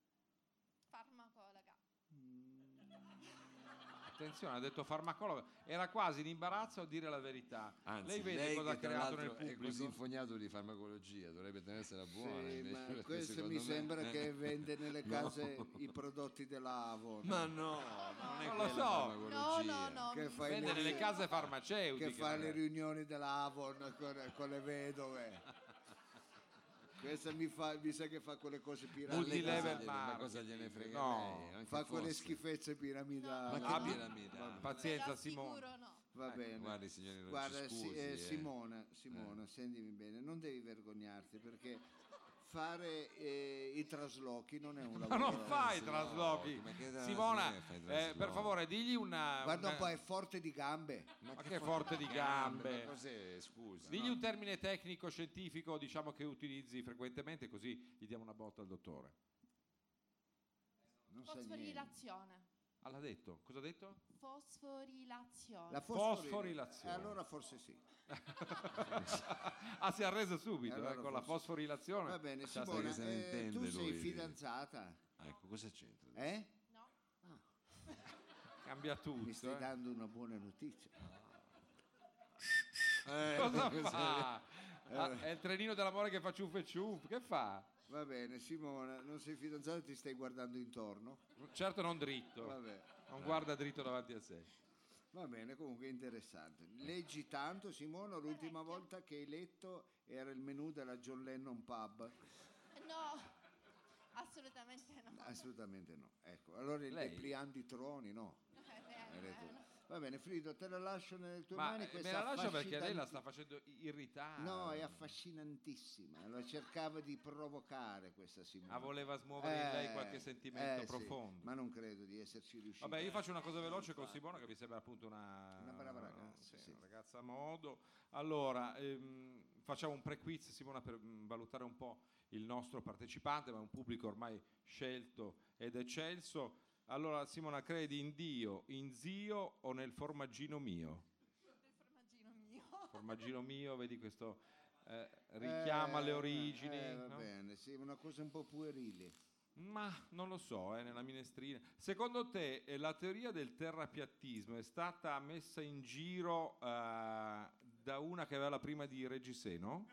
Farmacologa. Attenzione, ha detto farmacologa. Era quasi in imbarazzo a dire la verità. Anzi, lei vede cosa ha che tra creato nel l'altro è pubblico. così infognato di farmacologia, dovrebbe tenersela buona. Sì, invece, ma perché questo secondo mi me- sembra eh. che vende nelle No. case i prodotti dell'Avon. Ma no, non è Non lo quella so. farmacologia. No, no, no. Che fai Vende le- nelle case farmaceutiche. che fa le magari. riunioni dell'Avon con, con le vedove. Questa mi, fa, mi sa che fa quelle cose piramidali. Multilevel Ma marketing. cosa gliene frega No, lei? Anche Fa quelle fosse. schifezze piramidali. Ma che Abbi- piramidale? Pazienza, Però Simone. sicuro no. Va Ecco, bene. Guardi, signori, non Guarda, ci si- scusi, eh, eh. Simona, Simona, sentimi bene, non devi vergognarti perché fare eh, i traslochi non è un Ma lavoro. non fai traslochi, traslochi. ma che traslochi Simona, fai eh, traslochi? per favore, digli una... Guarda una- un po', è forte di gambe. Ma che forte di gambe. Ma cos'è, scusa? Digli un termine tecnico, scientifico, diciamo che utilizzi frequentemente, così gli diamo una botta al dottore. Non sa niente. Fosforilazione. Ah, l'ha detto? Cosa ha detto? Fosforilazione. La fosfori- Fosforilazione. Eh, allora forse sì. Ah, si è arreso subito Allora eh, con la forse- fosforilazione. Va bene, Sa- Simona, che se ne eh, intende tu sei lui. fidanzata? Ecco, cosa c'entra? Eh? No. Cambia tutto. Mi stai eh. dando una buona notizia. Eh, Cosa cosa- fa? Ah, è il trenino dell'amore che fa ciuff e ciuff. Che fa? Va bene, Simona, non sei fidanzata, ti stai guardando intorno? Certo non dritto. Vabbè. Non guarda dritto davanti a sé. Va bene, comunque interessante. Leggi tanto, Simona, l'ultima volta che hai letto era il menù della John Lennon Pub? No, assolutamente no. Assolutamente no. Ecco, allora il Lei? Depliant di Troni, no. Eh, Hai eh, detto- no. Va bene, Frido, te la lascio nelle tue Ma mani. eh, me questa la lascia perché lei la affascinanti- sta facendo irritare. No, è affascinantissima. Allora cercava di provocare questa Simona. Ah, voleva smuovere in lei Eh, qualche sentimento eh, sì, profondo. ma non credo di esserci riuscito. Vabbè, io faccio una cosa veloce con Simona che mi sembra appunto una, Una brava ragazza, sì, sì. una ragazza a modo. Allora, ehm, facciamo un pre-quiz, Simona, per mm, valutare un po' il nostro partecipante, ma è un pubblico ormai scelto ed eccelso. Allora, Simona, credi in Dio, in zio o nel formaggino mio? Il formaggino mio. Formaggino mio, vedi questo eh, richiama Eh, le origini. eh, va no? bene, sì, una cosa un po' puerile. Ma non lo so, eh, nella minestrina. Secondo te eh, la teoria del terrapiattismo è stata messa in giro eh, da una che aveva la prima di Reggiseno?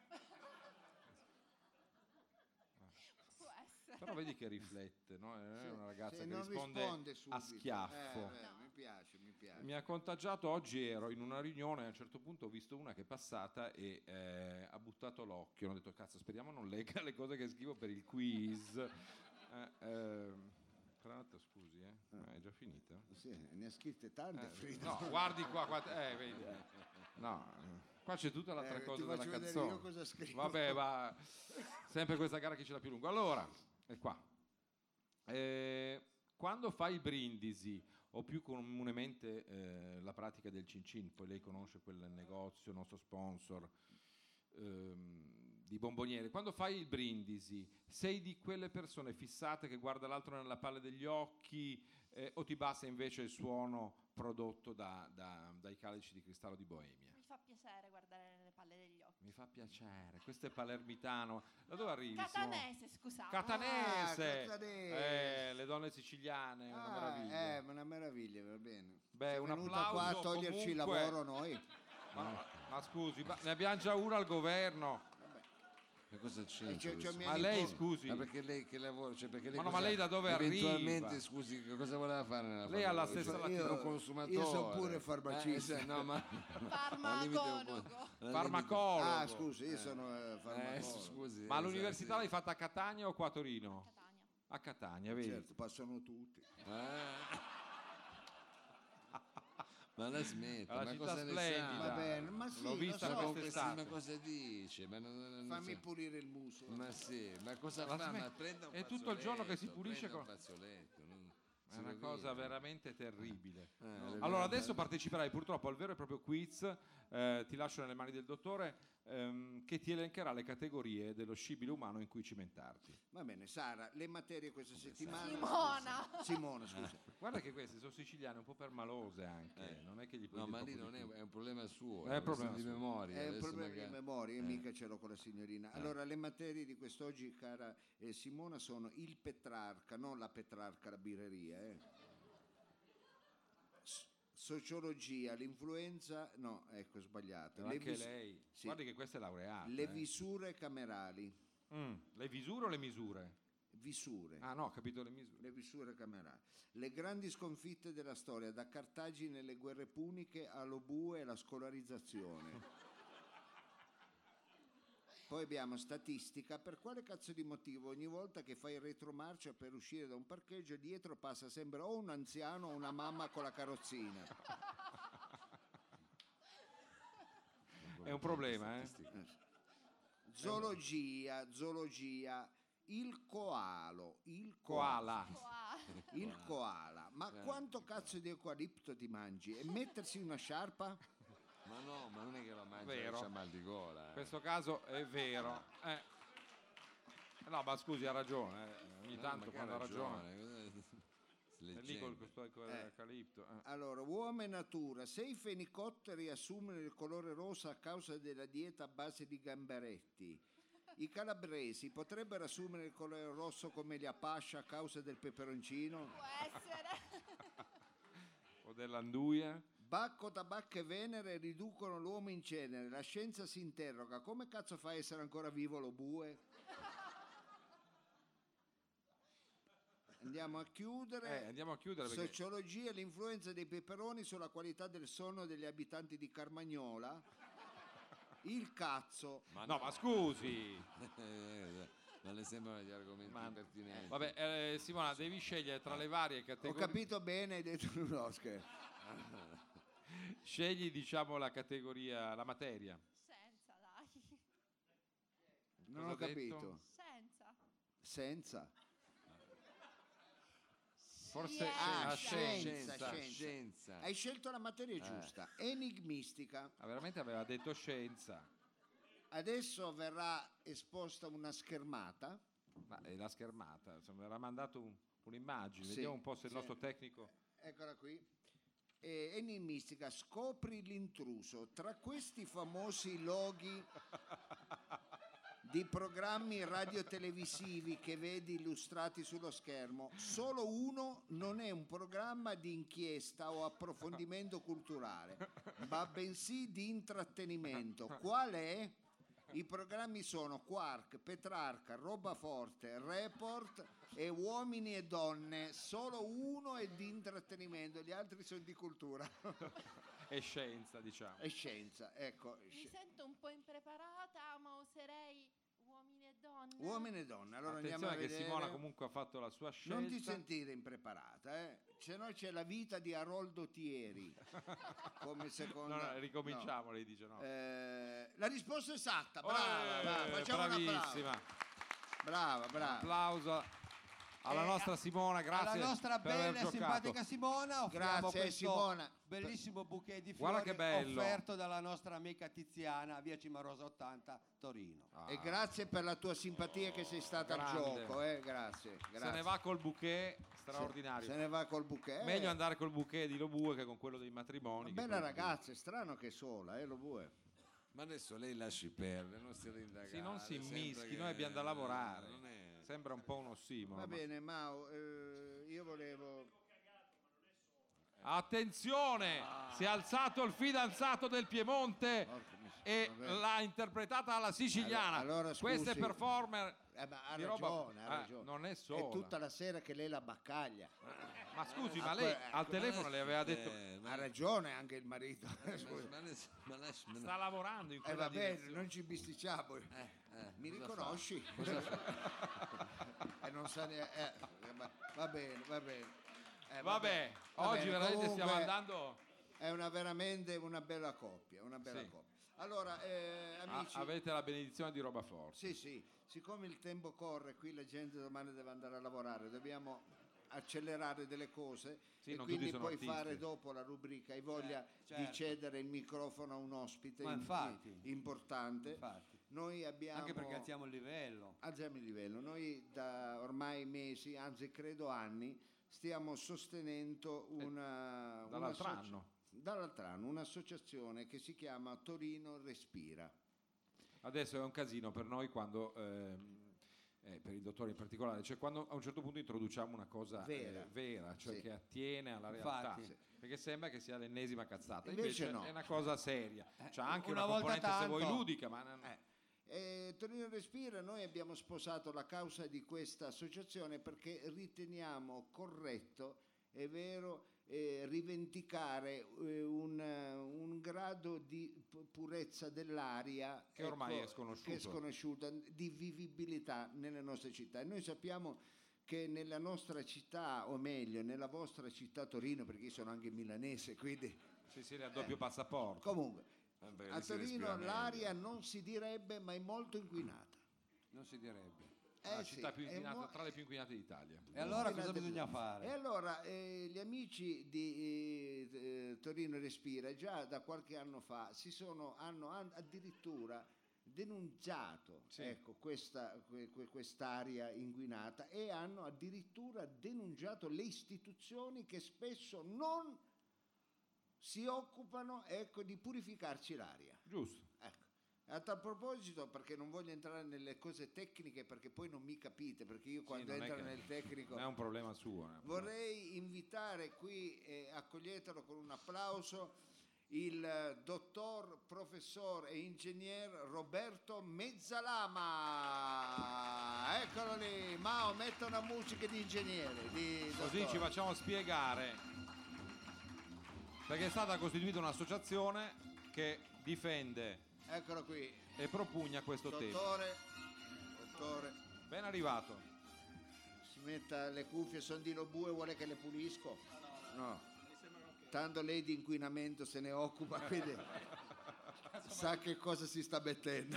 Può essere. Però vedi che riflette, no? È Sì, una ragazza sì, che non risponde, risponde subito. a schiaffo. Eh, beh, mi piace, mi piace. Mi ha contagiato, oggi ero in una riunione e a un certo punto ho visto una che è passata e eh, ha buttato l'occhio. Ho detto, cazzo, speriamo non legga le cose che scrivo per il quiz. Eh, ehm, tra l'altro, scusi, eh? Eh, è già finita? Sì, ne ha scritte tante, Eh, Frido. no, guardi qua, guarda, eh, vedi. No, eh, qua c'è tutta l'altra Eh, cosa ti della faccio vedere canzone. io cosa scrivo. Vabbè, va sempre questa gara chi ce l'ha più lungo. Allora, è qua. Eh, quando fai il brindisi o più comunemente eh, la pratica del cin cin, poi lei conosce quel negozio, nostro sponsor ehm, di bomboniere, quando fai il brindisi sei di quelle persone fissate che guarda l'altro nella palla degli occhi eh, o ti basta invece il suono prodotto da- da- dai calici di cristallo di Boemia? Mi fa piacere guardare nelle palle degli occhi. Mi fa piacere, questo è palermitano. Da dove arrivi? Simone? Catanese, scusate. Catanese! Ah, catanese. Eh, le donne siciliane, una Ah, meraviglia. Eh, ma una meraviglia, va bene. Beh, Sei un venuta qua a applauso toglierci il comunque. lavoro noi. Ma, ma scusi, ma ne abbiamo già una al governo. Ma cosa c'entra? Eh, c'è- c'è questo? mia Ma lei, nipote- scusi, Ma perché lei che lavora? Cioè perché lei Ma no, cosa- ma lei da dove eventualmente, arriva? scusi, che cosa voleva fare nella Lei ha la fabbrica? stessa Io, latitudine. ero un consumatore. Io sono pure farmacista. Eh, sì, no, ma al limite un po'- Farmacologo. al limite- farmacologo. Ah, scusi, io sono eh, Eh, farmacologo. scusi. Ma eh, l'università sì. l'hai fatta a Catania o qua a Torino? Catania. A Catania, vedi? Certo, passano tutti. Eh. Ma la smetta, Alla ma città cosa ne splendida. sa? Va bene, ma sì, L'ho lo vista so. Ma, con questi- quest'estate. ma cosa dice? Ma, non, non Fammi so. pulire il muso. Ma sì, ma cosa La fa? smet- Ma prenda un è tutto il giorno che si fazzoletto, pulisce prenda con- un fazzoletto, non- È si una rovina. cosa veramente terribile. Eh, Allora, le- adesso parteciperai purtroppo al vero e proprio quiz, eh, ti lascio nelle mani del dottore, ehm, che ti elencherà le categorie dello scibile umano in cui cimentarti. Va bene, Sara, le materie questa settimana. Simona. Simona, scusa. Guarda che queste sono siciliane, un po' permalose anche, Eh. non è che gli puoi No, dire ma lì proprio non di è, più. è un problema suo, È è un problema di suo. memoria. È un adesso problema di magari- memoria, io Eh. mica ce l'ho con la signorina. Allora, le materie di quest'oggi, cara eh, Simona, sono il Petrarca, non la Petrarca, la birreria. eh. S- Sociologia, l'influenza, no, ecco, sbagliato. Le, Anche vis- lei, sì. guardi che questa è laureata. le eh. visure camerali. Mm, le visure o le misure? Visure. Ah no, ho capito le misure. Le visure camerali. Le grandi sconfitte della storia, da Cartagine e le guerre puniche all'Obue e la scolarizzazione. Poi abbiamo statistica. Per quale cazzo di motivo ogni volta che fai retromarcia per uscire da un parcheggio dietro passa sempre o un anziano o una mamma con la carrozzina? È un problema, eh? Zoologia, zoologia. Il coalo, il Koala. Qua. Il koala. Ma quanto cazzo di eucalipto ti mangi? E mettersi una sciarpa? Ma no, ma non è che lo mangia, Vero. c'ha mal di gola. In eh. questo caso è vero. Eh. No, ma scusi, ha ragione. eh. Ogni No, tanto ma che quando ha ragione. ragione. È lì Leggende. col questo ecco, Eh. eucalipto. eh. Allora, uomo e natura. Se i fenicotteri assumono il colore rosa a causa della dieta a base di gamberetti, i calabresi potrebbero assumere il colore rosso come gli Apache a causa del peperoncino? Può essere. O dell'anduia. Bacco, tabacco e Venere riducono l'uomo in cenere. La scienza si interroga: come cazzo fa a essere ancora vivo lo bue? Andiamo a chiudere. Eh, andiamo a chiudere perché Sociologia, l'influenza dei peperoni sulla qualità del sonno degli abitanti di Carmagnola. Il cazzo. no, ma scusi. Eh, non le sembrano gli argomenti Ma- pertinenti. Vabbè, eh, Simona, devi scegliere tra le varie Ho categorie. capito bene, hai detto no, scherzo. Scegli, diciamo, la categoria, la materia. Senza, dai. Non Cosa ho ho detto? capito. Senza. Senza. Forse Ah, la scienza, scienza. scienza. scienza. Hai scelto la materia giusta. Enigmistica. Ah, veramente aveva detto scienza. Adesso verrà esposta una schermata. Ma è la schermata, insomma, era mandato un- un'immagine. Sì, Vediamo un po' se il sì. nostro tecnico. Eccola qui. E, enigmistica, scopri l'intruso. Tra questi famosi loghi di programmi radiotelevisivi che vedi illustrati sullo schermo, solo uno non è un programma di inchiesta o approfondimento culturale, ma bensì di intrattenimento. Qual è? I programmi sono Quark, Petrarca, Roba Forte, Report e Uomini e Donne. Solo uno è di intrattenimento, gli altri sono di cultura E scienza, diciamo. e scienza. Ecco, Mi sci- sento un po' impreparata, ma userei uomini e donne. uomini e donne. Allora andiamo a Attenzione che vedere. Simona comunque ha fatto la sua scelta. Non ti sentire impreparata, eh? Se no c'è la vita di Aroldo Thieri come No, seconda. no, ricominciamo, no. lei dice no. Eh, la risposta esatta, brava, Eh, brava. Facciamo un bravissima. applauso. Brava, brava. Applauso alla Eh, nostra Simona, grazie Alla nostra per aver bella e giocato. simpatica Simona offriamo Grazie, questo Simona. bellissimo bouquet di Guarda fiori che bello. offerto dalla nostra amica Tiziana, via Cimarosa ottanta, Torino. Ah, E grazie per la tua simpatia che sei stata al Grande. gioco, eh? Grazie, se grazie. ne va col bouquet straordinario. Se ne va col bouquet. Eh, Meglio andare col bouquet di Lobue che con quello dei matrimoni. Una che bella poi- ragazza, è strano che è sola, eh, lo vuoi. Ma adesso lei lasci perdere, non si indagare. Sì, non si sembra immischi, che- noi abbiamo da lavorare. Non è... Sembra un po' un ossimoro. Va ma- bene, Mao, eh, io volevo... Attenzione! Si è alzato il fidanzato del Piemonte Porca mis- e va bene. l'ha interpretata alla siciliana. Allora- allora, Queste scusi. performer Eh, ma ha di roba- ragione, ha eh, ragione. non è sola. È tutta la sera che lei la baccaglia. Ma scusi, Ah, ma lei que- al telefono le aveva detto Eh, ma- Ha ragione anche il marito. ma- Scusi. ma- ma- ma lasci- ma- sta lavorando in Eh, quella va bene, direzione. non ci bisticciamo. eh, Mi cosa riconosci? E non sa neanche... eh, va- va bene, va bene. Eh, Vabbè, va oggi bene, veramente stiamo comunque andando. È una, veramente una bella coppia, una bella Sì. coppia. Allora, eh, A- amici... avete la benedizione di roba forte. Sì, sì, siccome il tempo corre, qui la gente domani deve andare a lavorare, dobbiamo accelerare delle cose Sì, e non quindi tutti sono poi artisti. fare dopo la rubrica. Hai voglia certo. di cedere il microfono a un ospite Ma in- infatti. importante. Infatti. Noi abbiamo... Anche perché alziamo il livello. alziamo il livello. Noi da ormai mesi, anzi credo anni, stiamo sostenendo una... una Eh, dall'altro associ- anno. dall'altro anno, un'associazione che si chiama Torino Respira. Adesso è un casino per noi quando, ehm, eh, per il dottore in particolare, cioè quando a un certo punto introduciamo una cosa Vera. eh, vera, cioè Sì. che attiene alla Infatti. realtà, Sì. perché sembra che sia l'ennesima cazzata, Invece invece no. è una cosa seria, c'è anche una una, volta componente se vuoi tanto. ludica, ma non- Eh, eh, Torino Respira, noi abbiamo sposato la causa di questa associazione perché riteniamo corretto, è vero, eh, rivendicare eh, un, un grado di pu- purezza dell'aria Che ormai ecco, è sconosciuto. che è sconosciuta, di vivibilità nelle nostre città. E noi sappiamo che nella nostra città, o meglio, nella vostra città Torino, perché io sono anche milanese, quindi Sì, sì, ha doppio passaporto. comunque Eh, perché a lì si respira Torino meglio. l'aria non si direbbe, ma è molto inquinata. Non si direbbe. La Eh città sì, più è inquinata, mo- tra le più inquinate d'Italia. E allora cosa Inquinate bisogna più. fare? E allora eh, gli amici di eh, eh, Torino Respira già da qualche anno fa si sono, hanno an- addirittura denunciato Sì. ecco, questa, que- que- quest'aria inquinata e hanno addirittura denunciato le istituzioni che spesso non si occupano ecco, di purificarci l'aria. Giusto. Ecco. A tal proposito, perché non voglio entrare nelle cose tecniche perché poi non mi capite, perché io quando non è entro che- nel tecnico Non è un problema suo. eh. vorrei invitare qui, eh, accoglietelo con un applauso, il eh, dottor, professor e ingegner Roberto Mezzalama. Eccolo lì, Mao, metta una musica di ingegnere. Di Così dottore. ci facciamo spiegare, perché è stata costituita un'associazione che difende Eccolo qui, e propugna questo tema. dottore, dottore, Ben arrivato. si metta le cuffie, sono di Lobue, vuole che le pulisco? No, tanto lei di inquinamento se ne occupa, quindi sa che cosa si sta mettendo.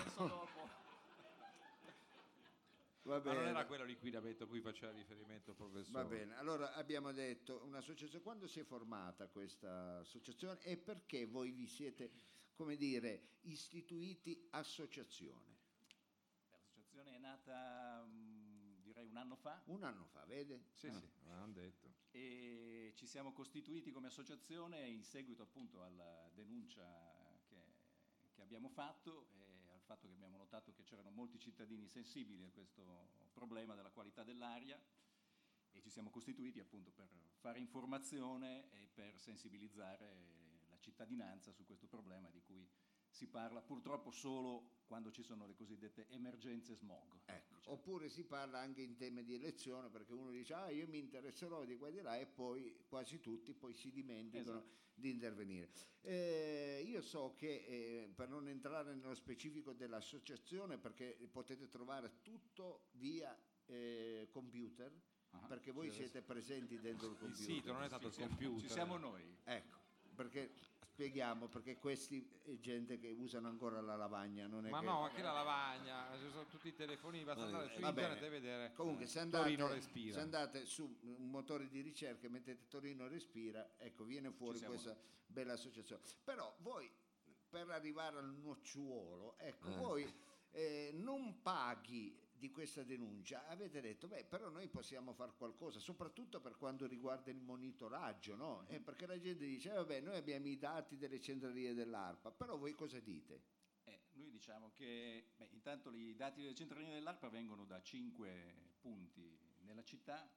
Va Ma non bene. era quello l'inquinamento a cui faceva riferimento il professore. Va bene, allora abbiamo detto un'associazione, quando si è formata questa associazione e perché voi vi siete, come dire, istituiti associazione? L'associazione è nata mh, direi un anno fa Un anno fa, vede? Sì, sì, l'hanno detto. e ci siamo costituiti come associazione in seguito appunto alla denuncia che, che abbiamo fatto e al fatto che abbiamo notato che c'erano molti cittadini sensibili a questo problema della qualità dell'aria e ci siamo costituiti appunto per fare informazione e per sensibilizzare la cittadinanza su questo problema di cui si parla purtroppo solo quando ci sono le cosiddette emergenze smog. Ecco, diciamo. oppure si parla anche in tema di elezione perché uno dice ah io mi interesserò di qua e di là e poi quasi tutti poi si dimenticano Esatto. di intervenire. Eh, io so che eh, per non entrare nello specifico dell'associazione perché potete trovare tutto via eh, computer Ah, perché voi sì, siete presenti dentro il Il computer. sito non è stato il Ci siamo- computer. Ci siamo noi. Ecco, perché spieghiamo perché questi è gente che usano ancora la lavagna, non è Ma che... no, ma che la lavagna? Ci sono tutti i telefonini, basta Va andare bene, su va internet bene. e vedere. Comunque se Torino andate, Respira. se andate su un motore di ricerca e mettete Torino Respira, ecco viene fuori siamo questa bella associazione. Però voi per arrivare al nocciuolo, ecco, Eh. voi eh, non paghi di questa denuncia, avete detto, beh, però noi possiamo fare qualcosa, soprattutto per quanto riguarda il monitoraggio, no? Eh, perché la gente dice, eh, vabbè, noi abbiamo i dati delle centraline dell'ARPA, però voi cosa dite? Eh, noi diciamo che beh, intanto i dati delle centraline dell'ARPA vengono da cinque punti nella città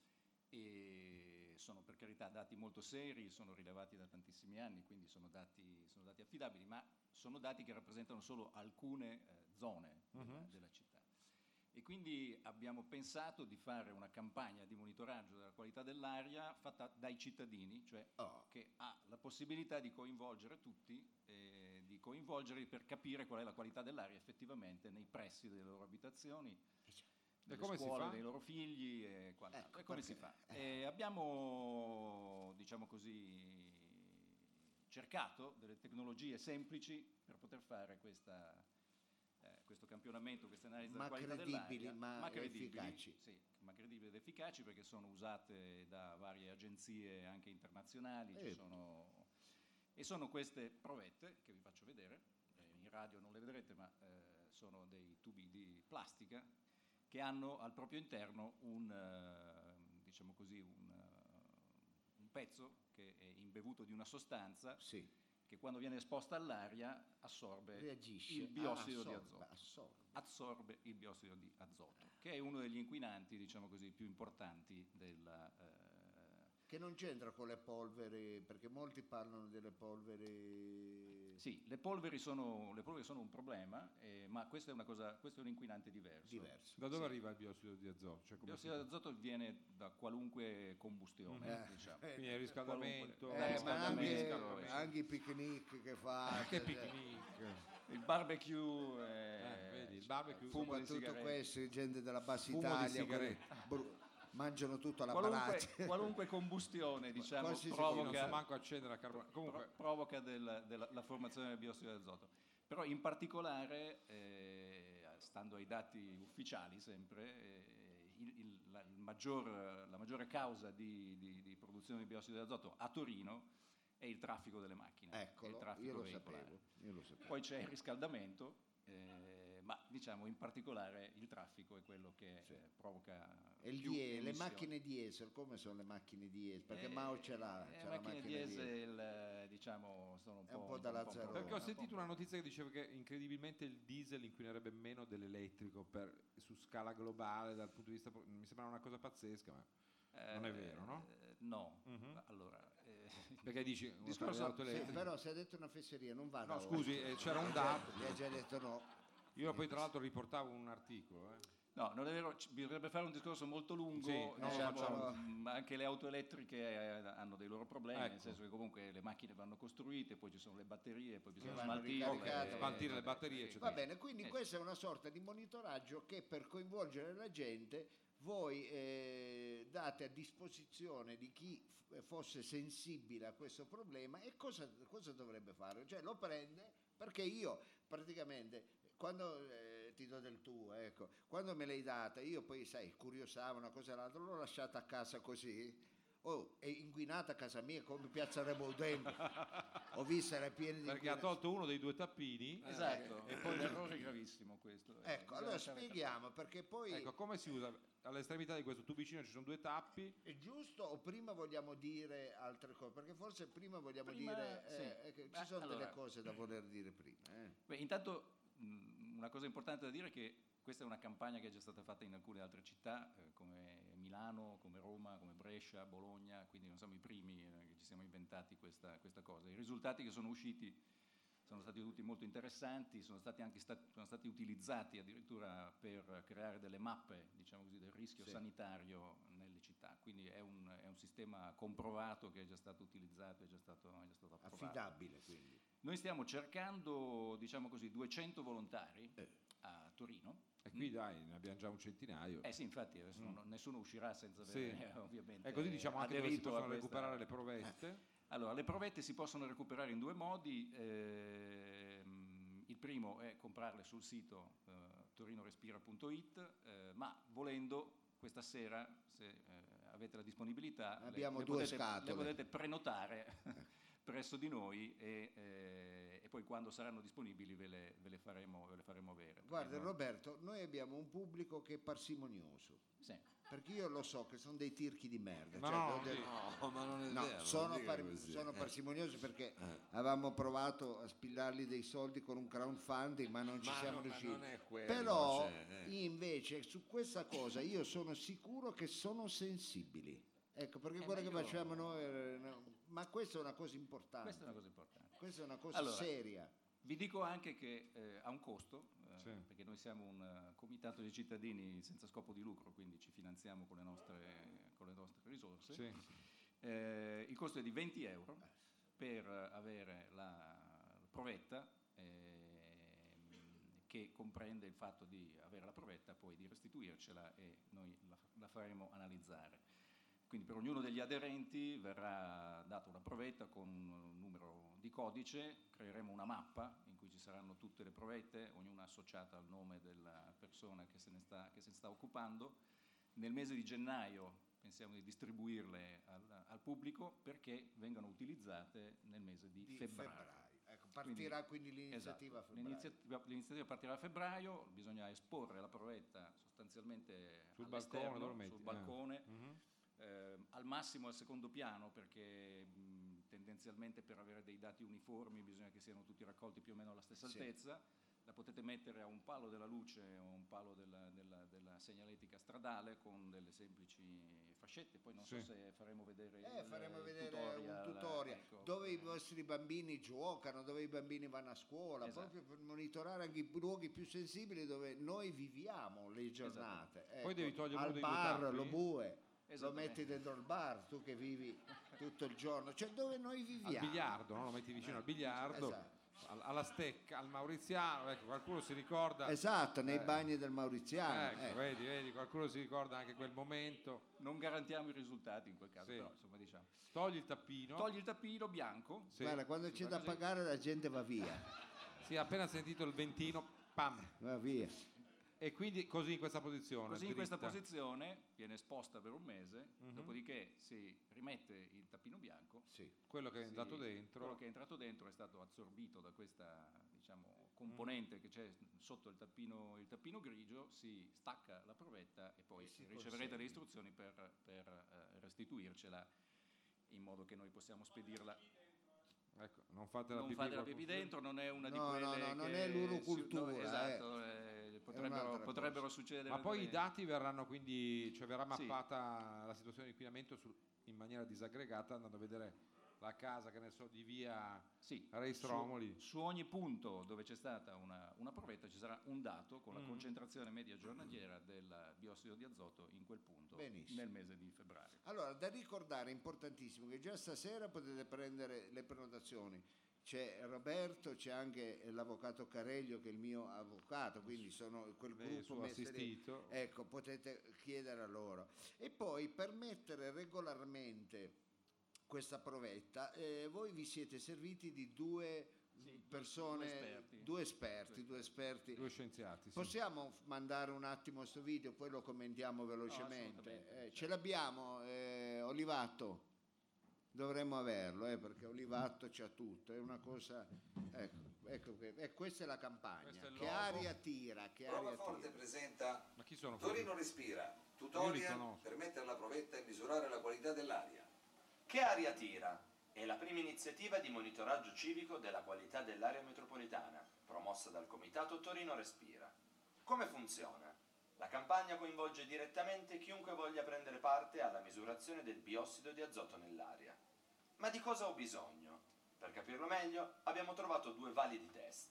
e sono per carità dati molto seri, sono rilevati da tantissimi anni, quindi sono dati, sono dati affidabili, ma sono dati che rappresentano solo alcune eh, zone della, Mhm. della città. E quindi abbiamo pensato di fare una campagna di monitoraggio della qualità dell'aria fatta dai cittadini, cioè Oh. che ha la possibilità di coinvolgere tutti, eh, di coinvolgerli per capire qual è la qualità dell'aria effettivamente nei pressi delle loro abitazioni, delle come si scuole, fa? dei loro figli e quant'altro. Ecco, e come perché- si fa? E abbiamo, diciamo così, cercato delle tecnologie semplici per poter fare questa, eh, questo campionamento, questa analisi della Ma qualità credibili, dell'aria. ma credibili, efficaci. Sì, ma credibili ed efficaci perché sono usate da varie agenzie anche internazionali, ci Eh. sono- e sono queste provette che vi faccio vedere, eh, in radio non le vedrete ma eh, sono dei tubi di plastica che hanno al proprio interno un, eh, diciamo così, un, eh, un pezzo che è imbevuto di una sostanza Sì, che quando viene esposta all'aria assorbe reagisce. il biossido Ah, di assorbe, azoto. assorbe. Assorbe il biossido di azoto, che è uno degli inquinanti, diciamo così, più importanti della, eh, Che non c'entra con le polveri, perché molti parlano delle polveri Sì, le polveri sono, le polveri sono un problema, eh, ma questa è una cosa, questo è un inquinante diverso. Diverso. Da dove Sì. arriva il biossido di azoto? Cioè, Il come si biossido di azoto viene da qualunque combustione, Eh, diciamo. eh, Quindi il riscaldamento, Qualunque- Eh, Eh, ma anche, riscaldamento, anche i picnic che fa, che picnic. il barbecue, eh, Eh, vedi, il barbecue, fumo di soprattutto sigarette. questi, gente della Bassa Fumo di Italia, sigarette. quelli bru- mangiano tutto alla qualunque, parate. qualunque combustione, diciamo, Qualsiasi Io non so provoca, manco accendere la carbone. Comunque, pro- provoca del- della, la formazione del biossido di azoto. Però in particolare, eh, stando ai dati ufficiali sempre, eh, il- il- la, il maggior, la maggiore causa di, di- di produzione di biossido di azoto a Torino è il traffico delle macchine, è il Eccolo, traffico io lo veicolare. sapevo, io lo sapevo. Poi c'è il riscaldamento, eh, ma diciamo in particolare il traffico è quello che Sì. eh, provoca E il più die- le emissioni. macchine diesel, come sono le macchine diesel? Perché Eh, Mao ce l'ha, le c'è la macchine macchina diesel. diesel, eh, diciamo, sono un È po', un po' da Lazzarone. perché ho un po' sentito un una po'. notizia che diceva che incredibilmente il diesel inquinerebbe meno dell'elettrico per- su scala globale dal punto di vista. Mi sembra una cosa pazzesca, ma non è vero, no? Eh, no. Mhm. Allora, eh, Perché dici discorso- discorso auto Sì, elettriche? però se ha detto una fesseria, non vada No, oltre. scusi, eh, c'era un Gli ha- dato. Gli ha già detto no. Io poi tra l'altro riportavo un articolo. eh. no, non è vero, ci- bisognerebbe fare un discorso molto lungo, Sì, non lo diciamo, facciamo. mh, anche le auto elettriche eh, hanno dei loro problemi, nel Ecco. senso che comunque le macchine vanno costruite, poi ci sono le batterie, poi bisogna vanno smaltirle, ricaricate. eh, Smaltire le vabbè, batterie, sì. eccetera. Va bene, quindi Eh, questa è una sorta di monitoraggio che per coinvolgere la gente voi eh, date a disposizione di chi f- fosse sensibile a questo problema e cosa, cosa dovrebbe fare? Cioè lo prende perché io praticamente quando eh, ti do del tuo, ecco, quando me l'hai data io poi sai, curiosavo una cosa e l'altra, l'ho lasciata a casa così. Oh, è inquinata a casa mia come Piazza Rebolden. Ho visto era piena di Perché ha inquinati. tolto uno dei due tappini. Esatto, E e poi- poi un errore gravissimo questo. eh, Ecco, bisogna allora lasciare- spieghiamo perché poi Ecco, come si usa? All'estremità di questo tubicino ci sono due tappi. è giusto o prima vogliamo dire altre cose? Perché forse prima vogliamo Prima, dire, sì. eh, eh, che ci Beh, sono allora- delle cose da voler dire prima. eh. Beh, intanto mh, una cosa importante da dire è che questa è una campagna che è già stata fatta in alcune altre città, eh, come Milano, come Roma, come Brescia, Bologna, quindi non siamo i primi eh, che ci siamo inventati questa, questa cosa. I risultati che sono usciti sono stati tutti molto interessanti, sono stati anche stati, sono stati utilizzati addirittura per creare delle mappe, diciamo così, del rischio Sì. sanitario nelle città, quindi è un, è un sistema comprovato che è già stato utilizzato, è già stato, è già stato approvato. Affidabile quindi. Noi stiamo cercando, diciamo così, duecento volontari Eh. a Torino. E qui dai, ne abbiamo già un centinaio. Eh sì, infatti adesso Mm. non- nessuno uscirà senza Sì. avere ovviamente E così diciamo anche dove si aderito a possono questa- recuperare le provette. Allora, le provette si possono recuperare in due modi. ehm, il primo è comprarle sul sito eh, torinorespira punto it, eh, ma volendo questa sera, se eh, avete la disponibilità, le- Abbiamo le, due potete, scatole. le potete prenotare presso di noi e, eh, e poi quando saranno disponibili ve le, ve le faremo, ve le faremo avere. Perché Guarda noi- Roberto, noi abbiamo un pubblico che è parsimonioso, sì. perché io lo so che sono dei tirchi di merda. Ma cioè, no, ho del- No, ma non è No, vero. sono, non dica par- così. sono Eh. parsimoniosi perché Eh. avevamo provato a spillargli dei soldi con un crowdfunding ma non ci Ma siamo no, ma riusciti. non è quello, Però cioè, eh. invece su questa cosa io sono sicuro che sono sensibili. Ecco, perché Eh, quello ma che io- facciamo noi, eh, no, ma questa è una cosa importante. Questa è una cosa importante. Questa è una cosa Allora, seria. Vi dico anche che eh, ha un costo, eh, Sì. perché noi siamo un eh, comitato di cittadini senza scopo di lucro, quindi ci finanziamo con le nostre, con le nostre risorse. Sì. Eh, il costo è di venti euro per avere la provetta, ehm, che comprende il fatto di avere la provetta, poi di restituircela e noi la, la faremo analizzare. Quindi per ognuno degli aderenti verrà data una provetta con un numero di codice, creeremo una mappa in cui ci saranno tutte le provette, ognuna associata al nome della persona che se ne sta, che se ne sta occupando. Nel mese di gennaio pensiamo di distribuirle al, al pubblico perché vengano utilizzate nel mese di, Di febbraio. febbraio. Ecco, partirà quindi, l'iniziativa a Esatto. febbraio. L'iniziativa, l'iniziativa partirà a febbraio, bisogna esporre la provetta sostanzialmente Sul all'esterno, balcone, dove lo metti? sul Eh. balcone, Mhm. eh, al massimo al secondo piano perché mh, tendenzialmente per avere dei dati uniformi bisogna che siano tutti raccolti più o meno alla stessa Sì. altezza, la potete mettere a un palo della luce o a un palo della, della, della segnaletica stradale con delle semplici fascette, poi non Sì. so se faremo vedere Eh, il, faremo il vedere tutorial, un tutorial ecco, dove i eh, vostri bambini giocano, dove i bambini vanno a scuola, Esatto. proprio per monitorare anche i luoghi più sensibili dove noi viviamo le giornate. Poi devi togliere al uno dei due bar, tappi. lo bue, lo Esattamente. metti dentro il bar, tu che vivi tutto il giorno, cioè dove noi Al viviamo. biliardo, no? Lo metti vicino al biliardo, Esatto. al- alla stecca, al mauriziano, ecco, qualcuno si ricorda. Esatto, nei Eh. bagni del Mauriziano. Ecco, ecco. vedi, vedi, qualcuno si ricorda anche quel momento. non garantiamo i risultati in quel caso, Sì. però insomma diciamo. Togli il tappino. Togli il tappino bianco, Sì. Guarda, quando Si c'è fa da così. pagare la gente va via, Sì, appena sentito il ventino, pam. va via. E quindi così in questa posizione. così in questa dritta. posizione viene esposta per un mese, Mhm. dopodiché si rimette il tappino bianco. Sì. Quello che è si- entrato dentro. quello che è entrato dentro è stato assorbito da questa, diciamo, componente che c'è sotto il tappino, il tappino grigio, si stacca la provetta e poi E si riceverete consegna. le istruzioni per, per, eh, restituircela in modo che noi possiamo spedirla. Ecco, non fate la Non pipì fate la qualcuno- pipì dentro, non è una di No, no, quelle no, non che è l'urocultura, si- no, esatto, eh, potrebbero, un'altra potrebbero cosa. succedere. Ma poi delle- i dati verranno quindi, cioè verrà Sì. mappata la situazione di inquinamento sul- in maniera disaggregata, andando a vedere la casa, che ne so, di via Sì, Reis su, Romoli. su ogni punto dove c'è stata una, una provetta ci sarà un dato con la Mm. concentrazione media giornaliera del biossido di azoto in quel punto Benissimo. nel mese di febbraio. Allora, da ricordare, importantissimo, che già stasera potete prendere le prenotazioni. C'è Roberto, c'è anche l'avvocato Careglio che è il mio avvocato, quindi sono quel Lei è il gruppo suo messo lì. assistito. Ecco, potete chiedere a loro. E poi per mettere regolarmente questa provetta, eh, voi vi siete serviti di due Sì, persone, due esperti. due esperti, due esperti. Due scienziati. sì. Possiamo mandare un attimo questo video, poi lo commentiamo velocemente. assolutamente, Eh, certo. ce l'abbiamo, eh, Olivato? Dovremmo averlo, eh, perché Olivato c'ha tutto, è una cosa... Ecco, ecco che, eh, questa è la campagna. Questo è il Che logo. aria tira, che aria Robaforte tira. presenta Ma chi sono quelli? Torino Respira, Io li tutorial conosco. per mettere la provetta e misurare la qualità dell'aria. Che aria tira? È la prima iniziativa di monitoraggio civico della qualità dell'area metropolitana, promossa dal Comitato Torino Respira. Come funziona? La campagna coinvolge direttamente chiunque voglia prendere parte alla misurazione del biossido di azoto nell'aria. Ma di cosa ho bisogno? Per capirlo meglio, abbiamo trovato due validi test.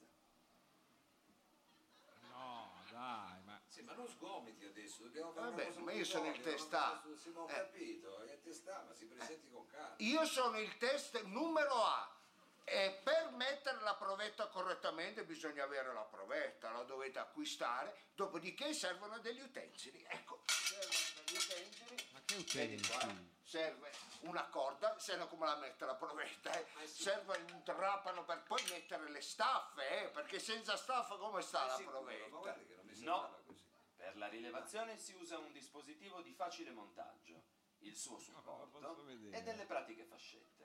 No, dai, ma Sì, ma non sgomiti adesso, dobbiamo fare Vabbè, una cosa ma io sono il tutorial, testato. non- Sì, ma ho Eh. capito, è testato, ma si presenti con calma. Io sono il test numero A e per mettere la provetta correttamente bisogna avere la provetta, la dovete acquistare, dopodiché servono degli utensili. Ecco, servono degli utensili. Ma che Vedi qua, utensili? serve una corda, se no come la mette la provetta, eh? Eh sì. Serve un trapano per poi mettere le staffe, eh? Perché senza staffa come sta Eh la sì, ma provetta? guarda che non mi No. sembrava così. Per la rilevazione si usa un dispositivo di facile montaggio, il suo posso supporto vedere. e delle pratiche fascette.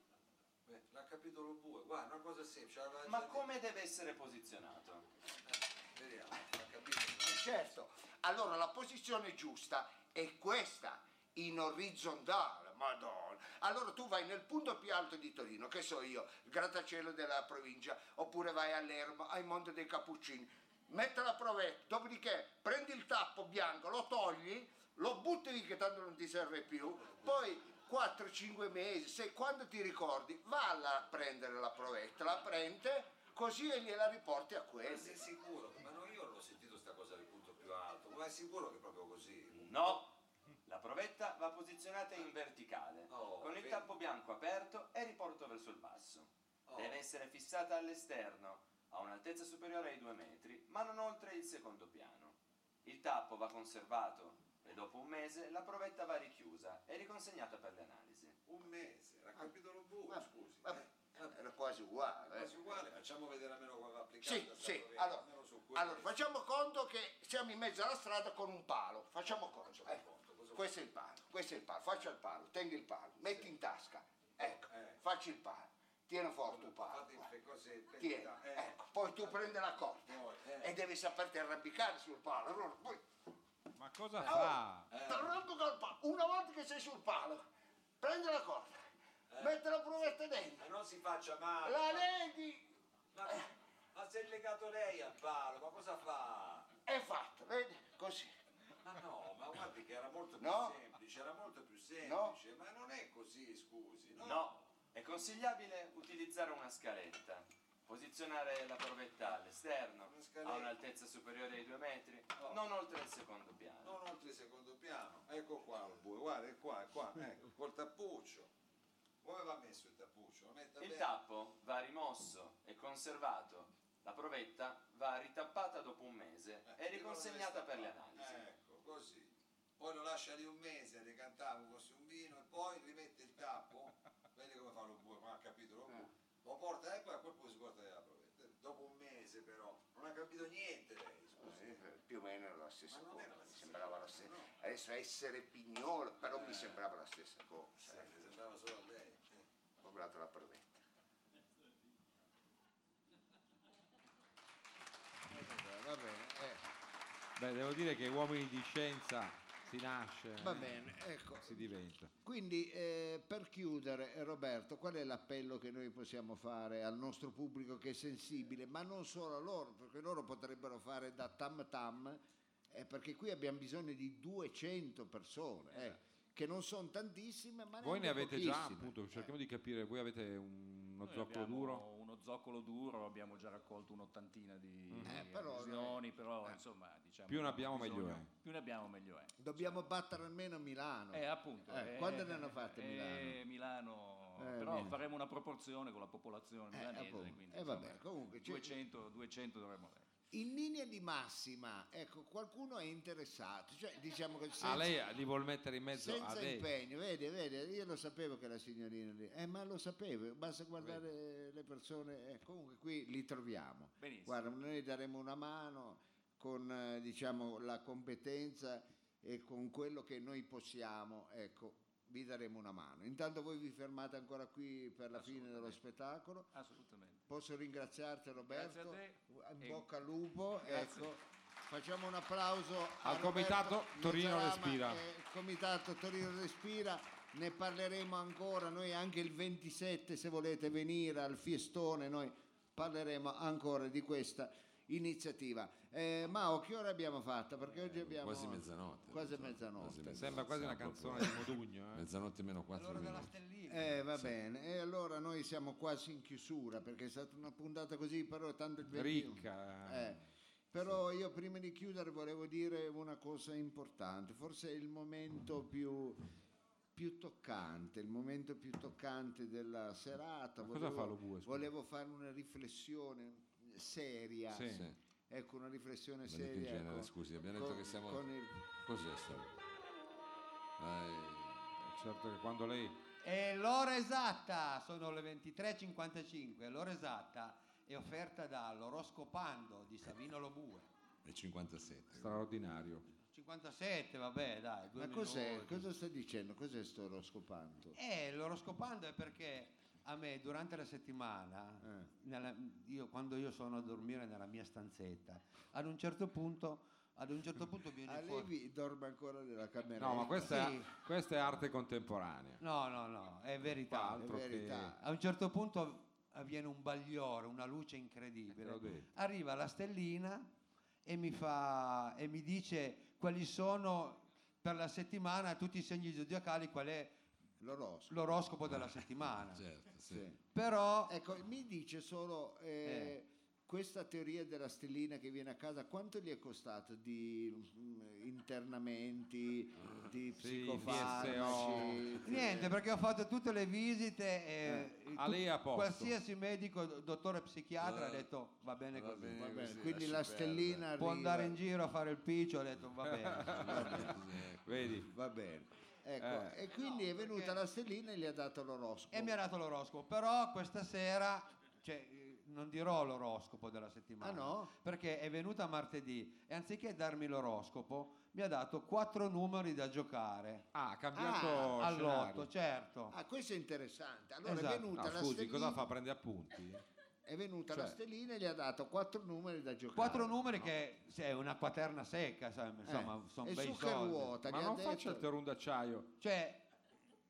Beh, l'ha capito lo bue, guarda, una cosa semplice. l'aveva Ma già come deve essere posizionato? detto. Eh, vediamo, l'ha capito. Certo, allora la posizione giusta è questa, in orizzontale, madonna. Allora tu vai nel punto più alto di Torino, che so io, il grattacielo della provincia, oppure vai all'Erma, ai Monte dei Cappuccini, metti la provetta, dopodiché prendi il tappo bianco, lo togli, lo butti lì che tanto non ti serve più, poi quattro cinque mesi, se quando ti ricordi, valla a prendere la provetta, la prende, così e gliela riporti a Ma quelli. sei sicuro? Ma no, io non ho sentito sta cosa del punto più alto, ma è sicuro che è proprio così? No! La provetta va posizionata in verticale, Oh, con il vedi. tappo bianco aperto e riporto verso il basso. Oh. Deve essere fissata all'esterno, a un'altezza superiore ai due metri, ma non oltre il secondo piano. Il tappo va conservato e dopo un mese la provetta va richiusa e riconsegnata per le analisi. Un mese, l'ha capito lo bue, Vabbè, scusi. vabbè, Eh, vabbè. era quasi uguale. È eh. quasi uguale, facciamo vedere almeno come va applicata Sì, sta sì, provetta, allora, almeno su quello. allora facciamo conto che siamo in mezzo alla strada con un palo, facciamo conto, Facciamo ecco, conto, cosa questo è il palo, questo è il palo, faccia il palo, tenga il palo, metti in tasca, ecco, Eh. facci il palo, tieni forte il palo, Fate le cose tieni, eh. ecco, poi tu prendi la corda Poi, eh. e devi saperti arrampicare sul palo, allora poi, Ma cosa allora, fa? t'arrampica al palo, una volta che sei sul palo, prendi la corda, Eh. metti la provetta dentro, Ma non si faccia male. la leghi, Ma, ma si è legato lei al palo, ma cosa fa? È fatto, vedi? Così. Ma no, ma guardi che era molto più No. semplice, era molto più semplice, No. ma non è così, scusi, no? No, è consigliabile utilizzare una scaletta. Posizionare la provetta all'esterno, Una scaletta. a un'altezza superiore ai due metri, No. non oltre il secondo piano. Non oltre il secondo piano, ecco qua il bue, guarda, è qua, è qua, ecco, col tappuccio. Come va messo il tappuccio? Lo metta Il bene. tappo va rimosso e conservato. La provetta va ritappata dopo un mese Eh, e riconsegnata per le qua. analisi. Ecco, così. Poi lo lascia lì un mese, decantavo così un vino e poi rimette il tappo. Vedi come fa lo bue, ma ha capito lo bue. Lo porta e poi a quel punto si porta via la provetta. Dopo un mese però, non ha capito niente lei, scusi. Eh, più o meno era la stessa Ma non cosa, era la mi stessa sembrava la cosa, stessa. no. Adesso essere pignolo, però mi Eh. sembrava la stessa cosa. Sì, mi sembrava solo a lei. eh. Ho guardato la provetta. Va bene, eh, Beh, devo dire che uomini di scienza si nasce, va eh, bene, ecco. si diventa. Quindi eh, per chiudere, eh, Roberto, qual è l'appello che noi possiamo fare al nostro pubblico che è sensibile, ma non solo a loro, perché loro potrebbero fare da tam tam, eh, perché qui abbiamo bisogno di duecento persone, eh, che non sono tantissime, ma Voi ne neanche avete già, pochissime. appunto, cerchiamo di capire, voi avete un- uno Noi zoccolo abbiamo duro? Uno zoccolo duro, abbiamo già raccolto un'ottantina di, Eh, di però adesioni, però eh. insomma diciamo Più ne che abbiamo, bisogno- meglio è. Più ne abbiamo meglio è. Dobbiamo battere almeno Milano. Eh, appunto. Eh, eh, quante ne hanno fatte a eh, Milano? Milano, Eh, però Milano. faremo una proporzione con la popolazione Eh, milanese, appunto. quindi Eh, vabbè, insomma, comunque, c'è- duecento, duecento dovremmo avere. In linea di massima, ecco, qualcuno è interessato, cioè diciamo che Ah, senza, lei li vuol mettere in mezzo a senza lei? impegno, vedi, vedi, io lo sapevo che la signorina lì, eh, ma lo sapevo, basta guardare le persone, eh, comunque qui li troviamo. Benissimo. Guarda, noi daremo una mano con eh, diciamo la competenza e con quello che noi possiamo, ecco, vi daremo una mano. Intanto voi vi fermate ancora qui per la fine dello spettacolo. Assolutamente. Posso ringraziarti Roberto, Grazie a te. in E- bocca al lupo, Grazie. ecco. Facciamo un applauso a Al Comitato Roberto Torino Mezzarama Respira. e il Comitato Torino Respira, ne parleremo ancora, noi anche il ventisette se volete venire al fiestone, noi parleremo ancora di questa iniziativa. Eh, Mao, che ora abbiamo fatto? Perché oggi abbiamo Quasi mezzanotte. quasi insomma, mezzanotte. quasi mezzanotte. Sembra quasi una Siamo canzone proprio- di Modugno. Eh? Mezzanotte meno quattro Allora della minuti. stellina. Eh, va bene, e allora noi siamo quasi in chiusura perché è stata una puntata così, però tanto il ventuno. Ricca. Eh, però io prima di chiudere volevo dire una cosa importante, forse è il momento più, più toccante, il momento più toccante della serata. Ma cosa Volevo- fa lo bue, scusa? Volevo fare una riflessione seria, Sì. Sì. ecco una riflessione Ma di che seria. genere, ecco, scusi, abbiamo detto con- che siamo... con il- Cos'è stato? Certo che quando lei... E l'ora esatta sono le ventitré e cinquantacinque. L'ora esatta è offerta dall'Oroscopando di Savino Lobue. È cinquantasette. Straordinario. cinquantasette, vabbè, dai. due Ma cos'è? minuti. Cosa stai dicendo? Cos'è sto oroscopando? Eh, l'oroscopando è perché a me durante la settimana, Eh. nella- io, quando io sono a dormire nella mia stanzetta, ad un certo punto, ad un certo punto viene Ah, lei fuori. vi- dorme ancora nella camera? No, ma questa, Sì. è, questa è arte contemporanea. No, no, no, è verità. Altro è verità. A un certo punto avviene un bagliore, una luce Te incredibile. l'ho detto. Arriva la stellina e mi fa e mi dice quali sono per la settimana tutti i segni zodiacali, qual è L'oroscopo. l'oroscopo della settimana. Certo, sì. Sì. Però Ecco, mi dice solo eh, questa teoria della stellina che viene a casa, quanto gli è costato di mm, internamenti, di Sì, psicofarmaci? niente, perché ho fatto tutte le visite e A tu- lei è a posto. qualsiasi medico, dottore psichiatra ha detto va bene Va così. bene. Va bene, Così, quindi lasci la perdere. stellina Può arriva- andare in giro a fare il piccio, ho detto va bene. Va bene, Vedi? va bene. Ecco, Eh. e quindi è venuta perché- la stellina e gli ha dato l'oroscopo. E mi ha dato l'oroscopo, però questa sera, cioè, eh, non dirò l'oroscopo della settimana, Ah, no? perché è venuta martedì e anziché darmi l'oroscopo mi ha dato quattro numeri da giocare Ah, ha cambiato Ah, all'otto, scenario. certo. Ah, questo è interessante. Allora Esatto. è venuta No, la scusi, stellina, cosa fa? Prende appunti? è venuta Cioè- la stellina e gli ha dato quattro numeri da giocare. Quattro numeri che sì, è una quaterna secca, sai, insomma, Eh, sono e bei su che soldi. ruota? Ma gli ha non detto- faccia il teorun d'acciaio. Cioè,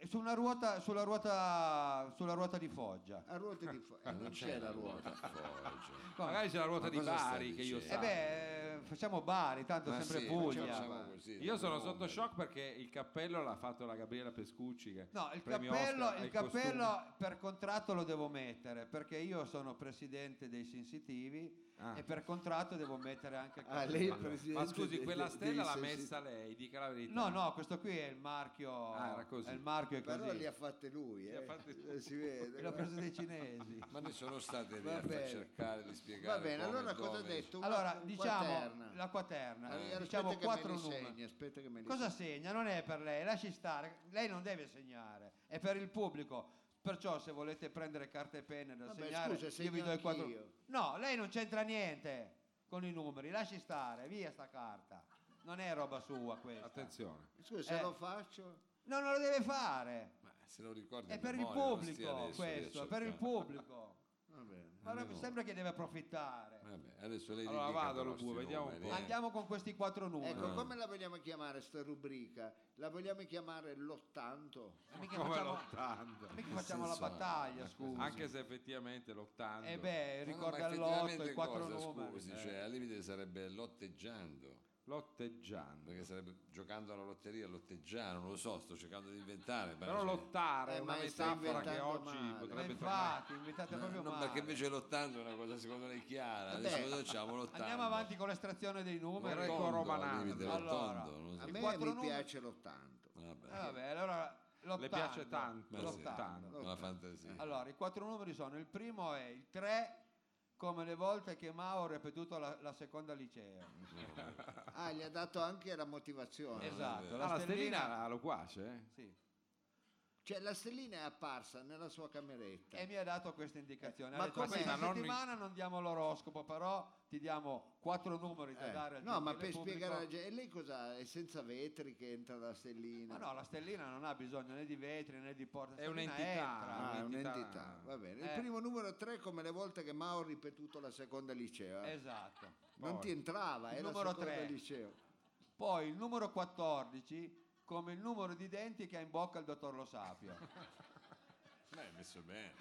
Su una ruota, sulla ruota, sulla ruota di Foggia. A ruota di Foggia. Eh, non c'è la ruota. Magari c'è la ruota Ma di cosa stai Bari che io dicendo? so. Eh beh, facciamo Bari, tanto Ma sempre sì, Puglia. facciamo così, Io sono no, sotto beh. shock perché il cappello l'ha fatto la Gabriela Pescucci. Che No, il premio cappello, Oscar ai il cappello costumi. per contratto lo devo mettere perché io sono presidente dei sensitivi Ah. e per contratto devo mettere anche il Ah, cappello. lei è il Ma presidente scusi, dei- quella dei- stella l'ha dei messa lei, dica la verità. No, no, questo qui è il marchio. Ah, era così. È il marchio è Però così. li ha fatte lui, Li ha eh. fatti- Eh, si vede. L'ho preso dai cinesi. Ma ne sono state Va lì a bene. cercare di spiegare. Va bene, come, allora cosa ha dove. detto? Una- Allora, un diciamo quaterna. la quaterna, Allora, eh, aspetta diciamo che quattro me li numeri. segni, aspetta che me li Cosa segni. segna? Non è per lei, lasci stare. Lei non deve segnare, è per il pubblico. Perciò se volete prendere carta e penna da Vabbè, segnare, scusa, io vi segno do i quattro. anch'io. No, lei non c'entra niente con i numeri, lasci stare, via sta carta. Non è roba sua questa. Attenzione. Scusa, se Eh. lo faccio... No, non lo deve fare. Ma se lo ricordi È a per il memoria, non stia pubblico adesso lì a questo, è per il cercare. pubblico. Va bene. Ma Andiamo. sembra che deve approfittare. Vabbè, adesso lei Allora, dica vado, però lo sti bue, vediamo un numeri, po'. eh. Andiamo con questi quattro numeri. Ecco, come la vogliamo chiamare sta rubrica? La vogliamo chiamare l'ottanto? Mica Come facciamo, l'ottanta. mica facciamo la senso, battaglia, eh, scusi. Anche se effettivamente l'ottanta. Eh beh, Ma no, ricorda ma l'otto, i effettivamente quattro cosa, numeri. scusi, Eh. cioè al limite sarebbe lotteggiando, Lotteggiando. perché sarebbe giocando alla lotteria, lotteggiando, non lo so, sto cercando di inventare. ma Però cioè- lottare Eh, è una ma stai metafora che inventando oggi male. Ma potrebbe tornare. infatti, invitate No, proprio no, male. perché invece lottando è una cosa secondo lei chiara, Vabbè, adesso facciamo lottando. Andiamo avanti con l'estrazione dei numeri. Vorrei Rotondo, coromanare. al limite, Allora, rotondo, non so. A I me quattro mi numeri- piace l'ottanto. Vabbè, Eh, vabbè, allora l'ottanta. Le piace tanto. Ma sì. l'ottanta. la fantasia. Allora, i quattro numeri sono: il primo è il tre, come le volte che Mao ha ripetuto la, la seconda liceo. Ah, gli ha dato anche la motivazione. Esatto, Ah, la stellina stellina. lo piace? eh? Sì. Cioè la stellina è apparsa nella sua cameretta. E mi ha dato questa indicazione. Ma Ha detto, come- questa Ma non- settimana non diamo l'oroscopo, però ti diamo quattro numeri da Eh, dare al no, ma gentile per pubblico. spiegare alla gente, e lei cosa? È senza vetri che entra la stellina? Ma no, la stellina non ha bisogno né di vetri né di porte. È La stellina un'entità. entra. Ah, è un'entità. un'entità, va bene. Il Eh. primo numero tre come le volte che Mao ha ripetuto la seconda liceo. eh. Esatto. Non ti entrava, Il è la numero seconda tre. liceo. Poi il numero quattordici come il numero di denti che ha in bocca il dottor Lo Sapio. Beh, messo bene.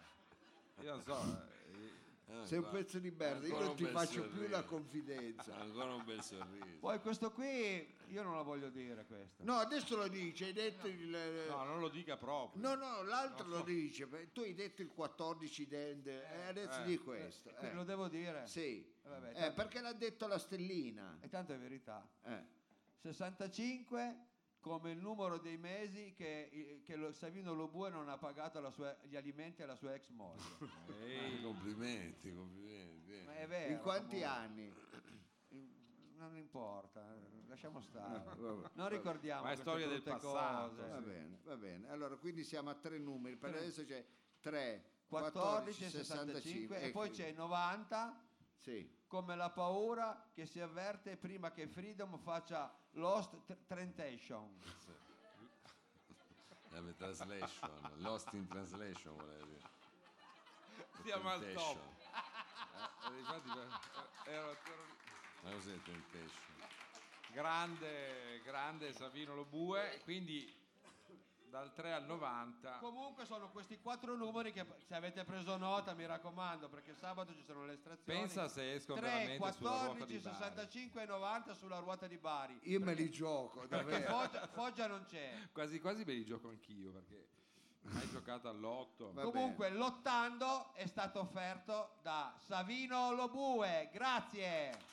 Io non so. eh, Ah, Sei un guarda, pezzo di merda, io ancora non un ti bel faccio più sorriso. la confidenza. Ancora un bel sorriso. Poi questo qui io non la voglio dire questa. No, adesso lo dice, hai detto il... No, non lo dica proprio. No, no, l'altro Non so. lo dice, beh, tu hai detto il quattordici dente, e adesso eh, di questo. Qui eh. Lo devo dire? Sì, Eh, vabbè, Eh, tanto- perché l'ha detto la stellina. E tanto è verità. Eh. sessantacinque come il numero dei mesi che, che lo, Savino Lobue non ha pagato la sua- gli alimenti alla sua ex moglie. Ehi, complimenti, complimenti. eh. Ma è vero. In quanti comunque. anni? Non importa, lasciamo stare. Ah, vabbè. Non ricordiamo Ma è queste storia del brutte passato, cose. Va bene, va bene. Allora, quindi siamo a tre numeri. Per Tre. adesso c'è tre, quattordici, quattordici, sessantacinque e ecco. poi c'è novanta Sì. come la paura che si avverte prima che Freedom faccia Lost Tr- Translation. La translation, lost in translation vuole dire. Siamo al Temptation. top. Eh, infatti, eh, ero- ero- Ma cos'è temptation? grande, grande Savino Lobue, quindi dal tre al novanta. Comunque sono questi quattro numeri che se avete preso nota, mi raccomando, perché sabato ci sono le estrazioni. Pensa se escono tre, veramente sulla ruota quattordici, di Bari. sessantacinque e novanta sulla ruota di Bari. Io me li gioco, Perché davvero. Foggia, Foggia non c'è. Quasi quasi me li gioco anch'io perché hai giocato all'otto. Va Comunque lottando è stato offerto da Savino Lobue. Grazie.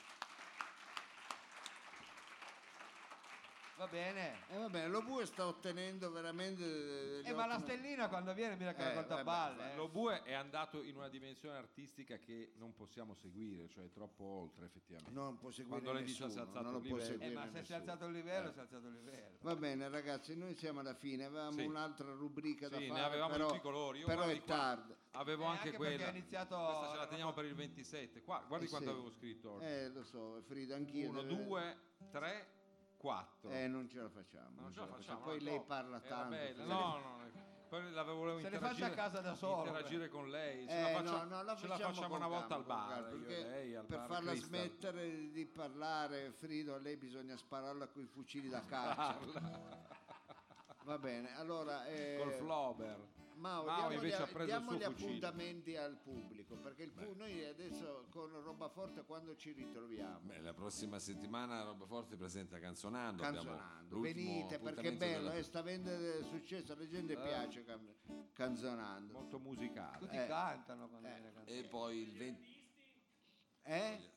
Va bene. Eh, va bene, lo Bue sta ottenendo veramente... degli Eh, ma la ottimi- stellina quando viene mi Eh, racconta vabbè, balle. eh. Lobue è andato in una dimensione artistica che non possiamo seguire, cioè troppo oltre effettivamente. Non può seguire Quando lei dice nessuno, si è alzato non lo il può livello. Eh, seguire ma se si è nessuno. alzato il livello, Eh. si è alzato il livello. Va bene ragazzi, noi siamo alla fine, avevamo Sì. un'altra rubrica da Sì, fare, ne avevamo però, di tutti i colori. Io però guardi è qua, tardi. Avevo Eh, anche, anche perché quella. ha iniziato- Questa ce la teniamo per il ventisette. Qua, guardi Eh, quanto sì. avevo scritto oggi. Eh, lo so, Frida, anch'io. Uno, deve- due, tre, quattro. Eh, non ce la facciamo. non ce la facciamo. Poi no, lei no. parla Era tanto. bella. Frida. No, no, poi la volevo Se le interagire, faccia a casa da solo, interagire con lei. Ce, Eh, la, faccia- no, no, la ce la facciamo facciamo con una volta calma, al con bar. calma, io e perché lei, al per bar farla Crystal. smettere di parlare, Frido, a lei bisogna spararla con i fucili da caccia. Va bene, allora... eh, Col Flober. Mao, Mao diamo, invece gli, ha preso diamo il gli suo fucile. appuntamenti al pubblico, perché il pu- noi adesso con Roba Forte quando ci ritroviamo? Beh, la prossima settimana Roba Forte presenta Canzonando. abbiamo Canzonando, l'ultimo venite perché è appuntamento bello, della- eh, sta avendo successo, alla gente Eh. piace can- Canzonando. Molto musicale. Tutti Eh. cantano quando Eh. viene cantato. E poi il venti... Eh?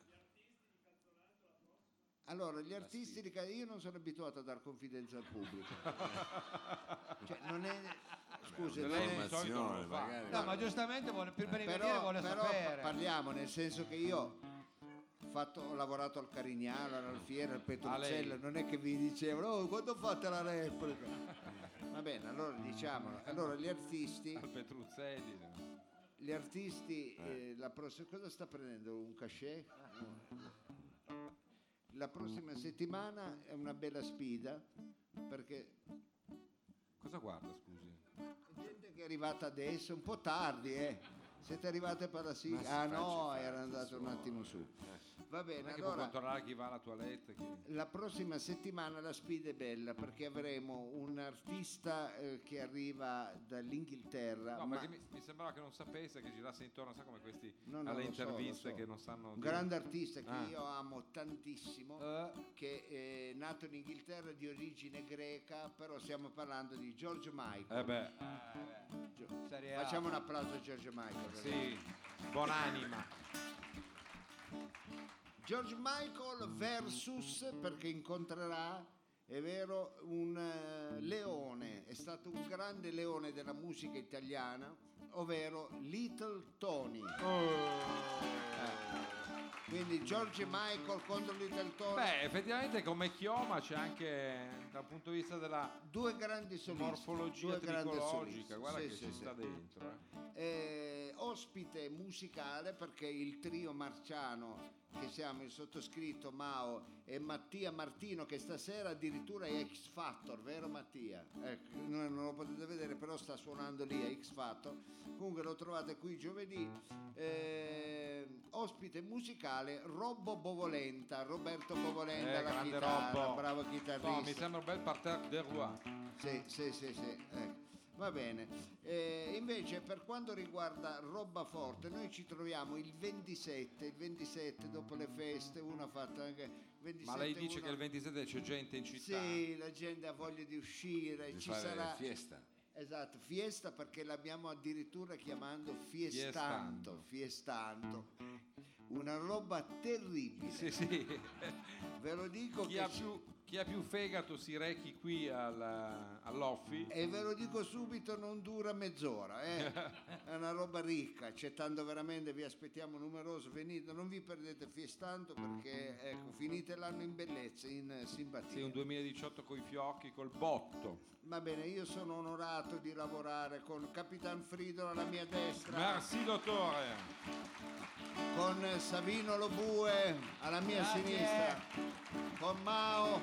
Allora, gli artisti di ca- io non sono abituato a dar confidenza al pubblico. Cioè, non è... Scusa, non è- Informazione, magari. No, ma giustamente vuole, per venire però, vuole però sapere. parliamo nel senso che io ho, fatto- ho lavorato al Carignano, all'Alfiere, al Petruzzello, non è che vi dicevano oh, quando fate la replica? Va bene, allora diciamolo. Allora gli artisti, Al Petruzzelli. gli artisti eh, la prossima cosa sta prendendo un cachet? La prossima settimana è una bella sfida perché Cosa guarda, scusi? gente che è arrivata adesso, un po' tardi, eh. Siete arrivate per la Ma si sigla? Ah faccia no, fare era andato un solo, attimo su. Va Non bene, è che può allora controllare chi va alla toilette. Chi... la prossima settimana la sfida è bella perché avremo un artista eh, che arriva dall'Inghilterra. No, ma perché mi, mi sembrava che non sapesse, che girasse intorno, sa come questi No, no, alle lo so, interviste lo so. che non sanno. un grande artista che Ah. io amo tantissimo, Eh, che è nato in Inghilterra di origine greca, però stiamo parlando di George Michael. eh beh, Gio- Serie A. Facciamo un applauso a George Michael. sì, buonanima. George Michael versus, perché incontrerà, è vero, un eh, leone, è stato un grande leone della musica italiana, ovvero Little Tony. Eh, Quindi George Michael contro Little Tony, Beh, effettivamente come chioma c'è anche dal punto di vista della due grandi solisti. morfologia due grandi tricologica, solisti. guarda Sì, che sì, ci sì. sta dentro. eh. Eh, ospite musicale perché il trio Marciano che siamo il sottoscritto Mao e Mattia Martino che stasera addirittura è X Factor, vero Mattia? Ecco, non, non lo potete vedere però sta suonando lì a X Factor, comunque lo trovate qui giovedì. Eh, ospite musicale Robbo Bovolenta, Roberto Bovolenta Eh, alla grande chitarra, Robbo. bravo No, chitarrista. mi sembra un bel parterre de roi. Sì, sì, sì, sì, ecco. Va bene. Eh, invece per quanto riguarda Roba Forte, noi ci troviamo il ventisette, il ventisette dopo le feste, uno ha fatto anche ventisette, Ma lei dice uno- che il ventisette c'è gente in città? Sì, la gente ha voglia di uscire, di ci fare sarà fiesta. esatto, fiesta perché l'abbiamo addirittura chiamando Fiestanto, Fiestanto. Una roba terribile. Sì, sì. Ve lo dico Chi che ha, ci- più, chi ha più fegato si rechi qui al, all'Offi. E ve lo dico subito, non dura mezz'ora, eh. È una roba ricca, c'è tanto veramente, vi aspettiamo numeroso, venite, non vi perdete Fiestanto perché ecco, finite l'anno in bellezza, in simpatia. Sì, un duemiladiciotto coi fiocchi, col botto. Va bene, io sono onorato di lavorare con Capitan Frido alla mia destra, Merci dottore. con Savino Lobue alla mia Grazie. sinistra, con Mao,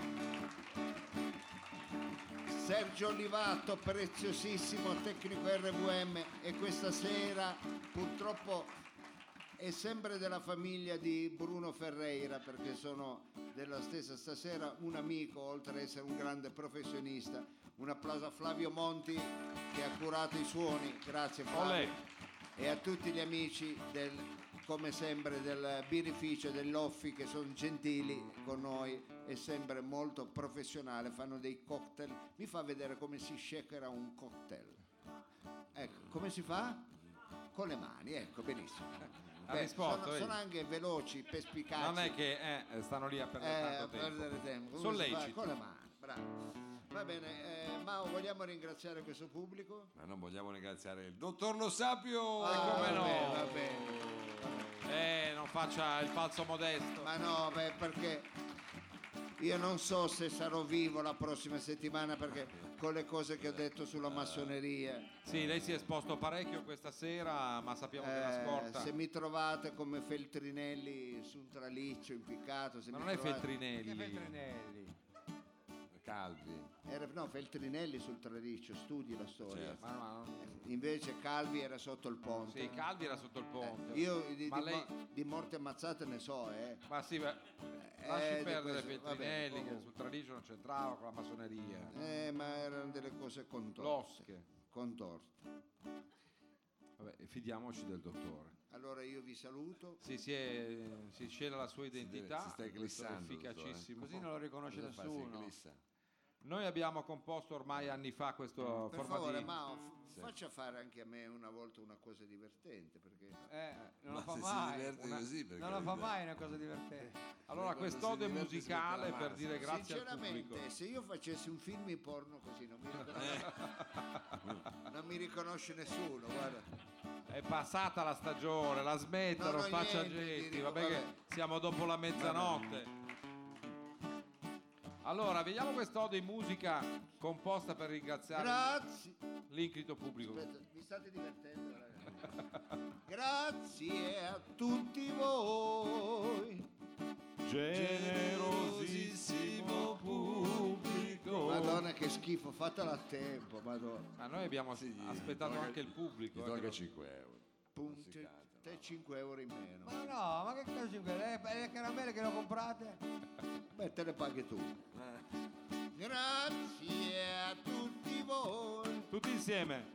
Sergio Olivato, preziosissimo tecnico R V M, e questa sera purtroppo è sempre della famiglia di Bruno Ferreira perché sono della stessa stasera, un amico oltre ad essere un grande professionista. Un applauso a Flavio Monti che ha curato i suoni, grazie Flavio. Olè. E a tutti gli amici del, come sempre, del birrificio dell'Offi che sono gentili con noi e sempre molto professionale, fanno dei cocktail. Mi fa vedere come si shakera un cocktail. Ecco, come si fa? Con le mani, ecco, benissimo. Ha Beh, risposto, sono, vedi? sono anche veloci, perspicaci. Non è che eh, stanno lì a perdere Eh, a tanto tempo. perdere tempo. Come si fa? Solleciti. Con le mani, bravo. Va bene, eh, Mao, vogliamo ringraziare questo pubblico? Ma non vogliamo ringraziare il dottor Lo Sapio. Ah, come no? va bene, va bene. Eh, non faccia il falso modesto. Ma no, beh, perché io non so se sarò vivo la prossima settimana perché con le cose che ho detto sulla massoneria, Sì, lei si è esposto parecchio questa sera, ma sappiamo che la eh, scorta. se mi trovate come Feltrinelli su un traliccio impiccato, se Ma mi non è trovate- Feltrinelli. Che Feltrinelli? Calvi. Era, no, Feltrinelli sul Traliccio, studi la storia. Certo. Ma, ma- Invece Calvi era sotto il ponte. sì, Calvi era sotto il ponte. Eh, io di, ma di lei... mo- di morte ammazzate ne so, eh. Ma sì, beh, Eh, lasci di perdere questo- Feltrinelli vabbè, che comunque. sul Traliccio non c'entrava con la massoneria. Eh, ma erano delle cose contorte. Losche. Contorte. Vabbè, fidiamoci del dottore. Allora io vi saluto. Sì, si, è, si scela la sua deve- identità, si sta questo è eclissando, efficacissimo. Così non lo riconosce Cosa fa? Si nessuno. eclissa? Noi abbiamo composto ormai anni fa questo Per forma favore, di... Mao, f- faccia fare anche a me una volta una cosa divertente, perché Eh, non Ma lo fa se si mai. diverte Una- così, per Non lo fa carità. mai una cosa divertente. Allora, Quando quest'ode si diverte si musicale mette la per massa. dire grazie al sinceramente pubblico. se io facessi un film in porno così non mi riconosce, non mi riconosce nessuno, guarda. È passata la stagione, la smetta, Non non, ho faccia niente di getti, rico- vabbè che vabbè. siamo dopo la mezzanotte. Allora, vediamo quest'ode in musica composta per ringraziare Grazie. l'inclito pubblico. Aspetta, mi state divertendo, ragazzi. Grazie a tutti voi. Generosissimo pubblico. Madonna che schifo, fatela a tempo, madonna. Ma noi abbiamo Sì, gli aspettato tolga- anche il pubblico. Gli eh, tolga che non- cinque euro. Punti, Non si canta, te no. cinque euro in meno. Ma no, ma che cosa cinque? Le, le caramelle che le ho comprate? Beh, te le paghi tu. Grazie a tutti voi. Tutti insieme.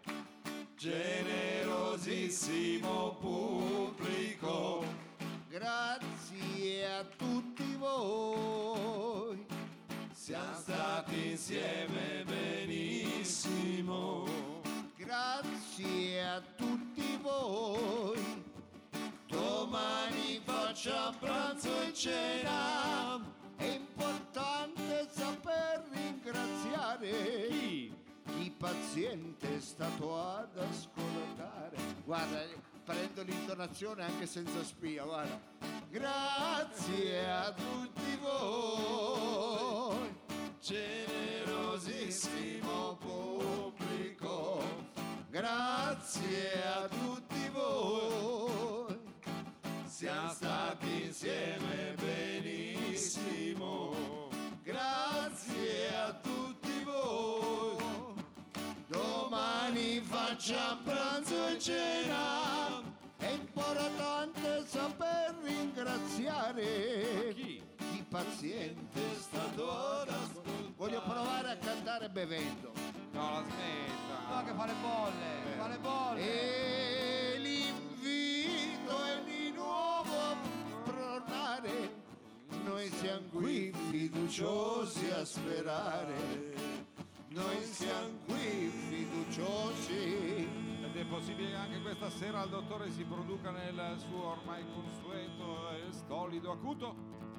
Generosissimo pubblico, Grazie a tutti voi. siamo stati insieme benissimo. Grazie a tutti voi. Domani facciamo pranzo e cena. È importante saper ringraziare Chi? chi paziente è stato ad ascoltare. Guarda, prendo l'intonazione anche senza spia, guarda. Grazie a tutti voi. Generosissimo pubblico. Grazie a tutti voi. Siamo stati insieme benissimo. Grazie a tutti voi. Domani facciamo pranzo e cena. È importante saper ringraziare Chi? chi paziente è stato ad ascoltare. Voglio provare a cantare bevendo. No, la smetta. No, che fa le bolle, fa le bolle. E l'invito è di nuovo a tornare. Noi siamo qui fiduciosi a sperare. Noi siamo qui fiduciosi. Ed è possibile che anche questa sera il dottore si produca nel suo ormai consueto e stolido acuto.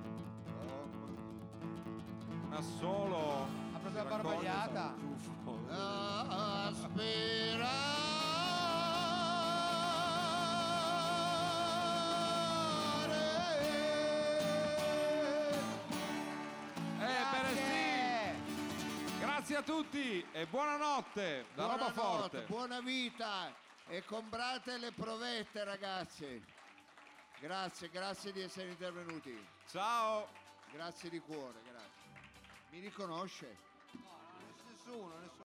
Un assolo. Ha preso la si raccoglie barbagliata. dal tuffo. A sperare. Ebbene Eh, sì! Grazie a tutti e buonanotte da Roba Buonanotte, Forte. buona vita e comprate le provette, ragazzi. Grazie, grazie di essere intervenuti. Ciao! Grazie di cuore, grazie. Mi riconosce? nessuno, nessuno.